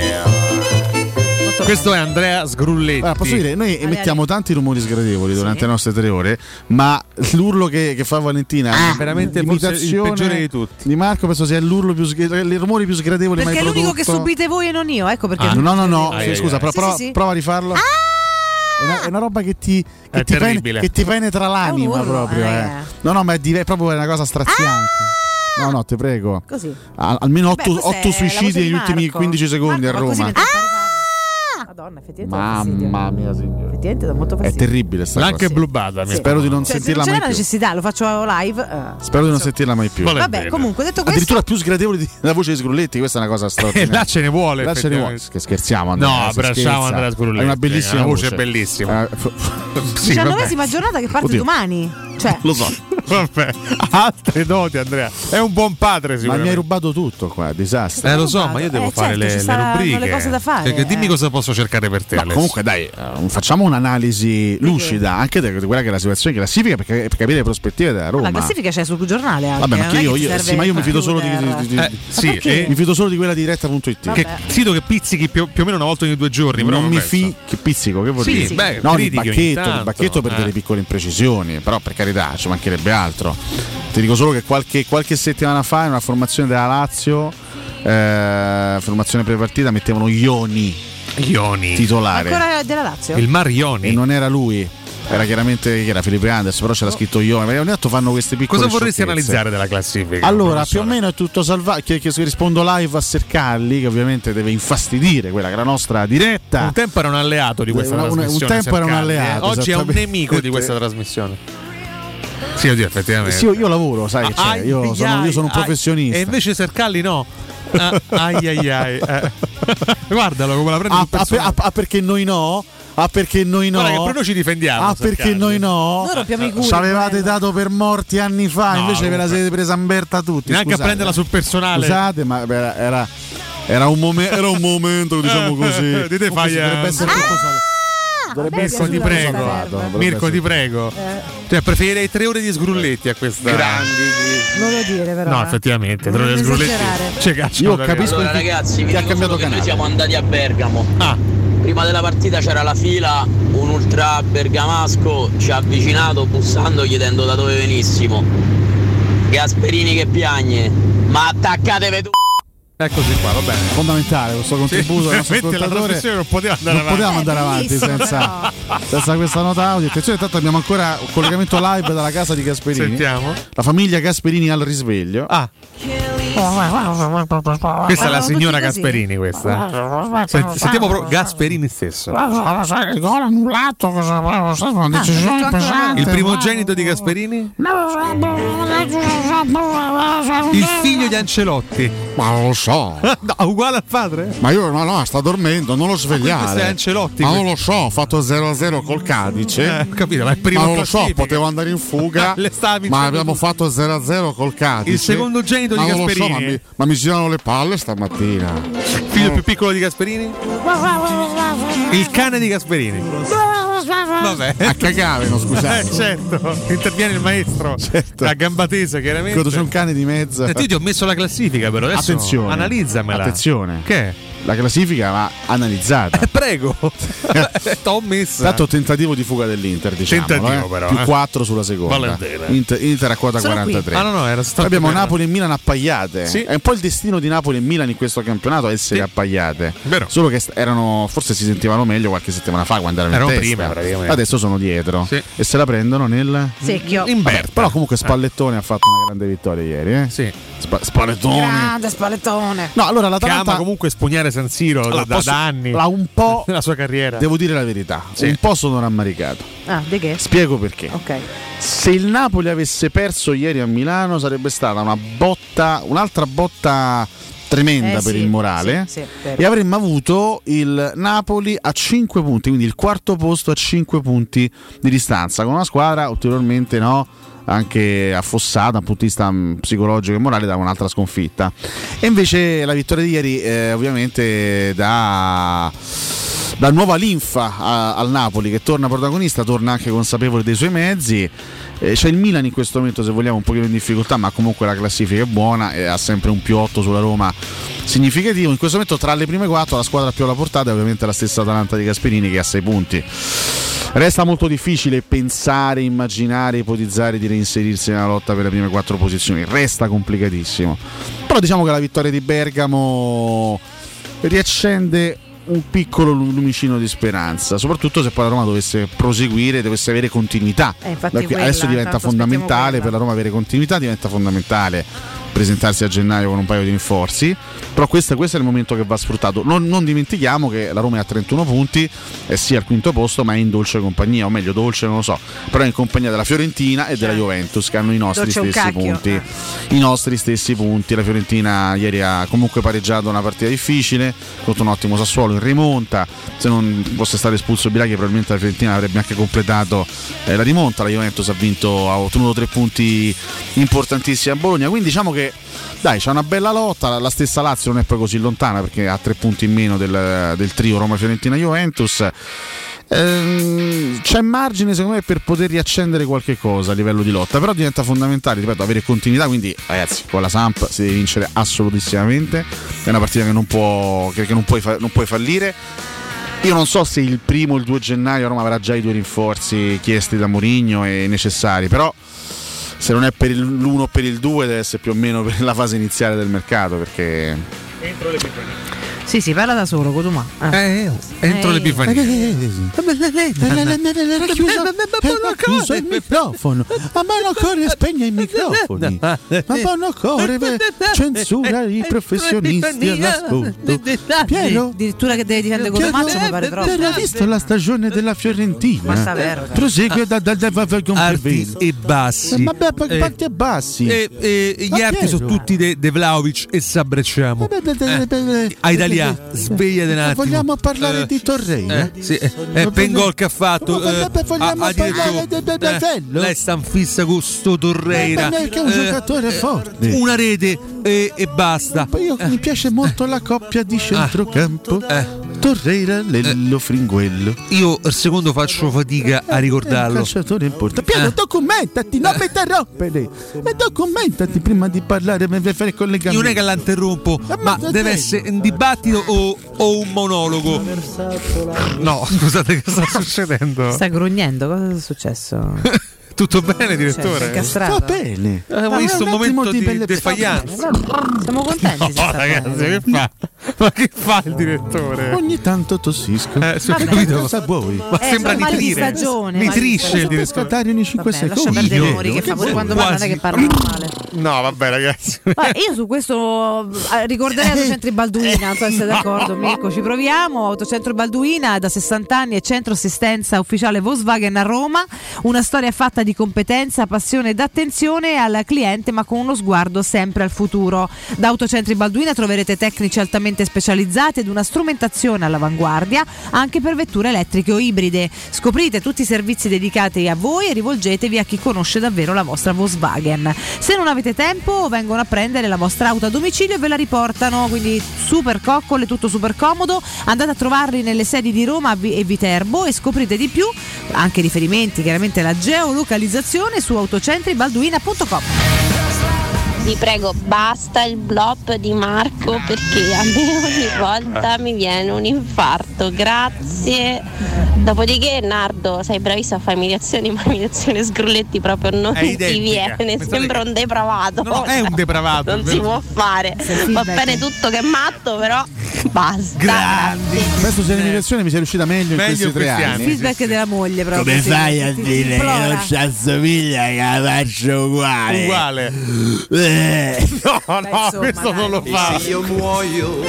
Questo è Andrea Sgrulletti. Allora, posso dire, noi emettiamo tanti rumori sgradevoli durante sì. le nostre tre ore, ma l'urlo che, che fa Valentina ah, è veramente il peggiore di tutti. Di Marco penso sia l'urlo più il rumore più sgradevole perché mai prodotto. Perché è l'unico che subite voi e non io, ecco perché. Ah, no, no, no, ah, sì, scusa, sì, però, sì, prova, sì. prova a rifarlo. Ah! È una, è una roba che ti che, ti, pen, che ti penetra l'anima urlo, proprio, eh. Eh. No, no, ma è, di, è proprio una cosa straziante. Ah! No, no, ti prego. Così. Al, almeno otto suicidi negli ultimi quindici secondi Marco, a Roma. Madonna, effettivamente mamma mia signora. Effettivamente da molto fastidio. È terribile sta L'anche cosa. blubata. Sì. Spero di non cioè, sentirla se non mai c'è più. necessità, lo faccio live. Uh, Spero di non sentirla mai più. Vabbè, bene. Comunque detto questo, addirittura più sgradevole della voce di Sgrulletti, questa è una cosa straordinaria. E là ce ne vuole. Là ce ne vuole. Che scherziamo, Andrea. No, abbracciamo Andrea Sgrulletti. È una bellissima una voce, voce bellissima. Uh, sì, diciannovesima giornata che parte Oddio. domani. Cioè. Lo so. Vabbè, altre doti, Andrea. È un buon padre, Ma sicuramente. mi hai rubato tutto qua, disastro. Eh lo so, ma io devo Eh, fare certo, ci le, le saranno rubriche. le cose da fare, Che- che dimmi eh. cosa posso cercare per te, No, Alessio. comunque dai, eh, facciamo un'analisi lucida anche di quella che è la situazione di classifica per, per capire le prospettive della Roma. La classifica c'è sul giornale anche. Vabbè, ma non che è io, ti io, serve sì, ma io mi il fido solo di, computer. di- di- Eh, di- sì, perché? e- mi fido solo di quella diretta punto it. che sito che pizzichi più, più o meno una volta ogni due giorni. Però Non mi vabbè, fi che pizzico, che vuol Sì, dire? beh, no, il critichi ogni bacchetto, il tanto, bacchetto per eh. delle piccole imprecisioni, però per carità ci mancherebbe altro. Ti dico solo che qualche, qualche settimana fa in una formazione della Lazio, eh, formazione prepartita, mettevano Ioni, Ioni titolare. Ancora della Lazio? Il Marioni. E non era lui. Era chiaramente chi era Felipe Anders, però c'era scritto Ioni. Ma ogni tanto fanno queste piccole Cosa vorresti sciocchezze. analizzare della classifica? Allora, più o meno è tutto salvato. Che, che rispondo live a Sercalli, che ovviamente deve infastidire quella che è la nostra diretta. Un tempo era un alleato di questa Un- un- un trasmissione. tempo era un Sercalli, eh. alleato, Oggi è un esattamente. nemico di questa trasmissione. Sì, oddio, effettivamente. Sì, io, io lavoro, sai che c'è. Ai, Io ai, sono, io sono un ai, professionista. E invece Sercalli no. Ah, ai ai ai. Eh. Guardalo come la prende Ah, sul ah, per- personale. ah, ah, perché noi no? Ah, perché noi no? Guarda che poi noi ci difendiamo. Ah, perché Sercalli. noi no? Noi rompiamo i culi, Ci avevate dato per morti anni fa, No, invece ve la comunque. siete presa in berta tutti. Neanche scusate. a prenderla sul personale. Scusate, ma era, era, era un, momen- era un momento, diciamo così. Di te Comunque fai, si dovrebbe eh, essere tutto salvato. Dovrebbe Mirko, essere ti tutto prego. salvato, dovrebbe Mirko, essere- ti prego. Cioè, preferirei tre ore di sgrulletti a questa. Non lo dire, però. No, eh. effettivamente, tre Non ore di sgrulletti. esagerare. Cioè, cazzo, Io da capisco cazzo. che- Ragazzi, vi chi ha dico cambiato solo che noi canale. siamo andati a Bergamo. Ah. Prima della partita c'era la fila, un ultra bergamasco ci ha avvicinato bussando chiedendo da dove venissimo. Gasperini che piagne, ma attaccatevi tu. Eccoci qua, va bene. Fondamentale questo contributo del nostro veramente la ascoltatore. trasmissione non poteva andare Non avanti. potevamo andare avanti bellissimo, senza, senza questa nota audio. Attenzione, intanto abbiamo ancora un collegamento live dalla casa di Gasperini. Sentiamo. La famiglia Gasperini al risveglio. Ah. Questa è la signora Gasperini, questa. Sent- Sentiamo proprio Gasperini stesso. Il gol annullato, una decisione pesante. Il primogenito di Gasperini? Il figlio di Ancelotti. Ma non lo so. No, uguale al padre? Ma io no, no, sta dormendo, non lo svegliare. questo è Ancelotti, Ma questo. non lo so, ho fatto zero a zero col Cadice. Eh, ho capito, ma è primo ma non in lo so, classifica. potevo andare in fuga. Le stava vincendo Ma abbiamo tu. fatto zero a zero col Cadice. Il secondogenito Ma di non lo so, Gasperini. ma mi, ma mi girano le palle stamattina. Il figlio più piccolo di Gasperini? Il cane di Gasperini. Vabbè. A cagare, no, scusate. Eh, certo, interviene il maestro Certo. a gamba tesa, chiaramente. Quando c'è un cane di mezzo. Senti, io ti ho messo la classifica, però adesso Attenzione. analizzamela. Attenzione. Che è? La classifica va analizzata. Eh, prego. T'ho messa. Tanto tentativo di fuga dell'Inter, diciamo. Tentativo, eh. però, Più eh. quattro sulla seconda. Volentieri. Inter, Inter a quota Sono qui. quarantatré. Ah, no, no, era stato Poi abbiamo per- Napoli e Milan appaiate. Sì. È un po' il destino di Napoli e Milan in questo campionato essere Sì. appaiate. Vero. Solo che st- erano, forse si sentivano meglio qualche settimana fa quando erano, Erano in testa. prima, praticamente. Adesso sono dietro. Sì. E se la prendono nel Secchio. In Vabbè, Berta. però comunque Spallettone ha fatto una grande vittoria ieri, eh? Sì. Spa- Spallettone. Grande spallettone. No, allora Che ama l'Atalanta comunque spugnare San Siro Allora, da, da- posso- da anni. l'ha un po'. nella sua carriera. Devo dire la verità, Sì. un po' sono rammaricato. Ah, di che? Spiego perché. Ok. Se il Napoli avesse perso ieri a Milano sarebbe stata una botta, un'altra botta tremenda Eh, per sì, il morale sì, sì, vero. e avremmo avuto il Napoli a cinque punti, quindi il quarto posto a cinque punti di distanza, con una squadra ulteriormente no, anche affossata dal punto di vista mh, psicologico e morale da un'altra sconfitta. E invece la vittoria di ieri eh, ovviamente dà da nuova linfa a- al Napoli, che torna protagonista, torna anche consapevole dei suoi mezzi. Eh, c'è il Milan in questo momento, se vogliamo, un pochino in difficoltà, ma comunque la classifica è buona e ha sempre un più otto sulla Roma significativo. In questo momento tra le prime quattro la squadra più alla portata è ovviamente la stessa Atalanta di Gasperini, che ha sei punti. Resta molto difficile pensare, immaginare, ipotizzare di reinserirsi nella lotta per le prime quattro posizioni, resta complicatissimo. Però diciamo che la vittoria di Bergamo riaccende un piccolo lumicino di speranza, soprattutto se poi la Roma dovesse proseguire, dovesse avere continuità. Eh, infatti Da qui- quella, adesso diventa intanto fondamentale aspettiamo per la Roma avere continuità, diventa fondamentale presentarsi a gennaio con un paio di rinforzi, però questo, questo è il momento che va sfruttato. Non, non dimentichiamo che la Roma è a trentuno punti, è sì al quinto posto, ma è in dolce compagnia, o meglio dolce non lo so, però è in compagnia della Fiorentina e della Juventus, che hanno i nostri dolce stessi punti, i nostri stessi punti. La Fiorentina ieri ha comunque pareggiato una partita difficile contro un ottimo Sassuolo in rimonta, se non fosse stato espulso Biraghi probabilmente la Fiorentina avrebbe anche completato eh, la rimonta. La Juventus ha vinto, ha ottenuto tre punti importantissimi a Bologna, quindi diciamo che dai, c'è una bella lotta. La stessa Lazio non è poi così lontana perché ha tre punti in meno del, del trio Roma, Fiorentina, Juventus. Ehm, c'è margine secondo me per poter riaccendere qualche cosa a livello di lotta, però diventa fondamentale, ripeto, avere continuità. Quindi ragazzi, con la Samp si deve vincere assolutissimamente, è una partita che non può che, che non, puoi fa, non puoi fallire. Io non so se il primo o il due gennaio Roma avrà già i due rinforzi chiesti da Mourinho e necessari, però se non è per l'uno o per il due deve essere più o meno per la fase iniziale del mercato, perché entro l'Epifania. Sì, sì, parla da solo, Codumà. Eh, eh, entro eh. l'Epifania. Era chiuso il microfono, ma non corre, spegne i microfoni, ma non corre, censura i professionisti all'ascolto. Piero, addirittura che deve difendere Codomaccio mi pare troppo. hai visto la stagione della Fiorentina? Prosegue da da alti e bassi, ma beh, alti e bassi, e, e, gli arti sono tutti De, De Vlahovic e Sabrecciamo. eh, a Italia svegliate un attimo. Vogliamo parlare eh, di Torreira? Eh, sì, eh, eh, Pengol che ha fatto. Eh, vogliamo ha, parlare di Bello? Lei sta in fissa con sto Torreira. Ma che è un eh, giocatore eh, forte. Una rete e, e basta. Poi io, eh. mi piace molto la coppia di centrocampo. Eh. Torreira, Lello, eh. Fringuello. Io il secondo faccio fatica a ricordarlo. È un calciatore importante. Piano, eh. documentati, non mi interrompere. E documentati prima di parlare, mi fare il collegamento. Io non è che la interrompo, ma, ma deve essere un dibattito o, o un monologo. No, scusate, che sta succedendo? Sta grugnendo, cosa è successo? Tutto bene, direttore? Cioè, va bene. Abbiamo visto un, un momento di, di defaglianza. Siamo contenti. No, ragazzi, che fa? Ma che fa il direttore? Ogni tanto tossisco. Eh, su capito? Cosa vuoi? Ma eh, sembra di trire. Nitrisce il direttore. Dare ogni cinque Vabbè, secondi. Lascia perdere Mori che fa pure quando parla non è che parla male. No, vabbè, ragazzi. Ma io su questo ricorderei Autocentri Balduina, non so se siete d'accordo, Mirko, ci proviamo. Autocentro Balduina da sessanta anni è centro assistenza ufficiale Volkswagen a Roma, una storia fatta di competenza, passione ed attenzione al cliente, ma con uno sguardo sempre al futuro. Da Autocentri Balduina troverete tecnici altamente specializzati ed una strumentazione all'avanguardia anche per vetture elettriche o ibride. Scoprite tutti i servizi dedicati a voi e rivolgetevi a chi conosce davvero la vostra Volkswagen. Se non avete tempo, vengono a prendere la vostra auto a domicilio e ve la riportano, quindi super coccole, tutto super comodo. Andate a trovarli nelle sedi di Roma e Viterbo e scoprite di più, anche riferimenti chiaramente alla geolocalizzazione su autocentri balduina punto com. Vi prego, basta il blop di Marco perché a me ogni volta mi viene un infarto. Grazie. Dopodiché, Nardo, sei bravissimo a fare imitazioni, ma imitazione Sgrulletti proprio non ti viene. Pensate sembra che... un depravato. No, è un depravato. Non si può fare. Va bene tutto che è matto, però basta. Grandi. Questo se l'imitazione mi sei riuscita meglio, meglio in questi tre anni. anni. Il feedback sì, sì. della moglie proprio. Come sì, fai sì, a sì, dire sì, che non ci assomiglia, che la faccio uguale? Uguale. Eh. No, no, insomma, questo dai. non lo fa. Se io muoio,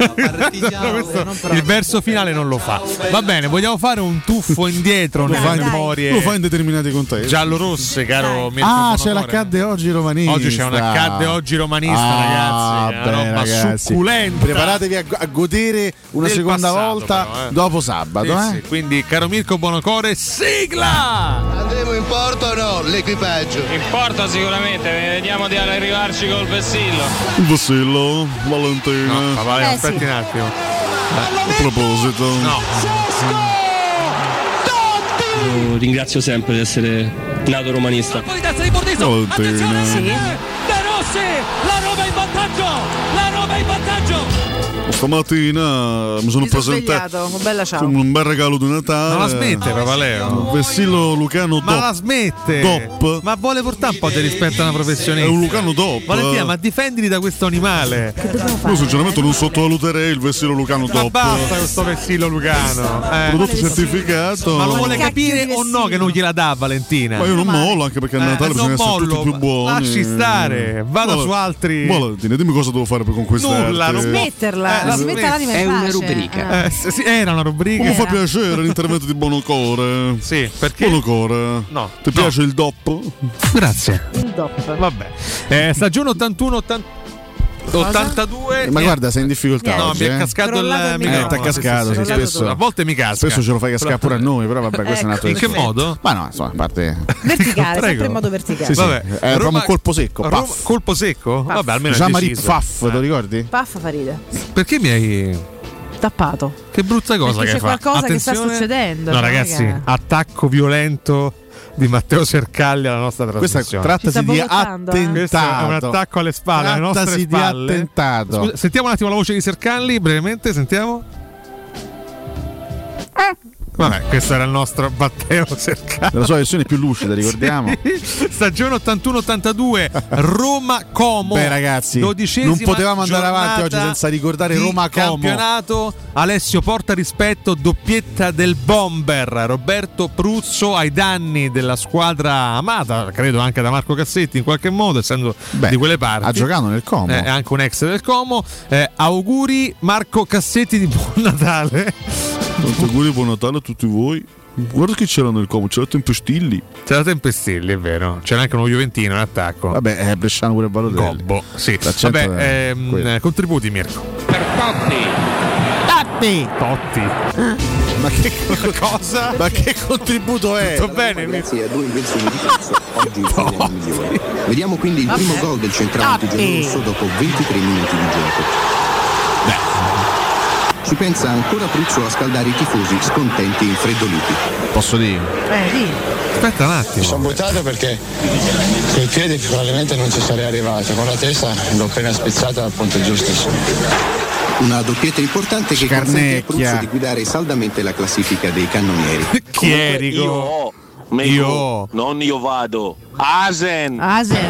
questo, il verso finale non lo fa. Va bene, vogliamo fare un tuffo indietro nelle dai, memorie. Lo fa in determinati contesti. Giallo-rosse, caro Mirko Ah, Bonatore. c'è l'accadde oggi romanista. Oggi c'è un accadde oggi romanista, ah, ragazzi. Beh, una roba ragazzi. succulenta. Preparatevi a, a godere una Del seconda passato, volta però, eh. dopo sabato. Sì, eh? sì. Quindi, caro Mirko Bonocore, sigla! Andremo in porto o no? L'equipaggio? In porto sicuramente, vediamo di arrivarci col vessillo. Il Vassillo, Valentina. No, papà, Eh, aspetti sì. un attimo. A proposito. No. Io ringrazio sempre di essere nato romanista. Valentina. Sì. De Rossi, la Roma in vantaggio, la Roma in vantaggio. Stamattina mi sono Mi sono presentato svegliato, un bella ciao. con un bel regalo di Natale. Ma la smette, Papaleo? Un vestito Lucano Ma top. la smette! Top. Ma vuole portare un po' di rispetto a una professionista. È un Lucano top. Valentina, ma difendili da questo animale. Io sinceramente non sottovaluterei il vestito Lucano Ma top. basta questo vestito Lucano. Eh. Prodotto certificato. Ma lo vuole capire o no che non gliela dà Valentina? Ma io non mollo, anche perché a Natale Eh, bisogna non essere tutti mollo. più buoni. Lasci stare, vada Valentina, su altri. Valentina, dimmi cosa devo fare per conquistarti. Nulla, non Smetterla, Eh, la smetta l'anima in pace. Ah. Eh, sì, sì, era una rubrica. Come fa piacere l'intervento di Bonocore? Sì, perché? Bonocore. No. Ti No. piace il dop? Grazie. Il dop. Vabbè. Eh, stagione ottantuno ottanta ottantadue. Ma guarda, sei in difficoltà. No, oggi, mi è eh? cascato il Crollato il microfono. Eh, t'ha cascato, sì, sì, sì, spesso- sì. A volte mi casca. Spesso ce lo fai cascare Però- pure a noi, però vabbè, questo è un altro In che discorso. modo? Ma no, insomma, a parte. Verticale, Prego. sempre in modo verticale. Sì, sì. Vabbè. È proprio un colpo secco. Roma- Paff. colpo secco? Vabbè, almeno è Jean-Marie deciso. Pfaff, te lo ricordi? Paffa fa ride. Perché mi hai Tappato. Che brutta cosa Perché che c'è fa. qualcosa che sta Attenzione. succedendo, No, no, ragazzi, raga. attacco violento di Matteo Sercalli alla nostra Questa trasmissione. trattasi di boicottando, eh? Questo è un attentato. attacco alle spalle, alle nostre Trattasi di spalle. attentato. Scusa, sentiamo un attimo la voce di Sercalli, brevemente, sentiamo. Vabbè, questo era il nostro Matteo Sercalli. Nella sua versione più lucida, ricordiamo. Stagione ottantuno ottantadue, Roma-Como. Beh, ragazzi, dodicesima non potevamo andare avanti oggi giornata senza ricordare di Roma-Como. campionato. Alessio porta rispetto, doppietta del bomber Roberto Pruzzo ai danni della squadra amata, credo anche da Marco Cassetti in qualche modo, essendo Beh, di quelle parti. ha giocato nel Como. Eh, è anche un ex del Como. Eh, auguri Marco Cassetti di buon Natale. Tanti auguri, buon Natale a tutti voi. Guarda che c'era nel Como, c'era Tempestilli. C'era Tempestilli, è vero. C'era anche uno Juventino in attacco. Vabbè, è Bresciano pure Balotelli. Gobbo, sì. L'accento Vabbè, è ehm, quello. contributi Mirko. Per Totti. Totti! Totti. Ma che cosa? Ma che contributo è? Tutto bene, Grazie a due invenzioni di pezzo, oggi siamo migliori. Vediamo quindi il primo gol del centravanti giallorosso dopo ventitré minuti di gioco. Ci pensa ancora Pruzzo a scaldare i tifosi scontenti e infreddoliti. Posso dire? Eh, sì. Aspetta un attimo. Mi sono buttato perché con i piedi probabilmente non ci sarei arrivato, con la testa l'ho appena spizzata al punto giusto. Una doppietta importante che consente a Scarnecchia. Pruzzo di guidare saldamente la classifica dei cannonieri. Chierico. Io, Mego, Io. non io vado. Asen. Asen.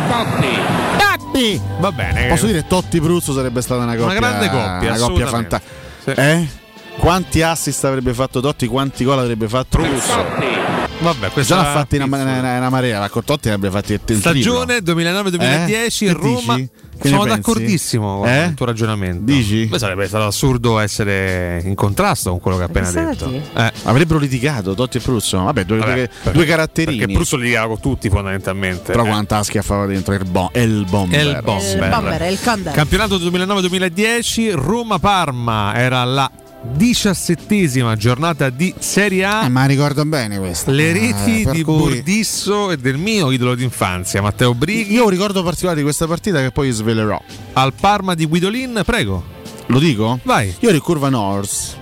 Totti. Va bene. Posso dire Totti Pruzzo sarebbe stata una coppia, grande coppia, una coppia assolutamente. fantastica. Sì. Eh? Quanti assist avrebbe fatto Totti? Quanti gol avrebbe fatto Pruzzo? Vabbè, Già questa l'ha fatti una, una, una marea, ma con Totti ne avrebbe fatti il triplo. stagione duemilanove duemiladieci Eh? Che Roma. dici? Che Sono ne pensi? d'accordissimo con Eh? il tuo ragionamento. Dici? Beh, sarebbe stato assurdo essere in contrasto con quello che ha appena Pensate detto. a te. Eh. Avrebbero litigato Totti e Pruzzo. Vabbè, due, Vabbè, due, perché- due caratterini. Perché Pruzzo litigava con tutti fondamentalmente. Però Eh. quanta schiaffava dentro il, bo- e il bomber. E il bomber. Il bomber, il condor. Campionato duemilanove duemiladieci, Roma-Parma era la diciassettesima giornata di Serie A. Eh, ma ricordo bene questo. Le reti Eh, per di cui- Burdisso e del mio idolo d'infanzia, Matteo Brighi. Io ho un ricordo particolare di questa partita che poi svelerò. Al Parma di Guidolin, prego. Lo dico? Vai. Io ero in curva North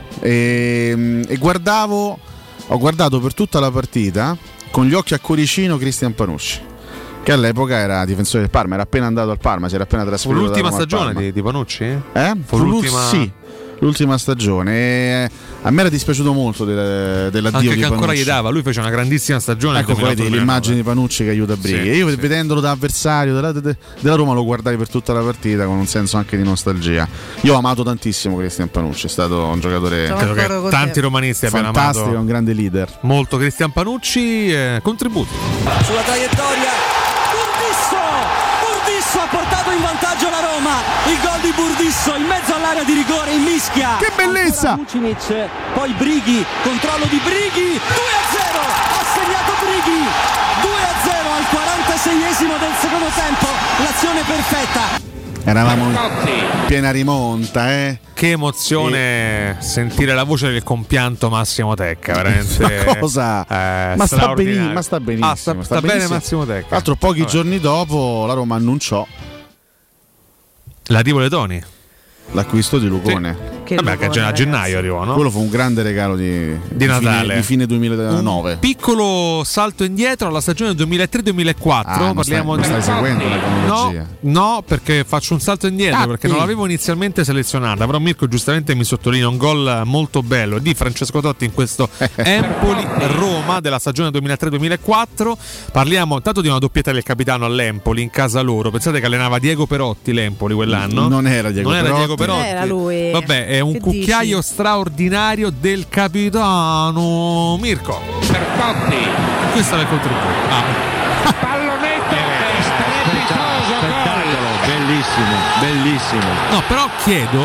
e, e guardavo, ho guardato per tutta la partita con gli occhi a cuoricino Cristian Panucci, che all'epoca era difensore del Parma, era appena andato al Parma, si era appena Fu trasferito. da l'ultima Roma al stagione Parma. di, di Panucci? Eh? Fu Fu l'ultima. l'ul- Sì, l'ultima stagione. E a me era dispiaciuto molto de- dell'addio Anche di che ancora Panucci. gli dava, lui fece una grandissima stagione. Ecco, nel vedi l'immagine di Panucci che aiuta Brighi. Sì, E io sì. vedendolo da avversario della, de- della Roma lo guardai per tutta la partita con un senso anche di nostalgia. Io ho amato tantissimo Cristian Panucci, è stato un giocatore Sono Credo d'accordo che con tanti te. romanisti abbiano fantastico, amato un grande leader. molto Cristian Panucci. Eh, contributi. Sulla traiettoria Burdisso Burdisso ha portato in vantaggio la Roma. Il gol di Burdisso in mezzo all'area di rigore in mischia. Che bellezza! Ancora Vucinic, poi Brighi, controllo di Brighi, due a zero, ha segnato Brighi, due a zero al quarantaseiesimo del secondo tempo, l'azione perfetta. Eravamo in piena rimonta, eh. Che emozione sentire la voce del compianto Massimo Tecca, veramente. Ma cosa? eh, ma, sta straordinario. beni- ma sta benissimo. Ah, sta, sta bene benissimo. Massimo Tecca. Tra l'altro, pochi Vabbè. giorni dopo la Roma annunciò L'arrivo dei Toni. l'acquisto di Lucone. Sì. Che Vabbè, che a gennaio arrivò, no? Quello fu un grande regalo di, di Natale fine, di fine duemilanove. Un piccolo salto indietro alla stagione duemilatré duemilaquattro. Ah, Parliamo stai, di. stai seguendo la cronologia? No, no, perché faccio un salto indietro Catti. perché non l'avevo inizialmente selezionata. Però Mirko giustamente mi sottolinea un gol molto bello di Francesco Totti in questo Empoli-Roma della stagione duemilatré duemilaquattro. Parliamo tanto di una doppietta del capitano all'Empoli in casa loro. Pensate che allenava Diego Perotti l'Empoli quell'anno? Non era Diego non Perotti. Era Diego Perotti. Non era lui. Vabbè, è un Che cucchiaio dici? straordinario del capitano Mirko. Per Totti. Questo è il contributo. Ah. Pallonetto strepitoso gol. Bellissimo, bellissimo. No, però chiedo.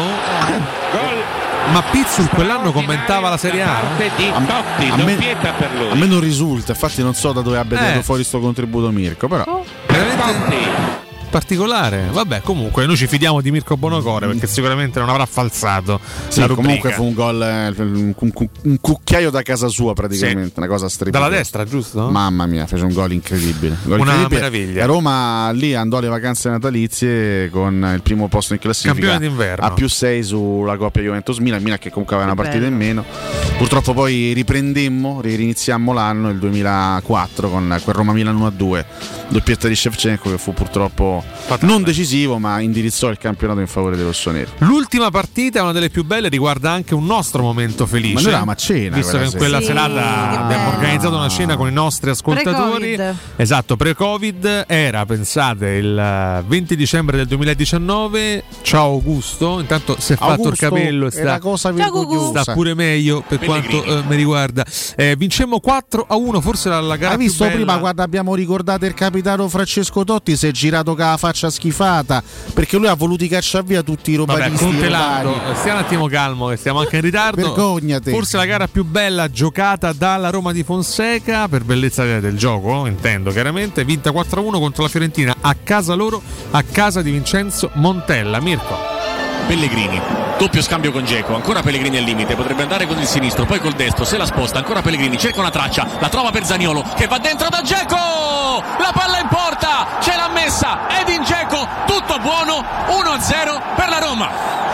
Ma Pizzul quell'anno commentava la Serie A? Di Totti, a me- doppietta per lui. A me non risulta, infatti non so da dove abbia Eh. tirato fuori sto contributo Mirko, però Veramente particolare. Vabbè, comunque noi ci fidiamo di Mirko Bonocore perché sicuramente non avrà falsato sì, la rubrica. comunque fu un gol, eh, un, un- un cucchiaio da casa sua praticamente, Sì. una cosa strepitosa. Dalla destra, giusto? Mamma mia, fece un gol incredibile. Un gol Una incredibile. meraviglia. A Roma lì andò alle vacanze natalizie con il primo posto in classifica. Campione d'inverno. A più sei sulla coppia Juventus-Milan, Milan che comunque aveva una Che partita in bello. meno. Purtroppo poi riprendemmo, riniziammo l'anno, il duemilaquattro, con quel Roma-Milan uno a due, doppietta di Shevchenko che fu purtroppo non decisivo ma indirizzò il campionato in favore dei rossoneri. L'ultima partita è una delle più belle, riguarda anche un nostro momento felice. Ma noi eravamo a cena visto quella che in quella sera. Sì, serata che abbiamo bello. organizzato una cena con i nostri ascoltatori. Pre-Covid. Esatto, pre-Covid era, pensate, il venti dicembre del duemiladiciannove. Ciao Augusto, intanto si è fatto il Augusto capello e è la sta, cosa Ciao, Gugu. vergognosa. sta pure meglio per quanto eh, mi riguarda. Eh, vincemmo quattro a uno, forse la, la gara Hai più visto bella. prima quando abbiamo ricordato il capitano Francesco Totti si è girato con la faccia schifata perché lui ha voluto cacciare via tutti i Vabbè, robatisti contelando, romani. stia un attimo calmo che stiamo anche in ritardo. Vergognati. Forse la gara più bella giocata dalla Roma di Fonseca, per bellezza del gioco, intendo chiaramente, vinta quattro a uno contro la Fiorentina a casa loro, a casa di Vincenzo Montella. Mirko. Pellegrini, doppio scambio con Dzeko, ancora Pellegrini al limite, potrebbe andare con il sinistro, poi col destro, se la sposta, ancora Pellegrini, cerca una traccia, la trova per Zaniolo, che va dentro da Dzeko, la palla in porta, ce l'ha messa, Edin Dzeko, tutto buono, uno a zero per la Roma.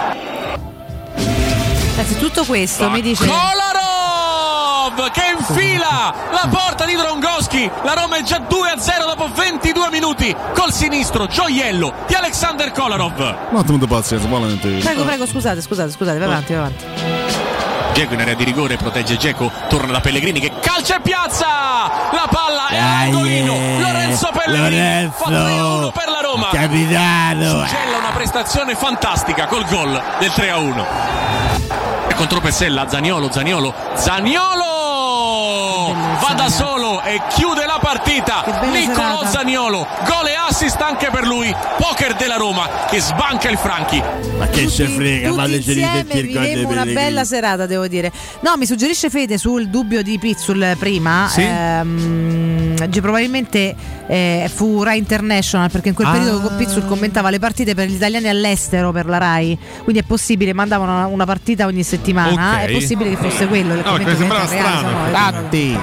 Anzi, tutto questo mi dice Kolarov che infila la porta di Drongoschi, la Roma è già due a zero dopo ventidue minuti, col sinistro gioiello di Alexander Kolarov. Un attimo di pazienza, volentieri. Prego, prego, scusate, scusate, scusate, vai avanti, vai avanti. Dzeko in area di rigore, protegge Dzeko, torna da Pellegrini che calcia e piazza! La palla è all'angolino, Lorenzo Pellegrini fa tre a uno per la Roma. Capitano! Suggella una prestazione fantastica col gol del tre a uno. E contro Pessella, Zaniolo, Zaniolo, Zaniolo! Va da solo e chiude la partita. Niccolò serata. Zaniolo, gol e assist anche per lui. Poker della Roma che sbanca il Franchi. Ma che se frega, Tutti fateci insieme risentire il gol vivemmo di una Pellegrini. bella serata, devo dire. No, mi suggerisce Fede sul dubbio di Pizzul prima. Sì. Ehm, gi- probabilmente eh, fu Rai International perché in quel Ah. periodo Pizzul commentava le partite per gli italiani all'estero per la Rai. Quindi è possibile, mandavano una, una partita ogni settimana. Ok. È possibile che fosse quello. il No, commento mi sembrava che entra in strano. Rai, no, Tatti.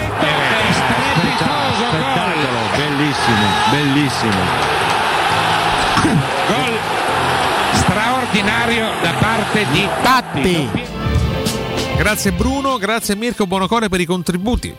Spettacolo, bellissimo, bellissimo. Gol straordinario da parte di Tatti. Grazie Bruno, grazie Mirko Bonocore per i contributi.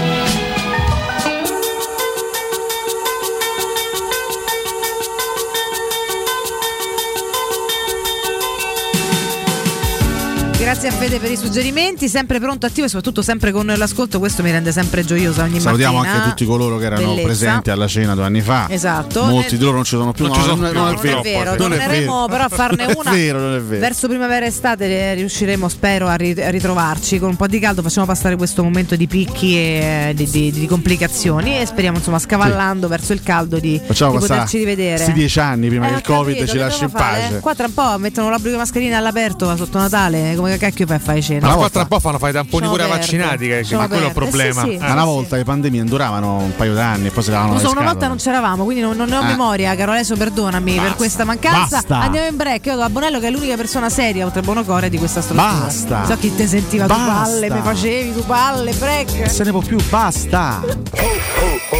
Grazie a Fede per i suggerimenti, sempre pronto, attivo e soprattutto sempre con l'ascolto, questo mi rende sempre gioiosa ogni Salutiamo mattina. anche tutti coloro che erano Bellezza. presenti alla cena due anni fa. Esatto. Molti Ne- di loro non ci sono più. Non ci sono più, non, Non è vero, non è torneremo vero. però a farne Non è una vero, non è vero. verso primavera estate, eh, riusciremo spero a, ri- a ritrovarci con un po' di caldo, facciamo passare questo momento di picchi e di, di- di complicazioni e speriamo insomma scavallando verso il caldo di, Facciamo di passare poterci rivedere. questi dieci anni prima Eh, che ho il Covid capito, ci che lasci in devono fare? pace. Qua tra un po' mettono l'obbligo mascherina all'aperto sotto Natale, come cacchio fai a fare cena? Ma qua tra un po' fanno fare i tamponi Lasciamo pure ai perdere. vaccinati, che, che Lasciamo quello è il perdere. problema. Eh sì, sì. Eh. Ma una volta le pandemie duravano un paio d'anni e poi si davano Non le so, una volta scatole. non c'eravamo, quindi non, non ne ho Ah. memoria, caro Alessio, perdonami per questa mancanza. Basta. Andiamo in break. Io do a Bonello che è l'unica persona seria oltre a Bonocore di questa struttura. Basta. So chi te sentiva, tu Basta. palle, mi facevi, tu palle, break. Se ne può più, basta. Oh, oh, oh.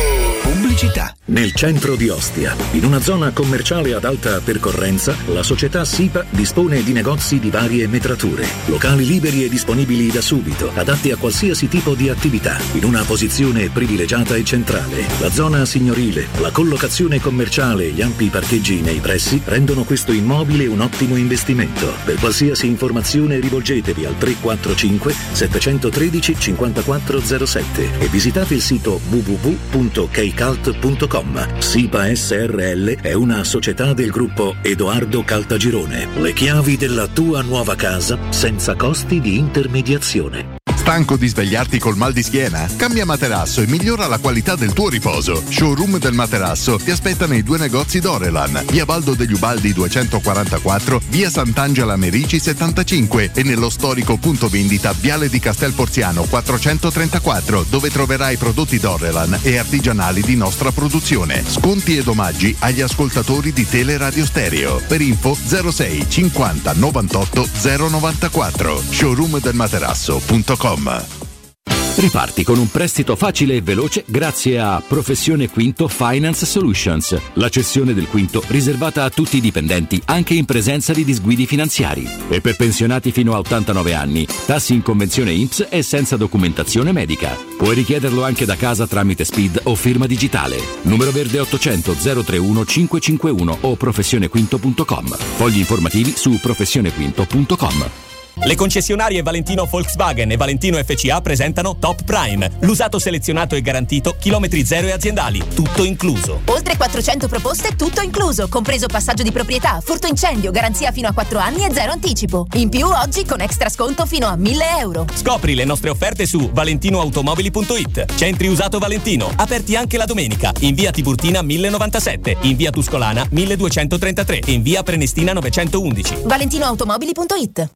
Pubblicità. Nel centro di Ostia, in una zona commerciale ad alta percorrenza, la società SIPA dispone di negozi di varie metrature, locali liberi e disponibili da subito, adatti a qualsiasi tipo di attività, in una posizione privilegiata e centrale. La zona signorile, la collocazione commerciale e gli ampi parcheggi nei pressi rendono questo immobile un ottimo investimento. Per qualsiasi informazione rivolgetevi al tre quattro cinque sette uno tre cinque zero sette e visitate il sito w w w punto keicalt punto com. SIPA S R L è una società del gruppo Edoardo Caltagirone. Le chiavi della tua nuova casa senza costi di intermediazione. Stanco di svegliarti col mal di schiena? Cambia materasso e migliora la qualità del tuo riposo. Showroom del materasso ti aspetta nei due negozi Dorelan, via Baldo degli Ubaldi duecentoquarantaquattro, via Sant'Angela Merici settantacinque e nello storico punto vendita Viale di Castel Porziano quattrocentotrentaquattro, dove troverai prodotti Dorelan e artigianali di nostra produzione. Sconti ed omaggi agli ascoltatori di Teleradio Stereo. Per info zero sei cinquanta novantotto zero novantaquattro. showroom del materasso punto com. Riparti con un prestito facile e veloce grazie a Professione Quinto Finance Solutions, la cessione del quinto riservata a tutti i dipendenti anche in presenza di disguidi finanziari. E per pensionati fino a ottantanove anni, tassi in convenzione I N P S e senza documentazione medica. Puoi richiederlo anche da casa tramite S P I D o firma digitale. Numero verde ottocento zero trentuno cinquecentocinquantuno o professionequinto punto com. Fogli informativi su professionequinto punto com. Le concessionarie Valentino Volkswagen e Valentino F C A presentano Top Prime, l'usato selezionato e garantito, chilometri zero e aziendali, tutto incluso. Oltre quattrocento proposte, tutto incluso, compreso passaggio di proprietà, furto incendio, garanzia fino a quattro anni e zero anticipo. In più oggi con extra sconto fino a mille euro. Scopri le nostre offerte su valentinoautomobili punto it. Centri usato Valentino, aperti anche la domenica, in via Tiburtina mille novantasette, in via Tuscolana milleduecentotrentatré e in via Prenestina novecentoundici. valentinoautomobili punto it.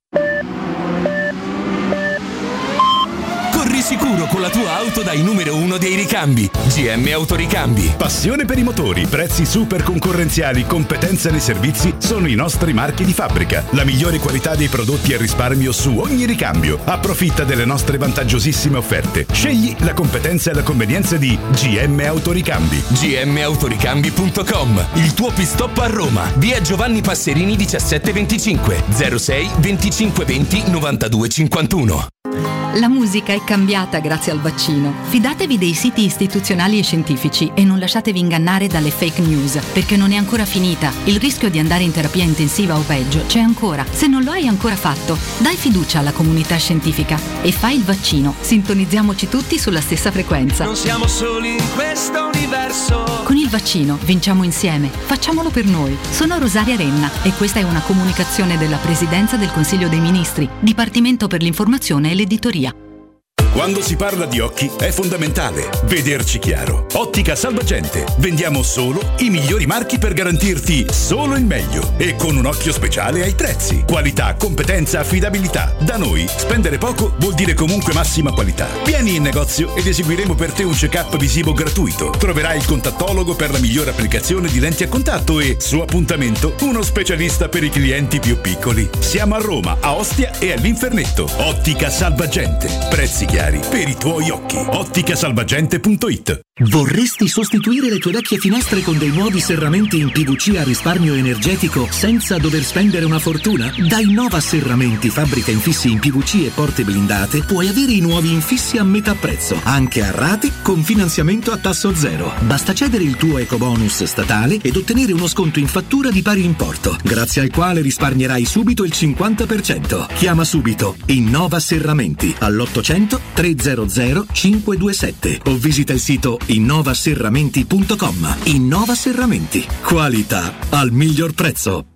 Corri sicuro con la tua auto dai numero uno dei ricambi. G M Autoricambi. Passione per i motori, prezzi super concorrenziali, competenza nei servizi sono i nostri marchi di fabbrica. La migliore qualità dei prodotti e risparmio su ogni ricambio. Approfitta delle nostre vantaggiosissime offerte. Scegli la competenza e la convenienza di G M Autoricambi. G M Autoricambi punto com. Il tuo pit stop a Roma. Via Giovanni Passerini diciassette venticinque zero sei venticinque venti novantadue cinquantuno. La musica è cambiata grazie al vaccino. Fidatevi dei siti istituzionali e scientifici e non lasciatevi ingannare dalle fake news, perché non è ancora finita. Il rischio di andare in terapia intensiva o peggio c'è ancora. Se non lo hai ancora fatto, dai fiducia alla comunità scientifica e fai il vaccino. Sintonizziamoci tutti sulla stessa frequenza. Non siamo soli in questo universo. Con il vaccino vinciamo insieme. Facciamolo per noi. Sono Rosaria Renna e questa è una comunicazione della Presidenza del Consiglio dei Ministri, Dipartimento per l'informazione e l'editoria. Quando si parla di occhi è fondamentale vederci chiaro. Ottica Salvagente. Vendiamo solo i migliori marchi per garantirti solo il meglio e con un occhio speciale ai prezzi. Qualità, competenza, affidabilità. Da noi spendere poco vuol dire comunque massima qualità. Vieni in negozio ed eseguiremo per te un check-up visivo gratuito. Troverai il contattologo per la migliore applicazione di lenti a contatto e, su appuntamento, uno specialista per i clienti più piccoli. Siamo a Roma, a Ostia e all'Infernetto. Ottica Salvagente. Prezzi chiari per i tuoi occhi. ottica salvagente punto it. Vorresti sostituire le tue vecchie finestre con dei nuovi serramenti in P V C a risparmio energetico senza dover spendere una fortuna? Da Innova Serramenti, fabbrica infissi in P V C e porte blindate, puoi avere i nuovi infissi a metà prezzo, anche a rate con finanziamento a tasso zero. Basta cedere il tuo ecobonus statale ed ottenere uno sconto in fattura di pari importo, grazie al quale risparmierai subito il cinquanta per cento. Chiama subito Innova Serramenti all'ottocento trecento cinquecentoventisette o visita il sito innova serramenti punto com. Innova Serramenti. Qualità al miglior prezzo.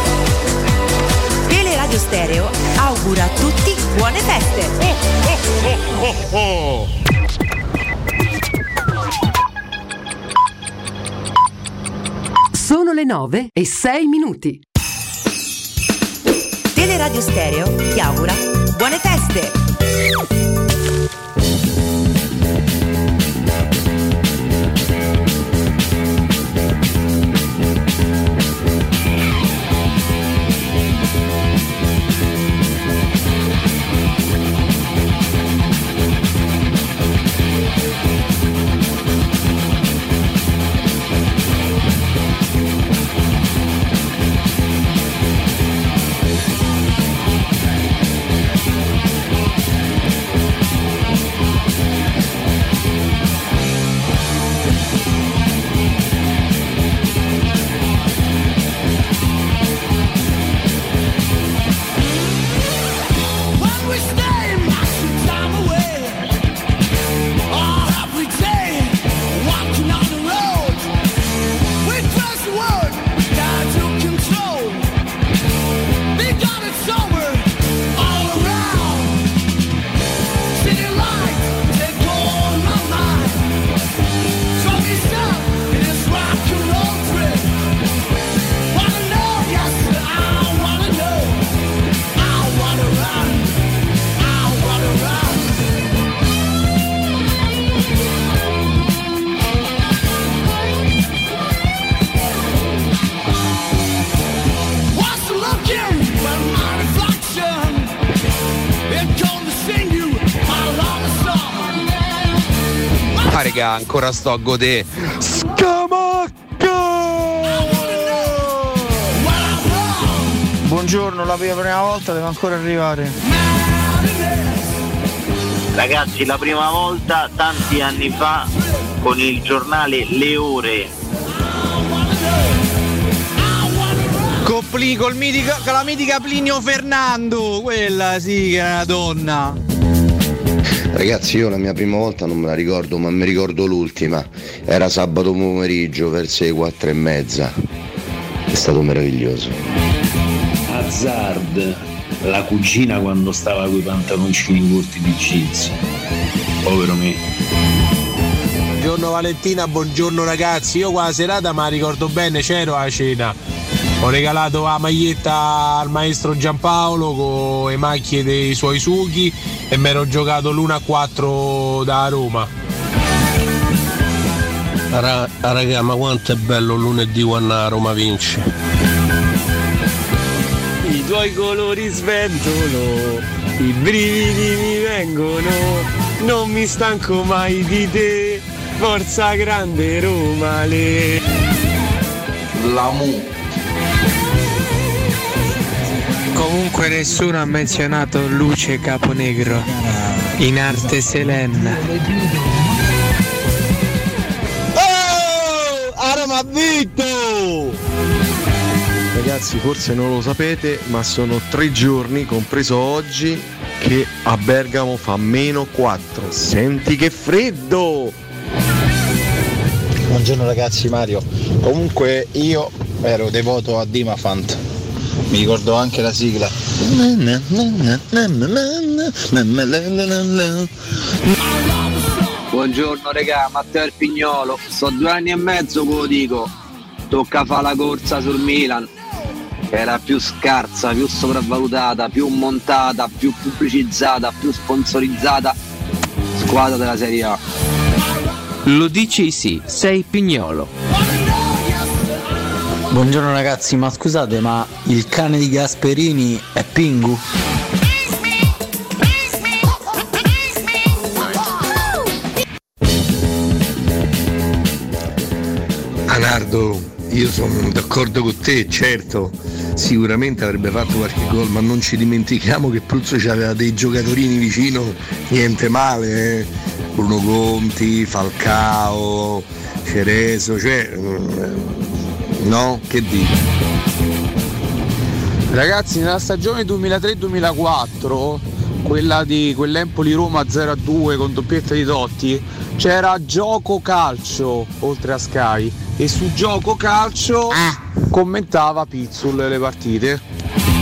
Teleradio Stereo augura a tutti buone feste. Oh, oh, oh, oh. Sono le nove e sei minuti. Teleradio Stereo ti augura buone feste. Ma raga, ancora sto a godere. Buongiorno, la mia prima volta deve ancora arrivare. Ragazzi, la prima volta tanti anni fa con il giornale Le Ore. Con, Pli, col mitica, con la mitica Plinio Fernando, quella sì che è una donna. Ragazzi, io la mia prima volta non me la ricordo, ma mi ricordo l'ultima. Era sabato pomeriggio verso le quattro e mezza. È stato meraviglioso. Hazard, la cugina quando stava coi pantaloncini corti di jeans. Povero me. Buongiorno Valentina, buongiorno ragazzi. Io qua la serata me la ricordo bene, c'ero a cena. Ho regalato la maglietta al maestro Giampaolo con le macchie dei suoi sughi e mi ero giocato l'uno a quattro da Roma. Ra- raga, ma quanto è bello lunedì quando la Roma vince. I tuoi colori sventolo, i brividi mi vengono, non mi stanco mai di te, forza grande Roma le. La Mu. Comunque nessuno ha menzionato Luce Caponegro, in arte Selena. Oh! A Roma ha vinto! Ragazzi, forse non lo sapete, ma sono tre giorni, compreso oggi, che a Bergamo fa meno quattro. Senti che freddo! Buongiorno ragazzi, Mario. Comunque io ero devoto a Dimafant. Mi ricordo anche la sigla. Buongiorno regà, Matteo Erpignolo. Sto due anni e mezzo che lo dico. Tocca fare la corsa sul Milan. Era più scarsa, più sopravvalutata, più montata, più pubblicizzata, più sponsorizzata squadra della Serie A. Lo dici sì, sei Pignolo. Buongiorno ragazzi, ma scusate, ma il cane di Gasperini è Pingu? Anardo, io sono d'accordo con te, certo, sicuramente avrebbe fatto qualche gol, ma non ci dimentichiamo che Pruzzo c'aveva dei giocatorini vicino, niente male, eh? Bruno Conti, Falcao, Cerezo, cioè, no? Che dici? Ragazzi, nella stagione duemilatré duemilaquattro, quella di quell'Empoli-Roma zero a due con doppietta di Totti, c'era Gioco Calcio oltre a Sky e su Gioco Calcio commentava Pizzul le partite.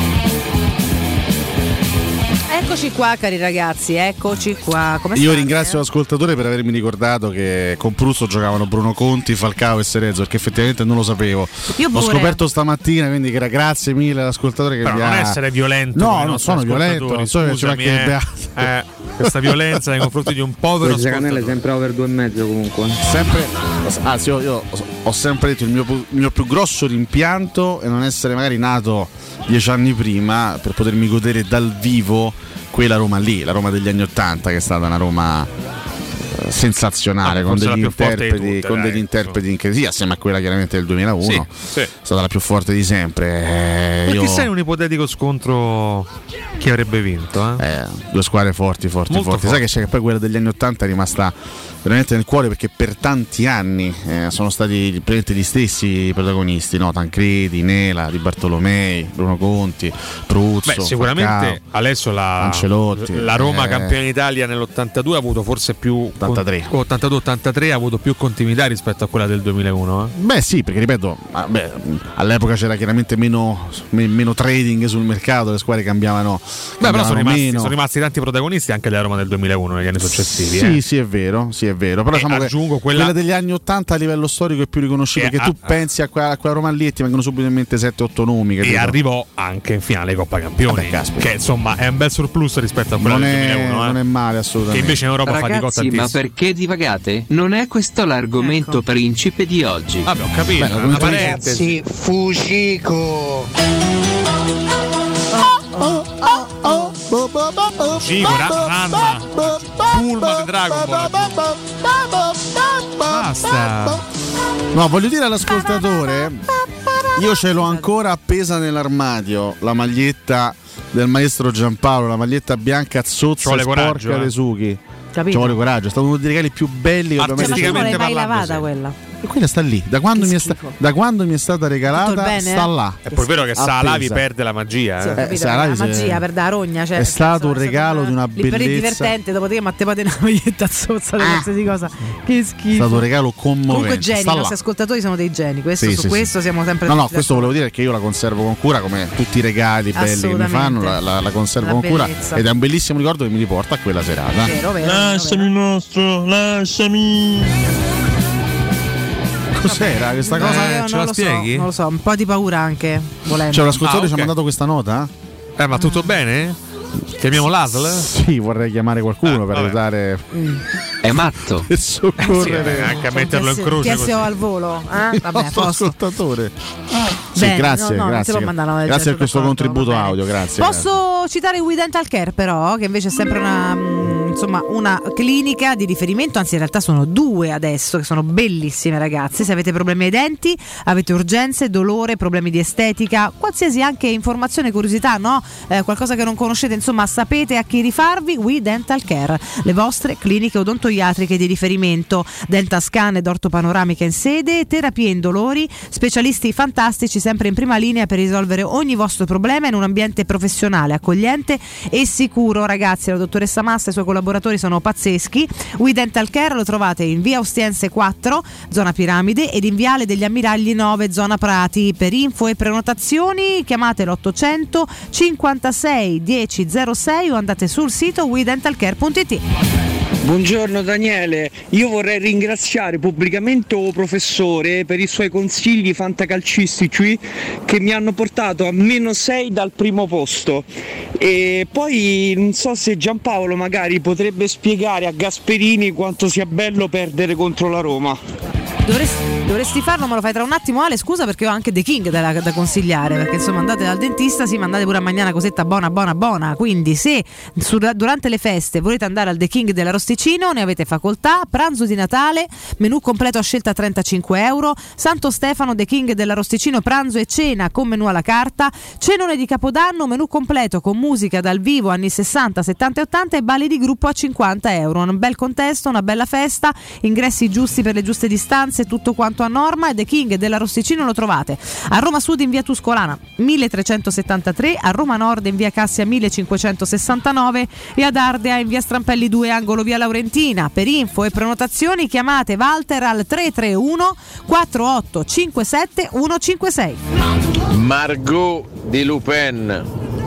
Eccoci qua cari ragazzi, eccoci qua. Come Io state? ringrazio l'ascoltatore per avermi ricordato che con Pruzzo giocavano Bruno Conti, Falcao e Cerezo, perché effettivamente non lo sapevo. Io L'ho pure. scoperto stamattina, quindi grazie mille all'ascoltatore che Però mi non ha... essere violento. No, con i non nostri sono violento, non so che ci scusami, mancherebbe eh, eh, questa violenza nei confronti di un povero ascoltatore. sempre over due e mezzo comunque. Sempre, anzi io, io ho sempre detto il mio, il mio più grosso rimpianto è non essere magari nato dieci anni prima per potermi godere dal vivo quella Roma lì, la Roma degli anni Ottanta, che è stata una Roma eh, sensazionale, Ah, con forse la degli più forte di interpreti, tutte, con dai, degli interpreti incredibili, assieme a quella chiaramente del duemilauno, Sì, sì. è stata la più forte di sempre. Eh, Per io- chissà in un ipotetico scontro chi avrebbe vinto? Eh? Eh, due squadre forti, forti, Molto forti. forti. Sai che c'è che poi quella degli anni Ottanta è rimasta veramente nel cuore, perché per tanti anni eh, sono stati praticamente gli stessi protagonisti, no? Tancredi, Nela, Di Bartolomei, Bruno Conti, Pruzzo. Beh, sicuramente Falcao, adesso la, Ancelotti, la Roma eh, campione d'Italia nell'ottantadue ha avuto forse più ottantatre. ottantadue ottantatre ha avuto più continuità rispetto a quella del duemilauno. Eh? Beh sì, perché ripeto, ah, beh, all'epoca c'era chiaramente meno, me- meno trading sul mercato, le squadre cambiavano, Beh, però sono cambiavano rimasti, meno. sono rimasti tanti protagonisti anche della Roma del duemilauno negli anni successivi. Sì, eh. sì, è vero, sì, è vero. Però E diciamo che aggiungo quella... quella- degli anni Ottanta a livello storico è più riconoscibile, E perché tu a- pensi a quella, a quella Roma lì e ti vengono subito in mente sette otto nomi. E capito? arrivò anche in finale Coppa Campioni, Vabbè, caspita. che insomma è un bel surplus rispetto a quella non, del è, duemilauno. eh. non è male Che assolutamente. invece in Europa faticò Ragazzi, tantissimo. ma perché divagate? Non è questo l'argomento Ecco. principe di oggi. Vabbè, ho capito, Beh, è una parentesi. Ragazzi, Fucico. Cico, Ra- Ranma, Bulma di Dragon Ball. basta. No, voglio dire all'ascoltatore, io ce l'ho ancora appesa nell'armadio, la maglietta del maestro Giampaolo, la maglietta bianca zozza e sporca dei Suchi. Capito? Ci vuole coraggio, è stato uno dei regali più belli che ho mai visto. Ma non l'hai mai lavata quella? E quella sta lì, da quando, mi è, sta, da quando mi è stata regalata bene, sta eh? là. È pur vero che se la lavi appesa. perde la magia. Sì, ho Eh. capito, Eh, la la magia per da rogna, cioè, è stato un regalo di una lì per il bellezza. divertente, dopodiché mattepate una maglietta zozza di Ah. qualsiasi cosa. Che schifo. È stato un regalo commovente. Comunque geni, Sta i là. nostri ascoltatori sono dei geni. Questo, Sì, su sì, questo sì. siamo sempre No, no, tutti questo d'accordo. volevo dire che io la conservo con cura, come tutti i regali belli che mi Assolutamente. fanno, la, la- la conservo Una con cura bellezza. ed è un bellissimo ricordo che mi riporta a quella serata. Vero, vero, Lasciami nostro, lasciami. Cos'era questa Eh, cosa? io non lo so, non lo so, un po' di paura anche, volendo. Cioè, l'ascoltatore Ah, ci ha ok. mandato questa nota? Eh, ma tutto bene? Chiamiamo l'A S L? Sì, vorrei chiamare qualcuno per vabbè. aiutare. È matto. Per soccorrere. Sì, anche a metterlo in T S- croce T S O così. al volo, eh? Il Vabbè, nostro posso. ascoltatore. Sì, Bene, grazie, no, no, non si grazie. può mandare una del Grazie per genere, questo d'accordo, contributo va bene. audio, grazie. Posso citare We Dental Care però, che invece è sempre una, mm, insomma, una clinica di riferimento, anzi in realtà sono due adesso, che sono bellissime ragazzi. Se avete problemi ai denti, avete urgenze, dolore, problemi di estetica, qualsiasi anche informazione, curiosità, no? Eh, qualcosa che non conoscete, insomma sapete a chi rifarvi, We Dental Care, le vostre cliniche odontoiatriche di riferimento, dental scan ed ortopanoramica in sede, terapie indolori, specialisti fantastici sempre in prima linea per risolvere ogni vostro problema in un ambiente professionale, accogliente e sicuro. Ragazzi, la dottoressa Massa e i suoi collaboratori sono pazzeschi. We Dental Care lo trovate in via Ostiense quattro, zona Piramide, ed in viale degli Ammiragli nove, zona Prati. Per info e prenotazioni chiamate l'ottocento cinquantasei dieci zero sei o andate sul sito we dental care punto it. Buongiorno Daniele, io vorrei ringraziare pubblicamente il professore per i suoi consigli fantacalcistici che mi hanno portato a meno sei dal primo posto. E poi non so se Giampaolo magari potrebbe spiegare a Gasperini quanto sia bello perdere contro la Roma. Dovresti, dovresti farlo, ma lo fai tra un attimo, Ale, scusa, perché ho anche The King da, da consigliare, perché insomma andate dal dentista, sì, ma andate pure a mangiare una cosetta buona buona buona, quindi se su, durante le feste volete andare al The King dell'Arosticino ne avete facoltà. Pranzo di Natale, menù completo a scelta trentacinque euro, Santo Stefano The King dell'Arosticino, pranzo e cena con menù alla carta, cenone di Capodanno, menù completo con musica dal vivo anni sessanta, settanta e ottanta e balli di gruppo a cinquanta euro, un bel contesto, una bella festa, ingressi giusti per le giuste distanze, tutto quanto a norma. E The King dell'Arosticino lo trovate a Roma Sud in via Tuscolana milletrecentosettantatré, a Roma Nord in via Cassia millecinquecentosessantanove e ad Ardea in via Strampelli due angolo via Laurentina. Per info e prenotazioni chiamate Walter al tre tre uno quattro otto cinque sette uno cinque sei. Margot di Lupin.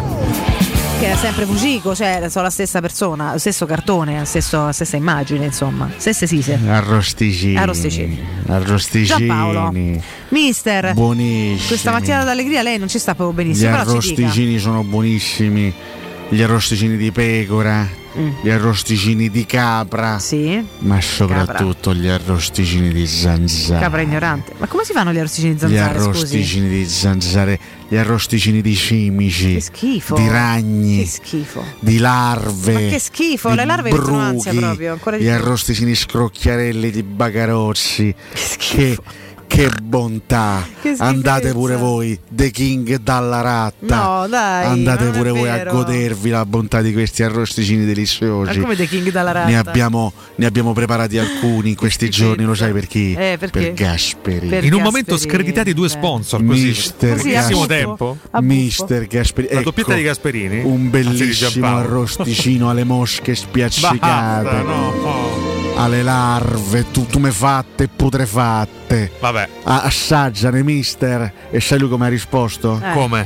Che era sempre Fujiko, cioè sono la stessa persona, lo stesso cartone, stesso, la stessa immagine, insomma, stesse sise. Arrosticini. Arrosticini. Arrosticini. Giampaolo. Mister, buonissimi. questa mattina d'allegria lei non ci sta proprio benissimo. Gli però ci dica. arrosticini sono buonissimi. Gli arrosticini di pecora. Mm. Gli arrosticini di capra. Sì. Ma soprattutto gli arrosticini di zanzara. Capra ignorante. Ma come si fanno gli arrosticini di Gli zanzare? arrosticini di zanzare, gli arrosticini di cimici, Che schifo. di ragni, Che schifo. di larve. Ma che schifo, di le larve mi mettono ansia bruchi, proprio, ancora di gli più. arrosticini scrocchiarelli di bagarozzi. Che, che bontà. Che schifezza. Andate pure voi, The King dalla ratta. No, dai, Andate non è pure voi a vero. godervi la bontà di questi arrosticini deliziosi. Ma come The King dalla ratta? Ne abbiamo, ne abbiamo preparati alcuni in questi giorni, lo sai per chi? Eh, perché? Per Gasperi. Per In un Gasperini, momento screditati due sponsor così. Mister Pochissimo Gasperini. tempo. Mister Gasperini. La Ecco, doppietta di Gasperini? un Anzi, di bellissimo Giampaolo. arrosticino alle mosche spiaccicate. Basta, no. Alle larve, tu, tu me fatte e putrefatte. Vabbè. A- assaggiane, mister. E sai lui come ha risposto? Eh. Come?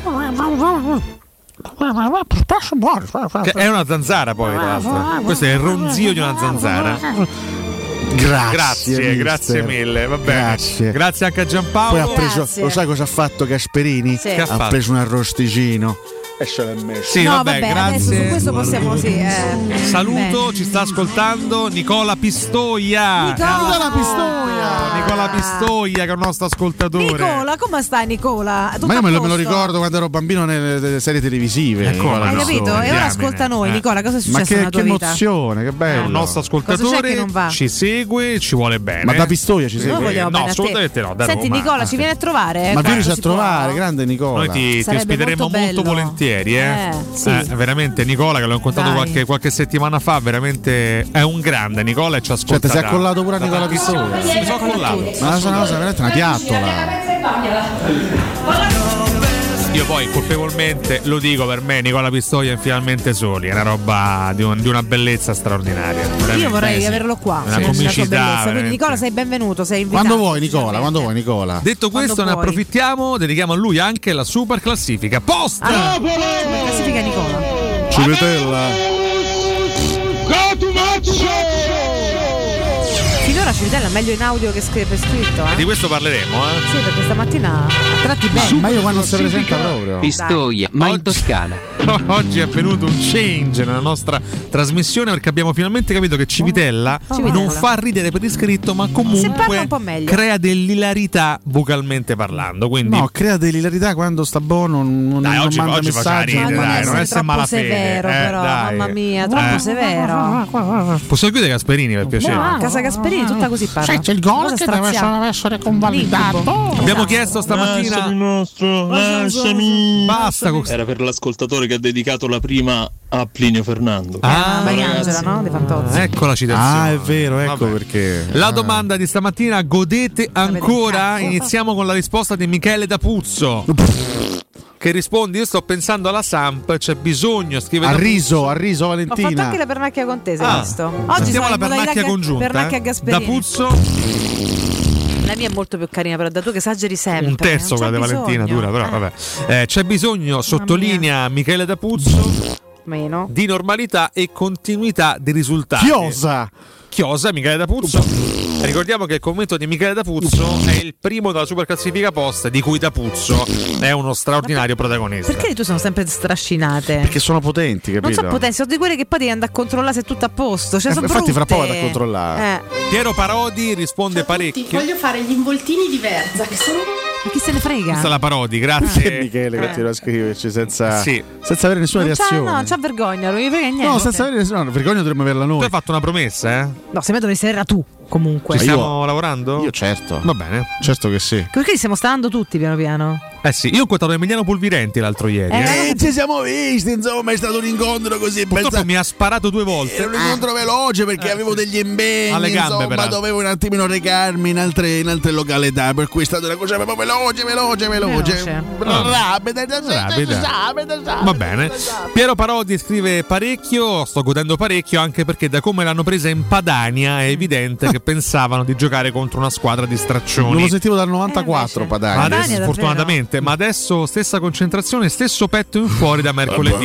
Che è una zanzara poi, tra l'altro. Questo è il ronzio di una zanzara. Grazie, Grazie, mister. grazie mille. Va bene. Grazie. Grazie anche a Giampaolo. Poi ha preso, lo sai cosa ha fatto Gasperini? Sì. Che ha Ha fatto? preso un arrosticino E ce l'ha messo. Sì, no, vabbè, vabbè, grazie. adesso su questo possiamo sì. Eh. Saluto, ci sta ascoltando Nicola Pistoia. Nicola, Nicola Pistoia. Nicola Pistoia, che è un nostro ascoltatore. Nicola, come stai Nicola? Tutto Ma io a me lo, me lo posto? ricordo quando ero bambino nelle, nelle serie televisive. Ecco, Nicola Hai no, capito? Pistoia. E ora ascolta noi, Eh. Nicola, cosa è Ma successo che, nella tua che vita? emozione, che bello. È un nostro Cosa c'è ascoltatore, che non va? ci segue, ci vuole bene. Ma da Pistoia ci Noi segue? vogliamo No, bene a te. assolutamente no, da Senti Roma. Nicola, ci viene a trovare? eh, Ma quando vienici a si può? trovare, grande Nicola. Noi ti, ti Sarebbe ospiteremo molto molto, bello. volentieri, eh. Eh, sì. Eh, veramente Nicola, che l'ho incontrato Dai. qualche, qualche settimana fa, veramente è un grande Nicola e ci ascolta. Cioè, ti sei da- accollato pure a da Nicola tantissimo. Pistoia? Sì, mi sono accollato. Ma è una cosa veramente una piattola. Io poi colpevolmente lo dico, per me Nicola Pistoia è finalmente soli, è una roba di, un- di una bellezza straordinaria. Veramente. Io vorrei Eh, sì. averlo qua. Una sì, comicità, la tua bellezza. Quindi veramente. Nicola sei benvenuto, sei invitato. Quando vuoi Nicola, quando vuoi Nicola. Detto questo, Quando ne vuoi. approfittiamo, dedichiamo a lui anche la super classifica post. Ah, super classifica Nicola. Civitella. Finora Civitella è meglio in audio che scri- per scritto, E di eh? questo parleremo, eh. Sì, perché stamattina a tratti bene. Ma io quando si presenta proprio. Pistoia, ma in Toscana. Oggi è avvenuto un change nella nostra trasmissione perché abbiamo finalmente capito che Civitella, Civitella. non fa ridere per iscritto, ma Se parla comunque un po' meglio. crea dell'ilarità vocalmente parlando. Quindi No, crea dell'ilarità quando sta buono, non, Dai, non oggi- manda oggi faccia messaggi. ridere, Ma dai, non non essere essere troppo malafede, severo, eh, però, dai. mamma mia, troppo Eh. severo. possiamo chiudere Gasperini per piacere? No, a casa Gasperini tutta così parla. C'è il gol Cosa che deve straziata. essere convalidato. Abbiamo Esatto. chiesto stamattina. nostro, lasciami. Basta con Era per l'ascoltatore che ha dedicato la prima a Plinio Fernando. Ah, Mariangela, no? Di Fantozzi. ecco la citazione. Ah, è vero, ecco Vabbè. perché. La Ah. domanda di stamattina, godete ancora? Iniziamo con la risposta di Michele D'Apuzzo, che risponde: io sto pensando alla Samp, c'è bisogno, scrive Ha D'Apuzzo. riso, ha riso Ho fatto Valentina. anche la pernacchia con te, sei Ah, visto? Oggi Sentiamo sono la in modalità pernacchia ga- congiunta. Pernacchia eh? Gasperini. D'Apuzzo, La mia è molto più carina, però da tu che esageri sempre. un terzo non quella c'è di Valentina, bisogno. dura, però Eh, vabbè. Eh, c'è bisogno, sottolinea Michele D'Apuzzo, Meno. di normalità e continuità di risultati. Chiosa. Chiosa, Michele D'Apuzzo. Ricordiamo che il commento di Michele D'Apuzzo è il primo della super classifica post, di cui D'Apuzzo è uno straordinario protagonista. Perché tu sono sempre strascinate? Perché sono potenti, capito? Non so potenza, sono di quelle che poi devi andare a controllare se è tutto a posto. Cioè, Eh, sono infatti fra brutte. poco vado a controllare. Eh. Piero Parodi risponde parecchio. Voglio fare gli involtini di Verza, che sono Ma chi se ne frega? Questa è la Parodi, Perché grazie. Michele continua a scriverci senza, Sì. senza avere nessuna Non c'ha, reazione? no, non c'ha vergogna, non gli frega niente. No, senza avere nessuna. No, vergogna dovremmo averla Tu noi. hai fatto una promessa, eh? No, se me dovresti era tu, comunque. Ci Ma io- stiamo lavorando? Io certo. Va bene. Certo che sì. Perché li stiamo stando tutti piano piano? Eh sì, io ho incontrato Emiliano Pulvirenti l'altro ieri. Eh, eh. ci siamo visti, insomma, è stato un incontro così. Purtroppo mi ha sparato due volte. Era un incontro veloce perché Eh, avevo sì. degli impegni, Alle gambe, insomma, peraltro. dovevo un attimino recarmi in altre, in altre località, per cui è stata una cosa proprio veloce, veloce, veloce. Veloce. Rapida, Rapida. rapida. Va bene. Piero Parodi scrive parecchio, sto godendo parecchio anche perché da come l'hanno presa in Padania è evidente che pensavano di giocare contro una squadra di straccioni. Non lo sentivo dal novantaquattro, Eh, Padania. Ma Padania, adesso, davvero? fortunatamente, ma adesso stessa concentrazione, stesso petto in fuori da mercoledì.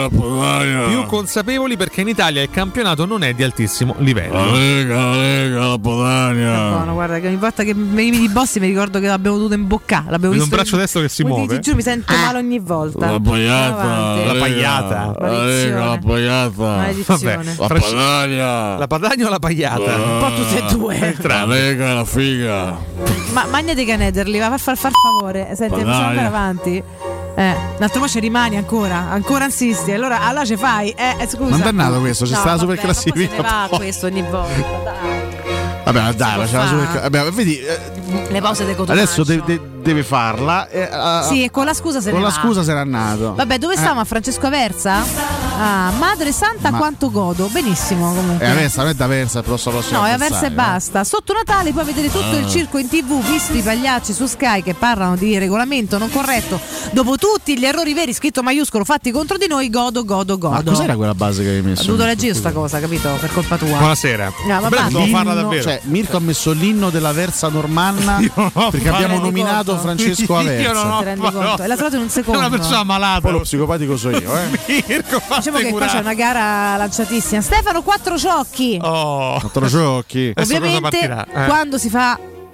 Più consapevoli perché in Italia il campionato non è di altissimo livello. Lega, la Lega, la Padania. Buono, guarda che ogni volta che venivi di Bossi mi ricordo che l'abbiamo dovuto imboccare. L'abbiamo Vedo un visto braccio destro che si Ti- muove. Ti giuro, mi sento male ogni volta. La pagliata, Avanti. La pagliata. La Lega, la pagliata. Maledizione. Vabbè. La Fra- Padania. La Padania o la pagliata? Un po' tutte e due. La Lega, la figa. Ma magnate Canederli, va a far far favore. Senti, Padania. possiamo andare avanti? Eh, un altro po' ci rimani ancora, ancora insisti. Allora, allora ce fai. Eh, eh, scusa. Ma non è nato questo, ci No, sta la vabbè, super ma poi se classifica. ne va questo ogni volta. Dai. Vabbè, ma dai, ma c'è la fa. super. Vabbè, vedi, eh, Le pause di Cotumaccio. adesso de- de- deve farla. E, ah, Sì, e con la scusa se con ne la va. scusa sarà nato. Vabbè, dove Eh. stiamo? A Francesco Aversa? Ah, Madre Santa, Ma- quanto godo. Benissimo, comunque. E Aversa, non è da Aversa, però solo No, è Aversa e basta. Sotto Natale puoi vedere tutto il Ah. circo in tivù, visto i pagliacci su Sky che parlano di regolamento non corretto. Dopo tutti gli errori veri, scritto maiuscolo, fatti contro di noi, godo, godo, godo. Ma cos'era quella base che avevi Ho messo? dovuto leggere sta cosa, capito? Per colpa tua. Buonasera. No, ma Beh, basta. devo farla L'inno- davvero. Cioè, Mirko ha messo l'inno della Versa Normanna Io non ho perché fatto- abbiamo Ma rendi nominato conto? Francesco Io Aversa. non ho- Ti rendi ma conto? no. E l'ha trovato in un secondo. È una persona malata. Poi lo psicopatico so io, eh. Mirko, fatti Diciamo che qua curare. c'è una gara lanciatissima. Stefano Quattro Ciocchi. Oh. Quattro giochi. Adesso cosa Ovviamente partirà? Eh. quando si fa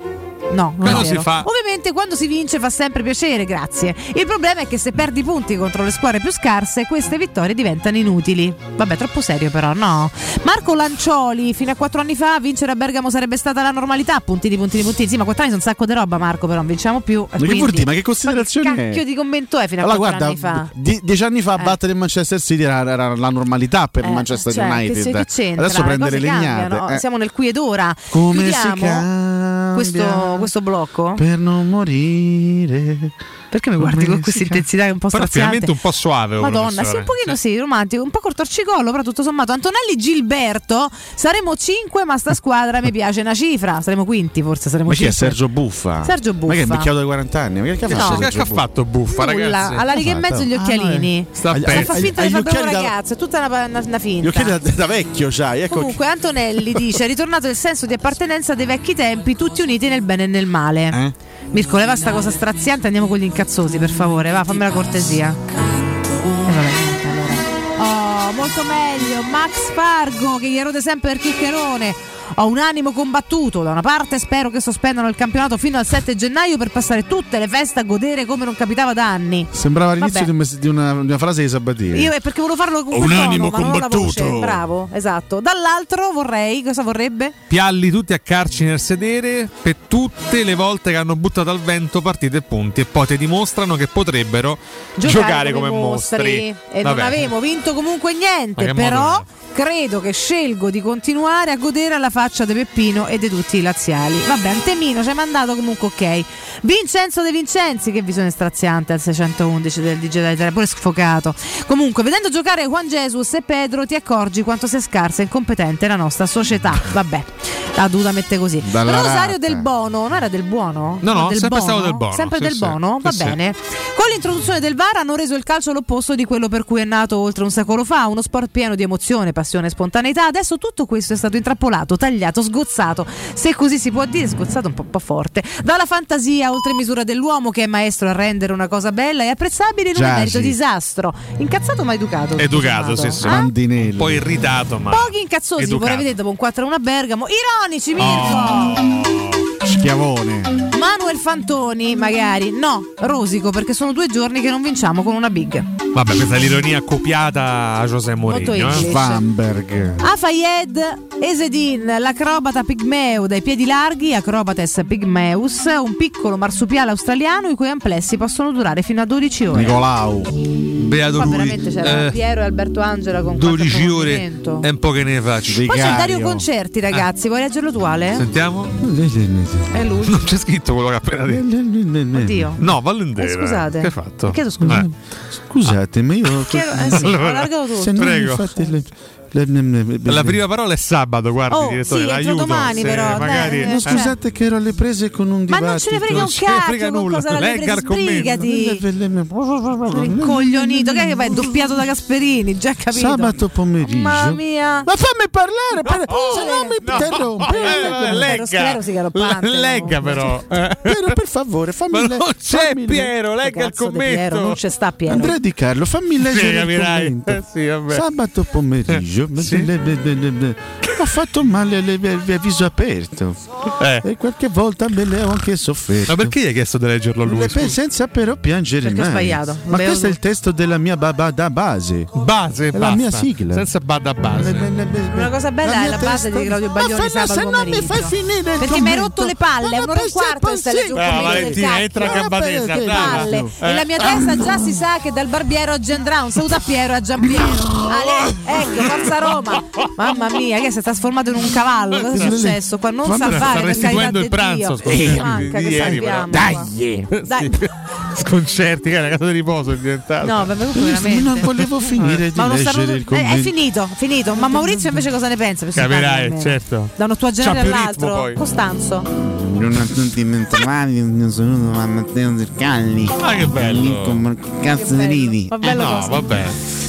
no, non Però è vero. si fa- Ovviamente quando si vince fa sempre piacere, grazie. Il problema è che se perdi punti contro le squadre più scarse, queste vittorie diventano inutili. Vabbè, troppo serio però, no? Marco Lancioli, fino a quattro anni fa vincere a Bergamo sarebbe stata la normalità, puntini, puntini, puntini. Sì, ma quattro anni sono un sacco di roba, Marco, però non vinciamo più. Ma che vuol dire? Ma che considerazione ma che cacchio è? di commento è fino a Allora, quattro guarda, anni fa? die- dieci anni fa Eh. battere il Manchester City era, era la normalità per Eh, il Manchester cioè, United. Che, che c'entra? Adesso Le prende le cose legnate. cambiano. Eh. Siamo nel qui ed ora. Come Chiudiamo si cambia questo, questo blocco? per non morire. Perché mi guardi con questa intensità che è un po' Però straziante? finalmente un po' suave. oh, Madonna, sì, professore. un pochino sì, romantico, un po' cortorcicollo, però tutto sommato. Antonelli Gilberto, saremo cinque, ma sta squadra mi piace una cifra. Saremo quinti, forse saremo Ma chi è cinque. Sergio Buffa? Sergio Buffa. Ma che è invecchiato dai quaranta anni? Ma che ha No, fatto? che Sergio ha fatto Buffa, Nulla, ragazzi? alla riga e mezzo gli Ah, occhialini. Sta Agli- Sta bene. fa agli- finta di agli fare bravo occhiali da- ragazzo, è tutta una, una, una finta. Gli occhiali da, da vecchio, c'hai. Ecco. Comunque Antonelli dice: è ritornato il senso di appartenenza dei vecchi tempi, tutti uniti nel bene e nel male. Eh? Mirko, leva sta cosa straziante, andiamo con gli incazzosi, per favore, va, fammi la cortesia. E vabbè, niente, allora. Oh, molto meglio Max Fargo che gli erode sempre il chiccherone. Ho un animo combattuto, da una parte spero che sospendano il campionato fino al sette gennaio per passare tutte le feste a godere come non capitava da anni. Sembrava l'inizio Vabbè. di, un mes- di una, di una frase di Sabatini. Io è perché volevo farlo con Ho quel un tono, animo ma non ho la voce. combattuto. Bravo, esatto. Dall'altro vorrei, cosa vorrebbe? Pialli tutti a carci nel sedere per tutte le volte che hanno buttato al vento partite e punti e poi ti dimostrano che potrebbero giocare, come mostri. E Vabbè. non avevamo vinto comunque Ma niente, che però modo credo che scelgo di continuare a godere alla faccia di Peppino e di tutti i laziali. Vabbè, Antemino ci hai mandato comunque ok. Vincenzo De Vincenzi, che visione straziante al seicentoundici del digitale tre, pure sfocato. Comunque, vedendo giocare Juan Jesus e Pedro ti accorgi quanto sia scarsa e incompetente la nostra società. Vabbè, la dovuta mette così. Dalla Rosario rata. Del Bono, non era Del Buono? No, no, del sempre Bono? stato Del Bono, Sempre sì, Del sì. Bono, va Sì, sì. bene. Con l'introduzione del V A R hanno reso il calcio l'opposto di quello per cui è nato oltre un secolo fa, uno sport pieno di emozione, passione e spontaneità. Adesso tutto questo è stato intrappolato, tagliato, sgozzato, se così si può dire, sgozzato un po', un po' forte, dalla fantasia oltre misura dell'uomo che è maestro a rendere una cosa bella e apprezzabile in un Già, merito sì. disastro. Incazzato ma educato? tutto Educato, sommato. sì, sì. Ah? Mandinelli. Un po' irritato, ma Pochi incazzosi, educato. vorrei vedere dopo un quattro a uno a Bergamo. Ironici, Mirko! Schiavone. Manuel Fantoni, magari. No, rosico, perché sono due giorni che non vinciamo con una big. Vabbè, questa è l'ironia copiata a José Mourinho. Molto Eh? English. Vanberg. Afayed Esedin, l'acrobata pigmeo dai piedi larghi, Acrobates pygmeus, un piccolo marsupiale australiano i cui amplessi possono durare fino a dodici ore. Nicolau. Beato Qua lui. veramente c'era Eh, Piero e Alberto Angela con dodici qualche ore approfondimento. è un po' che ne faccio. Poi c'è Vicario. Dario Concerti, ragazzi, vuoi leggerlo tu, Ale? Sentiamo? È lui. Non c'è scritto quello che ha appena detto. Oddio. No, vallo in Eh, scusate. Che hai fatto? Chiedo scusa. Eh. Scusate, ma io. Chiedo- eh sì, ho allargato tutto. Se non Prego. mi fate le- le- le- le- La prima parola è sabato, guardi, Oh, direttore, sì, entro l'aiuto. domani, se però, magari, dai, No, eh, scusate che ero alle prese con un Ma dibattito. non ce ne frega un ce ne frega cacchio con nulla. cosa l'hai Legga presa, il commento. sbrigati. Incoglionito, che è che vai doppiato da Gasperini, già capito. Sabato pomeriggio. Mamma mia. Ma fammi parlare, per- se no mi interrompi. Eh, legga, sclerosi galoppante, Le- legga no. però. Eh. Piero, per favore, fammi Ma le- non c'è fammi le- Piero, legga il Cazzo di Piero, non commento. c'è sta Piero. Andrea Di Carlo, fammi leggere il capirai. commento. Eh, sì, vabbè. Sabato pomeriggio Sì. le- le- le- le- le- ho fatto male alle alle- a viso aperto Eh. e qualche volta me le ho anche sofferto. Ma perché gli hai chiesto di leggerlo a lui? Le- scusa? senza però piangere Perché ho mai. sbagliato. Ma Bevo questo è il tutto. testo della mia baba da base. Base, È la basta. mia sigla. Senza bada base. Una cosa bella è la base di Claudio Baglioni Ma sabato se non mi pomeriggio. fai finire il Perché mi hai commento. rotto le palle, Ma è un'ora e un pensa quarto e stai leggendo un Brava, commento del Valentina, entra a cacchio. gamba tesa, perché? brava. Palle. Eh. E la mia testa già si sa che dal barbiere a Gendrà un saluto a Piero e a Giampiero. Ale, ecco, forza Roma. Mamma mia, che si è trasformato in un cavallo. Cosa è successo qua? Non Mamma, sta salvare per carità restituendo di il pranzo, Dio. sconcerti, Manca di che ieri, sappiamo. Dai. qua. Dai. Sconcerti, che è una casa di riposo è diventata. No, vabbè, comunque Non veramente. volevo finire di Ma uno leggere saluto- il eh, commento. è finito, finito. Ma Maurizio invece cosa ne pensa? Perché si parla Capirai, almeno. certo. Da un'ottuagennaria C'ha più ritmo, all'altro. poi. Costanzo. Non dimenticavi, non sono una Matteo Zercalli. Ma che bello. Come cazzo Che bello. ridi? Fa bello No, cosa. vabbè.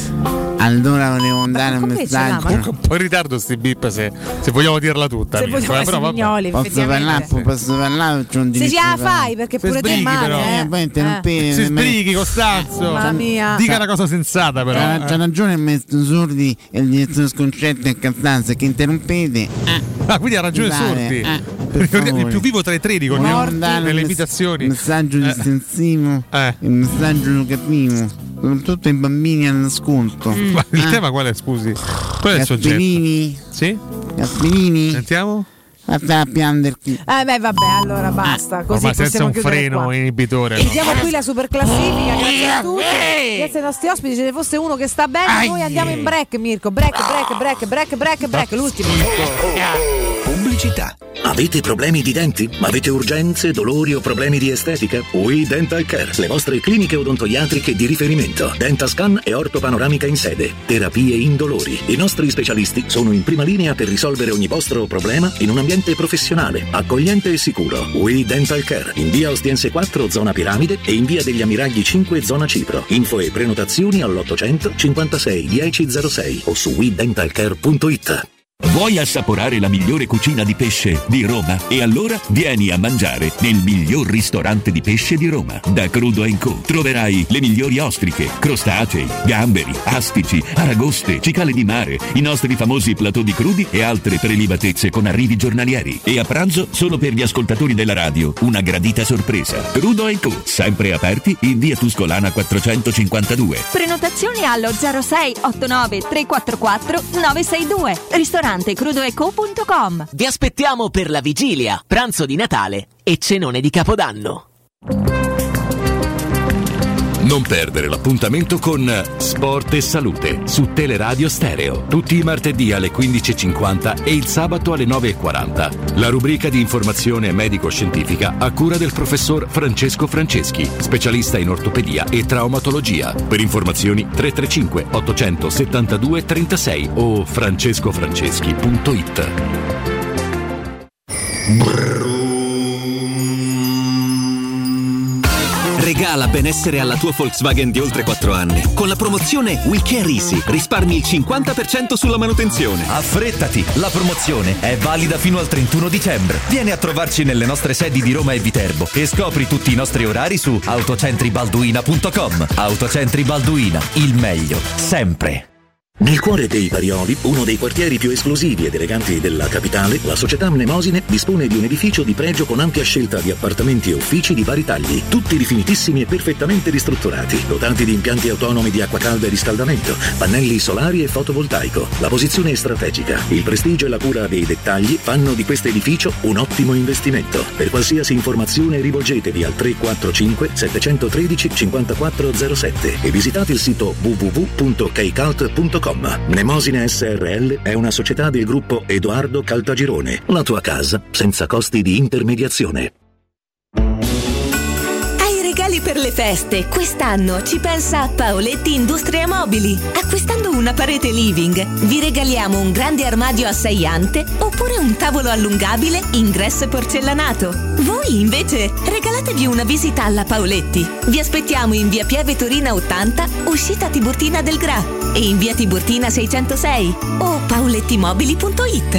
Allora volevo mandare un messaggio. Comunque un po' in ritardo sti bip se, se vogliamo dirla tutta. Se amico. vogliamo Eh, però, essere mignoli, Posso parlare? effettivamente. Posso parlare? C'ho un Se diritto ce la di parlare. fai, perché Se pure te sbrighi, male, però. eh. Eh, poi interrompete. Si sbrighi, Costanzo. Mamma mia. Dica una cosa sensata, però. C'ha, c'ha ragione il maestro Sordi e il direttore Sconcerto e Castanza che interrompete. Ah, quindi ha ragione Mi pare, Sordi. eh, per Ricordiamo, il favore. più vivo tra i tre, Volevo ricordiamo mandare nelle un mess- imitazioni. messaggio Eh. distensivo e un messaggio educativo, soprattutto ai bambini all'ascolto. Ma il Eh? tema qual è, scusi? Qual è il soggetto? Gasperini? Sì? Gasperini? Sentiamo? Fatta a piangere qui. Eh beh, vabbè, allora basta. Così Ormai senza possiamo un chiudere freno qua. inibitore. no? Chiudiamo qui la super classifica, grazie a tutti, grazie ai nostri ospiti. Se ne fosse uno che sta bene, noi andiamo in break, Mirko. Break, break, break, break, break, break. L'ultimo. Pubblicità. Avete problemi di denti? Avete urgenze, dolori o problemi di estetica? We Dental Care, le vostre cliniche odontoiatriche di riferimento. Dentascan e ortopanoramica in sede. Terapie indolori. I nostri specialisti sono in prima linea per risolvere ogni vostro problema in un ambiente professionale, accogliente e sicuro. We Dental Care, in via Ostiense quattro, zona Piramide, e in via degli Ammiragli cinque, zona Cipro. Info e prenotazioni all'ottocento cinquantasei dieci zero sei o su we dental care punto it. Vuoi assaporare la migliore cucina di pesce di Roma? E allora vieni a mangiare nel miglior ristorante di pesce di Roma. Da Crudo and Co. troverai le migliori ostriche, crostacei, gamberi, astici, aragoste, cicale di mare, i nostri famosi platò di crudi e altre prelibatezze con arrivi giornalieri. E a pranzo solo per gli ascoltatori della radio una gradita sorpresa. Crudo and Co. sempre aperti in via Tuscolana quattrocentocinquantadue. Prenotazioni allo zero sei otto nove tre quattro quattro nove sei due. Ristorante crudoeco punto com. Vi aspettiamo per la vigilia, pranzo di Natale e cenone di Capodanno. Non perdere l'appuntamento con Sport e Salute su Teleradio Stereo, tutti i martedì alle quindici e cinquanta e il sabato alle nove e quaranta. La rubrica di informazione medico-scientifica a cura del professor Francesco Franceschi, specialista in ortopedia e traumatologia. Per informazioni tre tre cinque ottocentosettantadue trentasei o francescofranceschi punto it. Regala benessere alla tua Volkswagen di oltre quattro anni. Con la promozione We Care Easy risparmi il cinquanta per cento sulla manutenzione. Affrettati, la promozione è valida fino al trentuno dicembre. Vieni a trovarci nelle nostre sedi di Roma e Viterbo e scopri tutti i nostri orari su autocentribalduina punto com. Autocentri Balduina, il meglio, sempre. Nel cuore dei Parioli, uno dei quartieri più esclusivi ed eleganti della capitale, la società Mnemosine dispone di un edificio di pregio con ampia scelta di appartamenti e uffici di vari tagli, tutti rifinitissimi e perfettamente ristrutturati, dotati di impianti autonomi di acqua calda e riscaldamento, pannelli solari e fotovoltaico. La posizione è strategica, il prestigio e la cura dei dettagli fanno di questo edificio un ottimo investimento. Per qualsiasi informazione rivolgetevi al tre quattro cinque sette uno tre cinque quattro zero sette e visitate il sito w w w punto keycult punto com. Mnemosine S R L è una società del gruppo Edoardo Caltagirone. La tua casa senza costi di intermediazione. Hai regali per le feste? Quest'anno ci pensa Paoletti Industrie Mobili. Acquistando una parete living, vi regaliamo un grande armadio a sei ante oppure un tavolo allungabile ingresso e porcellanato. Voi invece regalatevi una visita alla Paoletti. Vi aspettiamo in via Pieve Torina ottanta, uscita Tiburtina del Gra, e in via Tiburtina seicentosei o paolettimobili punto it.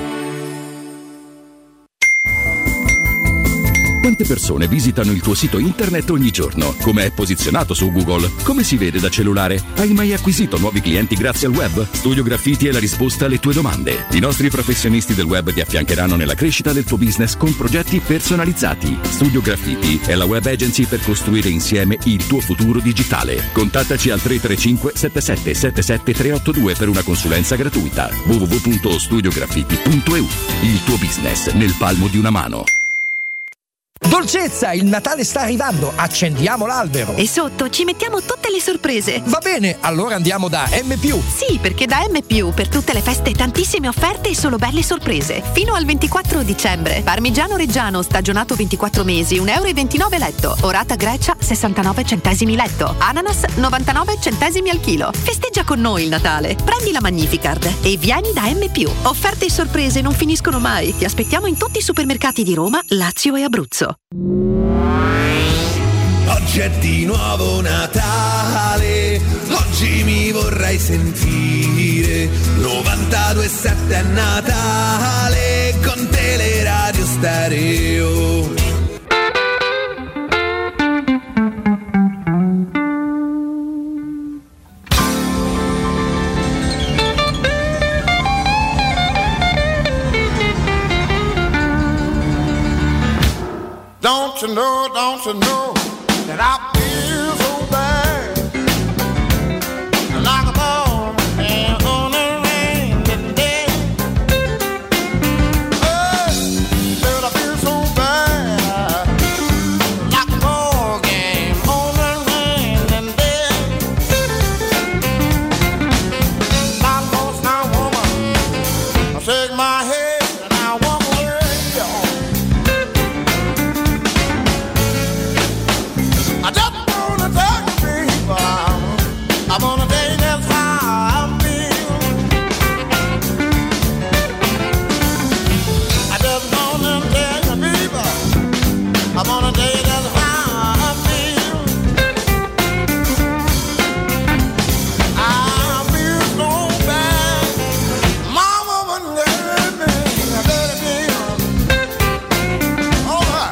Quante persone visitano il tuo sito internet ogni giorno? Come è posizionato su Google? Come si vede da cellulare? Hai mai acquisito nuovi clienti grazie al web? Studio Graffiti è la risposta alle tue domande. I nostri professionisti del web ti affiancheranno nella crescita del tuo business con progetti personalizzati. Studio Graffiti è la web agency per costruire insieme il tuo futuro digitale. Contattaci al tre tre cinque sette sette sette sette tre otto due per una consulenza gratuita. w w w punto studio graffiti punto e u. Il tuo business nel palmo di una mano. Dolcezza, il Natale sta arrivando, accendiamo l'albero. E sotto ci mettiamo tutte le sorprese. Va bene, allora andiamo da M+. Sì, perché da M+, per tutte le feste tantissime offerte e solo belle sorprese. Fino al ventiquattro dicembre. Parmigiano Reggiano, stagionato ventiquattro mesi, un euro e ventinove letto. Orata Grecia, sessantanove centesimi letto. Ananas, novantanove centesimi al chilo. Festeggia con noi il Natale. Prendi la Magnificard e vieni da M+. Offerte e sorprese non finiscono mai. Ti aspettiamo in tutti i supermercati di Roma, Lazio e Abruzzo. Oggi è di nuovo Natale, oggi mi vorrei vorrai sentire. novantadue virgola sette a Natale con Teleradio Stereo. Don't you know, don't you know that I feel so bad, like a ball and on a rainy day. Oh, said I feel so bad, like a ball game on a rainy day. I lost my woman, I shake my head. I'm on a day that's how I feel. I just wanna tell you, people, I'm on a day that's how I feel. I feel so bad. My woman gave me a better deal. All right.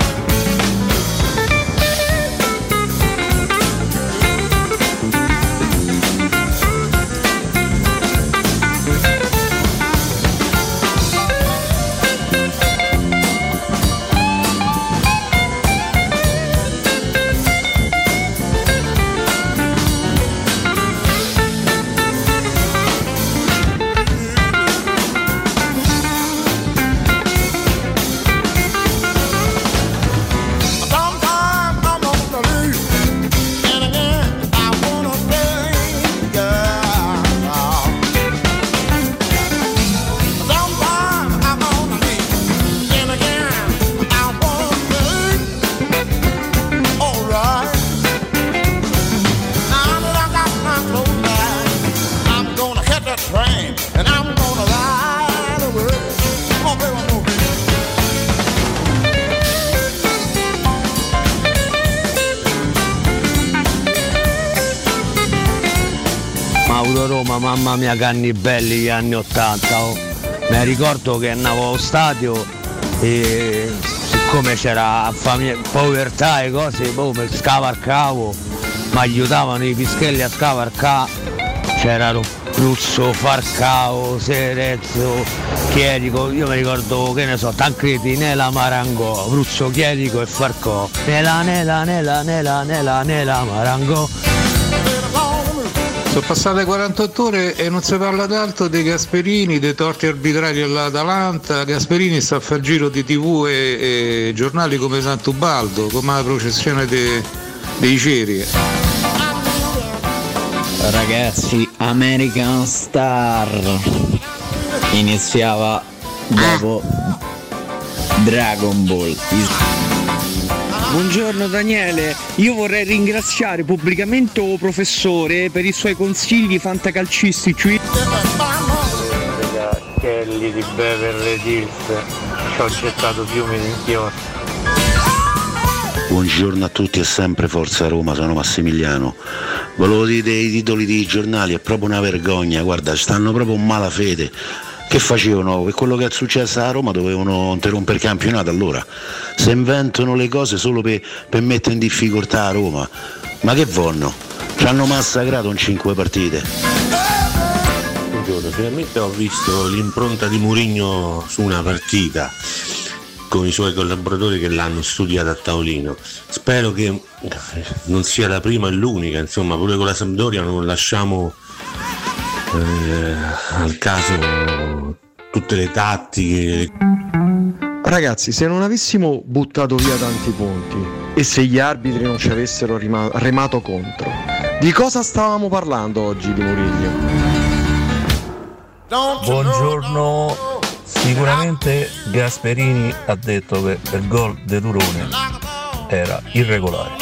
Roma, mamma mia, canni belli gli anni ottanta. Oh. Mi ricordo che andavo allo stadio e siccome c'era famiglia, povertà e cose, poi per scavarcavo, mi aiutavano i pischelli a scavarcare, c'erano Russo, Farcao, Serezzo, Chierico, io mi ricordo, che ne so, Tancredi, Nela, Marangò, Russo, Chierico e Farcò. Nela, Nela, Nela, Nela, Nela, Nela, Marangò. Sono passate quarantotto ore e non si parla d'altro dei Gasperini, dei torti arbitrali all'Atalanta. Gasperini sta a far giro di tivù e, e giornali come Sant'Ubaldo, come la processione de, dei ceri. Ragazzi, American Star iniziava dopo Dragon Ball. Buongiorno Daniele, io vorrei ringraziare pubblicamente il professore per i suoi consigli fantacalcistici. Kelly di Beverly Hills, ci ho gettato fiumi di inchiostro. Buongiorno a tutti e sempre Forza Roma, sono Massimiliano. Volevo dire dei titoli dei giornali, è proprio una vergogna, guarda, stanno proprio in malafede. Che facevano? Per quello che è successo a Roma dovevano interrompere il campionato allora. Se inventano le cose solo per, per mettere in difficoltà a Roma. Ma che vogliono? Ci hanno massacrato in cinque partite. Buongiorno, finalmente ho visto l'impronta di Mourinho su una partita con i suoi collaboratori che l'hanno studiata a tavolino. Spero che non sia la prima e l'unica, insomma, pure con la Sampdoria non lasciamo Eh, al caso tutte le tattiche. Ragazzi, se non avessimo buttato via tanti punti e se gli arbitri non ci avessero rima- remato contro, di cosa stavamo parlando oggi di Mourinho? Buongiorno, sicuramente Gasperini ha detto che il gol di Turone era irregolare.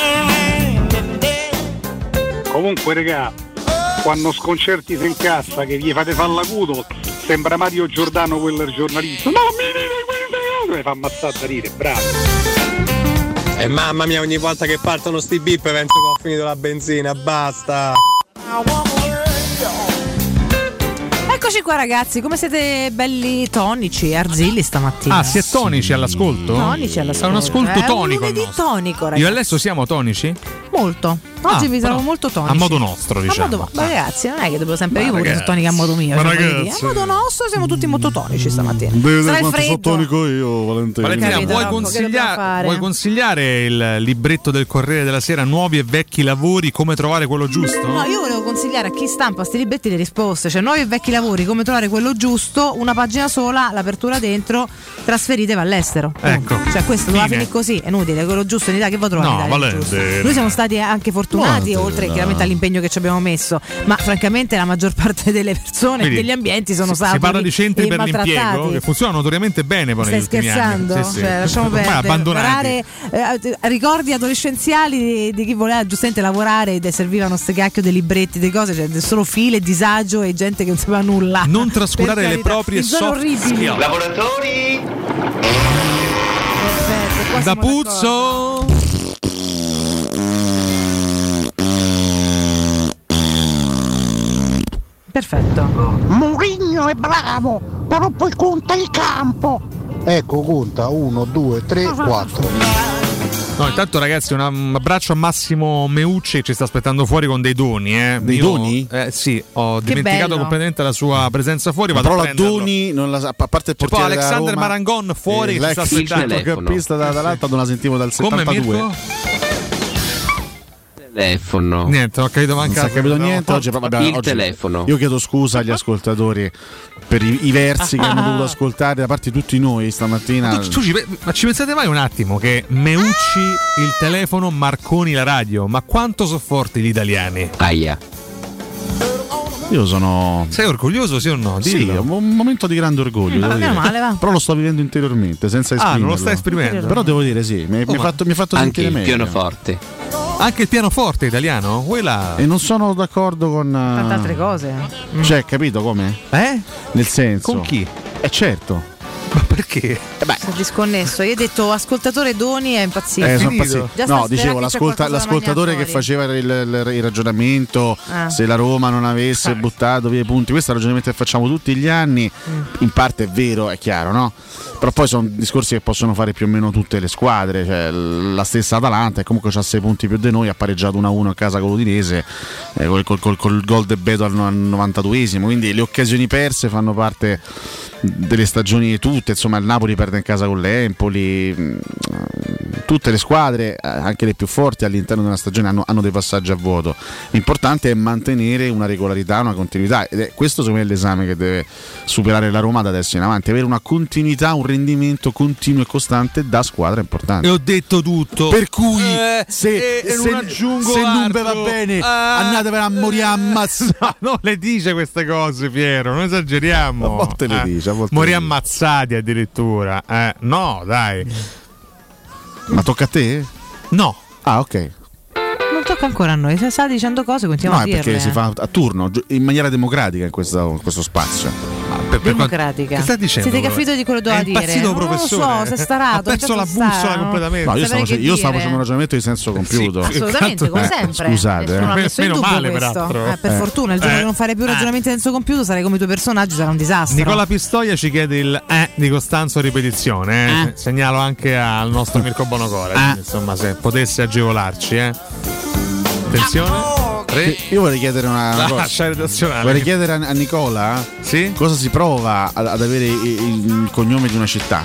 Comunque regà, quando sconcerti si incazza che gli fate fare l'acuto, sembra Mario Giordano quel giornalista. No, mi dite queste cose, mi fa ammazzare da ridere, bravo. E mamma mia, ogni volta che partono sti bip penso che ho finito la benzina, basta. Eccoci qua ragazzi, come siete belli tonici e arzilli stamattina. Ah, si è tonici all'ascolto? Tonici all'ascolto. È un ascolto È tonico. un lunedì tonico, ragazzi. Io e Alessio siamo tonici? Molto. Oggi Ah, vi però trovo molto tonici. a modo nostro, diciamo. A modo, ma ragazzi, non è che devo sempre Ma io pure ragazzi, sono tonica a modo mio. ma cioè, voglio ragazzi. dire. A modo nostro siamo tutti molto tonici stamattina. Devi vedere Sarà il quanto sono freddo. tonico io, Valentina. Valentina, Capito, vuoi, Rocco, che dobbiamo consiglia- fare? vuoi consigliare il libretto del Corriere della Sera, nuovi e vecchi lavori, come trovare quello giusto? No, io volevo consigliare a chi stampa sti libretti le risposte, cioè nuovi e vecchi lavori, come trovare quello giusto, una pagina sola, l'apertura dentro, trasferitevi all'estero. Ecco. Cioè questo doveva Fine. finire così, è inutile, quello giusto in Italia, che vuoi trovare No, in Italia? Valente, giusto? no. Noi siamo stati anche fortunati, Guarda, oltre no. chiaramente all'impegno che ci abbiamo messo, ma francamente la maggior parte delle persone e Vedi, degli ambienti sono si, stati si parla di centri per l'impiego che funzionano notoriamente bene poi Stai negli ultimi scherzando? anni. Sì, sì. Cioè, lasciamo Ormai perdere. abbandonati. Lavorare, eh, ricordi adolescenziali di, di chi voleva giustamente lavorare ed servivano ste cacchio dei libretti, di cose, cioè solo file, disagio e gente che non sapeva nulla. Non trascurare Per le carità, proprie in zone soft orribili. skill. Lavoratori! Perfetto, qua Da siamo Puzzo! Perfetto. Mourinho è bravo, però poi conta il campo. Ecco, conta uno, due, tre, quattro. No, intanto ragazzi un un abbraccio a Massimo Meucci che ci sta aspettando fuori con dei doni. Eh. Dei Io- doni? Eh sì, ho Che dimenticato bello. completamente la sua presenza fuori. La Vado a parola prenderlo. Doni, non la, a parte il C'è poi portiere della Alexander Roma, Marangon fuori eh, che ci sta l'ex aspettando. centrocampista dall'Atalanta, non la sentivo dal Come, settantadue. Mirko? Telefono. Niente, non ho capito Non manca si è capito no. niente oggi, vabbè, Il oggi- telefono. Io chiedo scusa agli ascoltatori per i, i versi che hanno dovuto ascoltare da parte di tutti noi stamattina. Tu- tu ci pe- ma ci pensate mai un attimo che Meucci il telefono, Marconi la radio? Ma quanto sono forti gli italiani? Aia. Io sono. Sei orgoglioso, sì o no? Sì, Dillo. è un momento di grande orgoglio. Mm, devo meno dire. male, va. Però lo sto vivendo interiormente, senza Ah, esprimerlo. non lo stai esprimendo? Però devo dire sì, mi, mi Oh, ha ma- fatto, mi ha fatto Anche sentire il meglio. pianoforte. Anche il pianoforte italiano? Quella... E non sono d'accordo con. Tante altre cose. Mm. Cioè, capito come? Eh? Nel senso. Con chi? Eh certo. Ma perché? Si è disconnesso. Io ho detto ascoltatore Doni è impazzito. Eh, sono Finito. impazzito. Già sta No, a dicevo, sperare che c'è l'ascolta- qualcosa da l'ascoltatore che mangiare fuori. faceva il, il- il ragionamento Ah. se la Roma non avesse buttato via i punti, questo è il ragionamento che facciamo tutti gli anni, Mm. in parte è vero, è chiaro, no? Però poi sono discorsi che possono fare più o meno tutte le squadre, cioè l- la stessa Atalanta che comunque ha sei punti più di noi, ha pareggiato uno a uno a casa con l'Udinese eh, col, col, col, col gol de Beto al no- al novantaduesimo, quindi le occasioni perse fanno parte delle stagioni tutte, insomma il Napoli perde in casa con l'Empoli, mh, tutte le squadre, eh, anche le più forti all'interno di una stagione hanno, hanno dei passaggi a vuoto. L'importante è mantenere una regolarità, una continuità ed è questo secondo me è l'esame che deve superare la Roma da adesso in avanti, avere una continuità, un rendimento continuo e costante da squadra importante. E ho detto tutto. Per cui Eh, se, e non se, aggiungo se non ve altro. va bene Ah. andatevene a morire ammazzati. No, non le dice queste cose, Piero, non esageriamo. A volte le Eh, dice, a volte morì le dice. ammazzati addirittura. Eh, no, dai. Ma tocca a te? No. Ah, ok. Non tocca ancora a noi. Se sta dicendo cose, continuiamo No, a è dirle. perché si fa a turno, gi- in maniera democratica in questo, in questo spazio. Per, per democratica. Che sta dicendo? Siete capito di quello che doveva È dire? impazzito, Non professore. lo so, si è starato. Ha perso la iniziato a bussola stare, completamente. No, io stavo, Saprei che io stavo dire. facendo un ragionamento di senso compiuto. Assolutamente, come Eh, sempre. Scusate, Nessuno l'ha eh. messo in Meno dubbio male, questo. peraltro. Eh, per Eh. fortuna, il giorno Eh. che non fare più ragionamenti di senso compiuto, sarai come i tuoi personaggi, sarà un disastro. Nicola Pistoia ci chiede il eh di Costanzo a ripetizione. Eh. Segnalo anche al nostro Mirko Bonocora. quindi, Insomma, se potesse agevolarci. Eh. Attenzione. Tre. Io vorrei chiedere una, una cosa. Lascia redazionale. Vorrei chiedere a, a Nicola Sì? cosa si prova ad, ad avere il, il cognome di una città.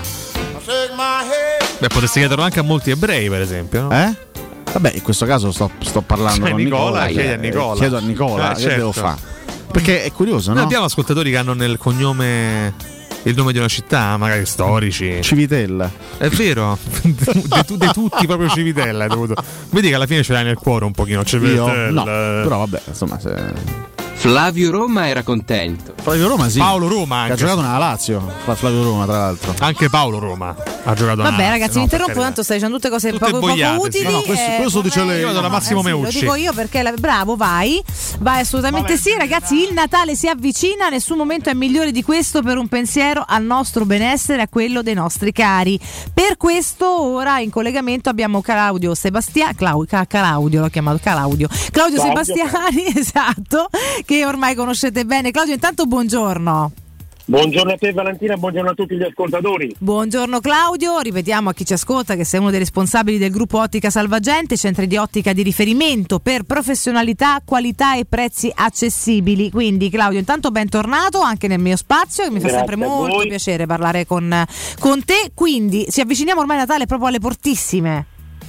Beh, potresti chiederlo anche a molti ebrei, per esempio. No? Eh? Vabbè, in questo caso sto, sto parlando Cioè, con Nicola, Nicola. chiedi a eh, Nicola. Chiedo a Nicola Eh, che certo. devo fare. Perché è curioso, Noi no? abbiamo ascoltatori che hanno nel cognome il nome di una città, magari storici. Civitella. È vero, di, tu- di tutti proprio Civitella hai dovuto. Vedi che alla fine ce l'hai nel cuore un pochino Io? Civitella. No, però vabbè, insomma, se... Flavio Roma era contento. Flavio Roma sì. Paolo Roma Che anche. ha giocato nella Lazio, Flavio Roma tra l'altro. Anche Paolo Roma ha giocato Vabbè, nella ragazzi, Lazio, mi no, interrompo, per tanto stai dicendo tutte cose Tutte poco, poco boiate, sì. utili. No, no, questo- eh, questo dice vabbè, lei. Io vado da no, Massimo eh sì, Meucci. Lo dico io perché la- bravo, vai. Vai assolutamente sì, ragazzi. Il Natale si avvicina, nessun momento è migliore di questo per un pensiero al nostro benessere e a quello dei nostri cari. Per questo ora in collegamento abbiamo Claudio Sebastiani, Clau- Ca- Claudio l'ho chiamato Claudio. Claudio Claudio. Sebastiani, esatto, che ormai conoscete bene. Claudio, intanto buongiorno. Buongiorno a te Valentina, buongiorno a tutti gli ascoltatori. Buongiorno Claudio, ripetiamo a chi ci ascolta che sei uno dei responsabili del gruppo Ottica Salvagente, centri di ottica di riferimento per professionalità, qualità e prezzi accessibili. Quindi Claudio, intanto bentornato anche nel mio spazio, che mi fa Grazie sempre molto piacere parlare con, con te. Quindi ci avviciniamo ormai a Natale proprio alle portissime.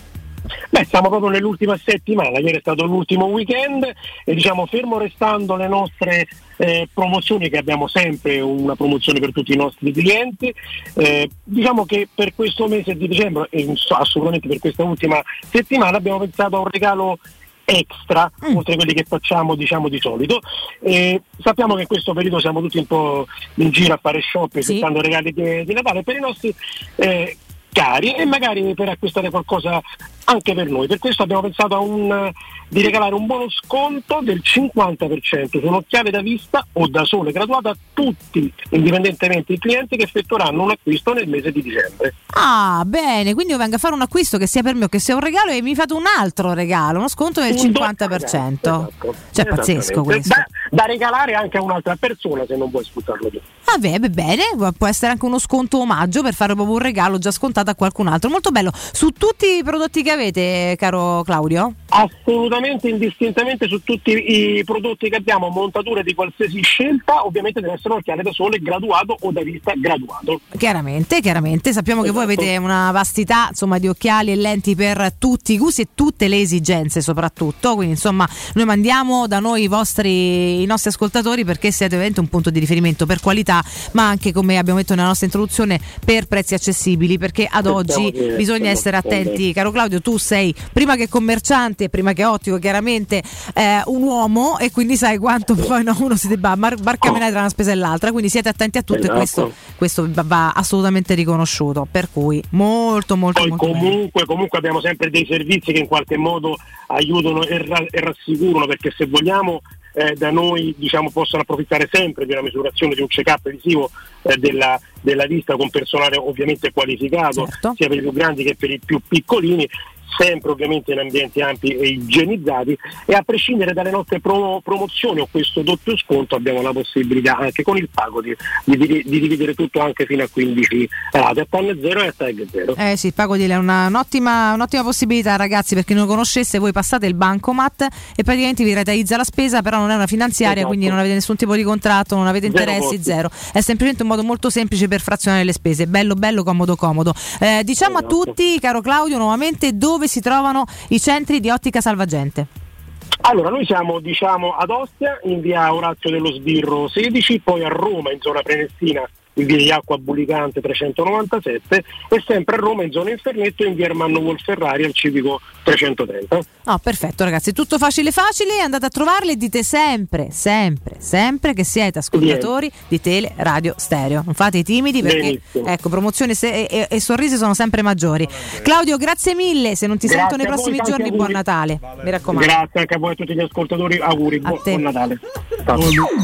Beh, siamo proprio nell'ultima settimana, ieri è stato l'ultimo weekend e diciamo fermo restando le nostre eh, promozioni, che abbiamo sempre una promozione per tutti i nostri clienti, eh, diciamo che per questo mese di dicembre e assolutamente per questa ultima settimana abbiamo pensato a un regalo extra, mm. oltre a quelli che facciamo diciamo di solito. Eh, sappiamo che in questo periodo siamo tutti un po' in giro a fare shopping, sì. cercando regali di, di Natale per i nostri eh, cari e magari per acquistare qualcosa anche per noi. Per questo abbiamo pensato a un, di regalare un buono sconto del cinquanta per cento su un'occhiale da vista o da sole graduato a tutti, indipendentemente i clienti che effettueranno un acquisto nel mese di dicembre. Ah, bene, quindi io vengo a fare un acquisto che sia per me o che sia un regalo e mi fate un altro regalo, uno sconto del un cinquanta per cento. Esatto. Cioè pazzesco questo. Da, da regalare anche a un'altra persona se non vuoi sfruttarlo tu. Ah beh, beh, bene, può essere anche uno sconto omaggio per fare proprio un regalo già scontato a qualcun altro. Molto bello. Su tutti i prodotti che avete, caro Claudio? Assolutamente, indistintamente su tutti i prodotti che abbiamo, montature di qualsiasi scelta, ovviamente deve essere un occhiale da sole graduato o da vista graduato. Chiaramente, chiaramente, sappiamo esatto. che voi avete una vastità insomma di occhiali e lenti per tutti i gusti e tutte le esigenze soprattutto, quindi insomma noi mandiamo da noi i vostri i nostri ascoltatori perché siete veramente un punto di riferimento per qualità, ma anche, come abbiamo detto nella nostra introduzione, per prezzi accessibili, perché ad oggi bisogna essere attenti. Caro Claudio, tu sei prima che commerciante, prima che ottico chiaramente eh, un uomo e quindi sai quanto poi no, uno si debba mar- barcamenare tra una spesa e l'altra, quindi siete attenti a tutto esatto. e questo, questo va assolutamente riconosciuto, per cui molto molto, poi molto comunque, bene. comunque abbiamo sempre dei servizi che in qualche modo aiutano e, ra- e rassicurano, perché se vogliamo Eh, da noi diciamo possono approfittare sempre di una misurazione, di un check-up visivo eh, della, della vista con personale ovviamente qualificato, certo. sia per i più grandi che per i più piccolini, sempre ovviamente in ambienti ampi e igienizzati, e a prescindere dalle nostre promo- promozioni o questo doppio sconto abbiamo la possibilità anche con il pago di, di, di, di dividere tutto anche fino a quindici rate a T A N zero e a tag zero. Eh sì, il pago di è una, un'ottima, un'ottima possibilità, ragazzi, perché non lo conoscesse, voi passate il bancomat e praticamente vi rateizza la spesa, però non è una finanziaria, esatto. quindi non avete nessun tipo di contratto, non avete interessi, zero, zero. È semplicemente un modo molto semplice per frazionare le spese, bello bello, comodo comodo. Eh, diciamo esatto. a tutti, caro Claudio, nuovamente dove si trovano i centri di Ottica Salvagente. Allora, noi siamo diciamo ad Ostia in via Orazio dello Sbirro sedici, poi a Roma in zona Prenestina in via di Acqua Bulicante trecentonovantasette e sempre a Roma in zona Infernetto in via Ermanno Wolferrari al Civico trecentotrenta. Oh, perfetto ragazzi, tutto facile facile, andate a trovarli e dite sempre, sempre, sempre che siete ascoltatori Bien. di Tele Radio Stereo. Non fate i timidi perché Benissimo. ecco, promozioni se- e-, e sorrisi sono sempre maggiori. Claudio, grazie mille, se non ti grazie sento nei prossimi voi, giorni, buon Natale. Mi raccomando. Grazie anche a voi e a tutti gli ascoltatori, auguri, bu- buon Natale. Ciao.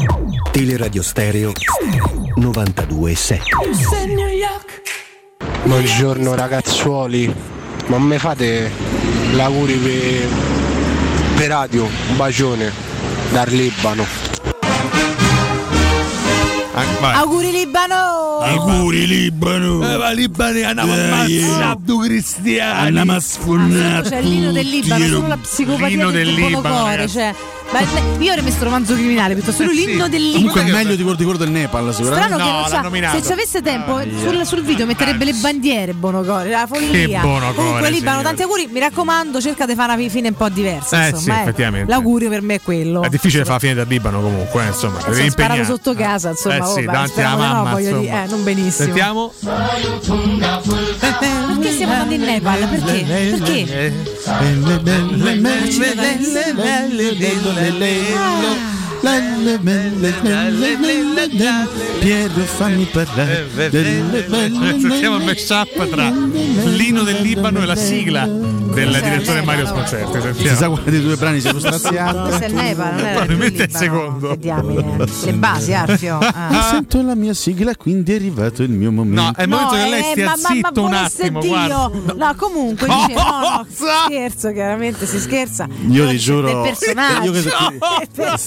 Tele Radio Stereo novantadue e sette. Buongiorno ragazzuoli, ma me fate l'auguri per, per radio, un bacione dal Libano. Ah, auguri Libano! Auguri Libano! Eh, ma Libano andiamo a ammazzando cristiani! Andiamo a sfonnare! C'è il Lino del Libano, solo la psicopatia del Bonocore, cioè. Ma io avrei messo romanzo criminale piuttosto lui, l'inno del Libano. Comunque è meglio di quello, di quello del Nepal, sicuramente. Strano no, che non sa, se ci avesse tempo ah, sul, sul video metterebbe le bandiere Bonocore, la follia. Che Bonocore, comunque Libano, sì. tanti auguri, mi raccomando, cerca di fare una fine un po' diversa. Eh insomma, sì, eh. effettivamente. L'augurio per me è quello. È difficile fare la fine del Libano comunque, eh, insomma. Eh, sono sparato sotto casa, insomma. Eh sì, oh, davanti alla mamma, no, insomma. dire, eh, non benissimo. Sentiamo. Perché stiamo andando in Nepal? Perché? Perché? Piero, fammi parlare. Sentiamo il mashup tra l'inno del Libano e la sigla del direttore Mario Sconcerti. Si sa quali dei due brani siano straziati. Questo è il Nepal, non è probabilmente il secondo. Le basi, Arfio. Ah. Sento la mia sigla, quindi è arrivato il mio momento. No, è il momento no, che lei stia eh, zitto ma, ma, un attimo, guarda. No, comunque dice, no, no, si scherzo, chiaramente si scherza. Io ti giuro. Del personaggio. Io che, del personaggio.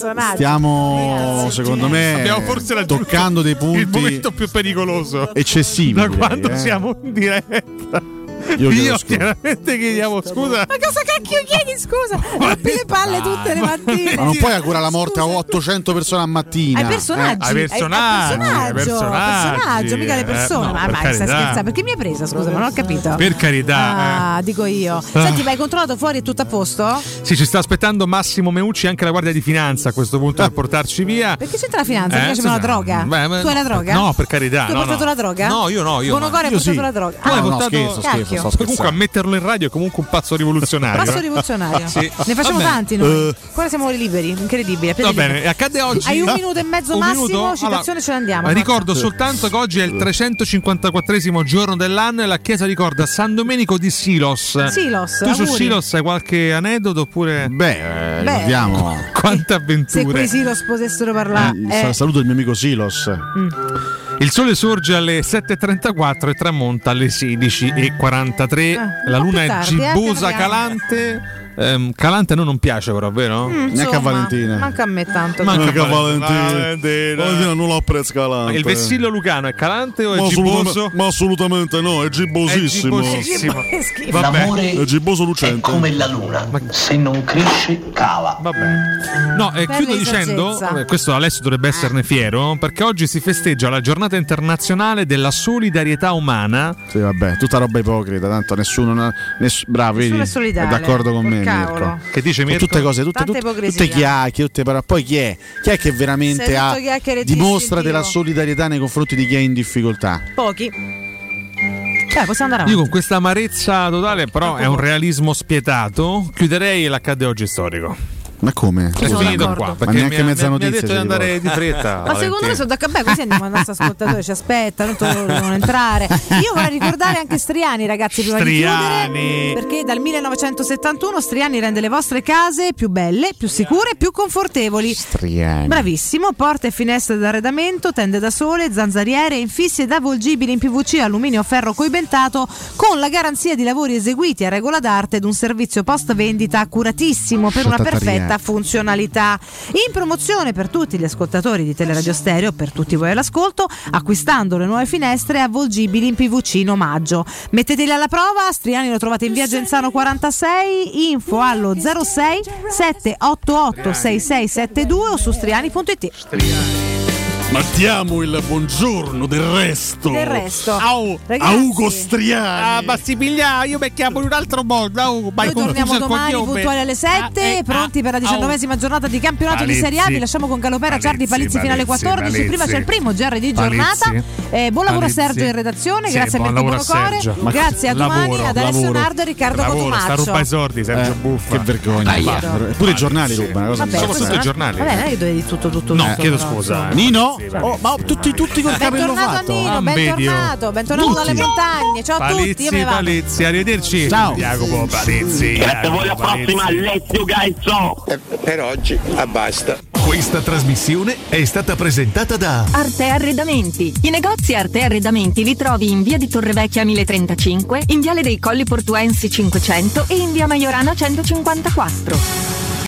Stiamo, Grazie. secondo me, Abbiamo forse raggiunto toccando dei punti il momento più pericoloso eccessivi. da direi, quando eh. siamo in diretta. Io chiedo Io scusa. chiaramente chiediamo scusa. Ma cosa cacchio chiedi scusa? Rompi le palle tutte le mattine. Ma non puoi augurare la morte a ottocento persone a mattina. Ai personaggi, Eh? ai personaggi, ai personaggio, ai personaggi, personaggio, mica le eh, persone. no, ma per ma stai carità. scherzando? Perché mi hai presa? Scusa, ma non ho capito. Per carità. Ah, dico io. Senti, ma hai controllato fuori, è tutto a posto? Sì, ci sta aspettando Massimo Meucci, anche la Guardia di Finanza a questo punto per portarci via. Perché c'entra la finanza? Eh, Perché c'è sì, una sì. droga? Beh, ma- Tu hai la droga? No, per carità. Tu hai no, portato no. la droga? No, io no, io Bonocore ha no. portato la droga. Tu hai Ah, portato... scherzo, scherzo, Cacchio. sto Comunque scherzando. a metterlo in radio è comunque un pazzo rivoluzionario. Passo eh. rivoluzionario. Sì. Ne facciamo Vabbè. tanti noi. Eh. Qua siamo liberi, incredibile. Va bene, e accade oggi. Hai un minuto e mezzo Un massimo, minuto? citazione Allora, ce ne andiamo. Ma ricordo soltanto che oggi è il trecentocinquantaquattresimo giorno dell'anno e la chiesa ricorda San Domenico di Silos. Silos, Tu su auguri. Silos hai qualche aneddoto oppure? Beh, eh, Beh. ricordiamo. Quante Se avventure. quei Silos potessero parlare. Eh, sa- eh. Saluto il mio amico Silos. Mm. Il sole sorge alle sette e trentaquattro e tramonta alle sedici e quarantatré. Eh, La un po' luna più è tardi, eh, gibbosa, piano piano. calante. Ehm, calante a noi non piace però, vero? Mm, Neanche a insomma, Valentina. Manca a me tanto. Manca Neanche a a Valentina. Valentina. Valentina. Valentina non lo apprezzo calante. Il vessillo lucano è calante o è Ma, gibboso? assolutamente, ma assolutamente no, è gibbosissimo. È gibbosissimo. Che schifo. Vabbè. L'amore È gibboso lucente. è come la luna, se non cresce cala. Vabbè. No, e Per chiudo dicendo, l'esattezza. eh, questo Alessio dovrebbe esserne fiero, perché oggi si festeggia la giornata internazionale della solidarietà umana. Sì, vabbè, tutta roba ipocrita, tanto nessuno. Ness- bravo, Nessuno vedi? è solidale. d'accordo con Col me, cavolo. Mirko. Che dice Sono Mirko? tutte cose, tutte, Tanta tutte, ipocrisia. tutte chiacchiere, tutte parole. Poi chi è? Chi è che veramente Sei ha tutto chiacchiere e dimostra della distintivo. solidarietà nei confronti di chi è in difficoltà? Pochi. Dai, possiamo andare Io avanti. con questa amarezza totale, però è un realismo spietato, chiuderei l'accade oggi storico. Ma come? È Sono finito d'accordo. qua, Ma perché neanche mi ha, mezza mi ha notizia detto ci di andare riporta. di fretta. Ma secondo me sono d'accordo. Beh, così andiamo al nostro ascoltatore, ci aspetta, tanto loro devono entrare. Io vorrei ricordare anche Striani, ragazzi, prima Striani. di chiudere, perché dal millenovecentosettantuno Striani rende le vostre case più belle, più sicure e più confortevoli. Striani. Bravissimo, porte e finestre d'arredamento, tende da sole, zanzariere, infissi ed avvolgibili in P V C, alluminio o ferro coibentato, con la garanzia di lavori eseguiti a regola d'arte ed un servizio post vendita accuratissimo per una perfetta funzionalità. In promozione per tutti gli ascoltatori di Teleradio Stereo, per tutti voi all'ascolto, acquistando le nuove finestre avvolgibili in P V C in omaggio. Metteteli alla prova, Striani lo trovate in via Genzano quarantasei, info allo zero sei sette otto otto sei sei sette due o su striani punto it. Ma diamo il buongiorno del resto. Del resto. Au, Ragazzi, a Ugo Striani. Ah, ma si piglia, io mi chiamo in un altro modo. Au, noi torniamo domani puntuali alle sette, Ah, eh, pronti ah, per la diciannovesima au. giornata di campionato Palizzi. di Serie A. Vi lasciamo con Galopera, Ciardi, Palizzi fino alle Palizzi, quattordici. Palizzi. Prima c'è il primo G R di giornata. Palizzi. Eh, buon lavoro a Palizzi. Sergio in redazione, Sì, grazie a buon Mirko lavoro a Bonocore, Sergio. Ma grazie a domani lavoro, ad Alessio lavoro. Nardo e Riccardo Lavoro, sta Cotumaccio. ruba i sordi, Sergio Eh, Buffa. che vergogna. Aia. Pure i giornali rubano, una cosa Vabbè, Soprattutto questo i è- giornali. Vabbè, non è che dovevi tutto tutto No, tutto, chiedo però, scusa. insomma. eh. Nino? Sì, Oh, ma tutti, tutti col capello Bentornato fatto. Nino, Ah, bentornato, bentornato dalle montagne. Ciao a tutti, io Palizzi, me ne vado. Palizzi, arrivederci. Ciao. Jacopo Palizzi. Grazie a voi, alla Jacopo Palizzi. prossima, let's you guys so. Per oggi, ah, basta. Questa trasmissione è stata presentata da Arte Arredamenti. I negozi Arte Arredamenti li trovi in via di Torrevecchia mille trentacinque, in viale dei Colli Portuensi cinquecento e in via Maiorana centocinquantaquattro.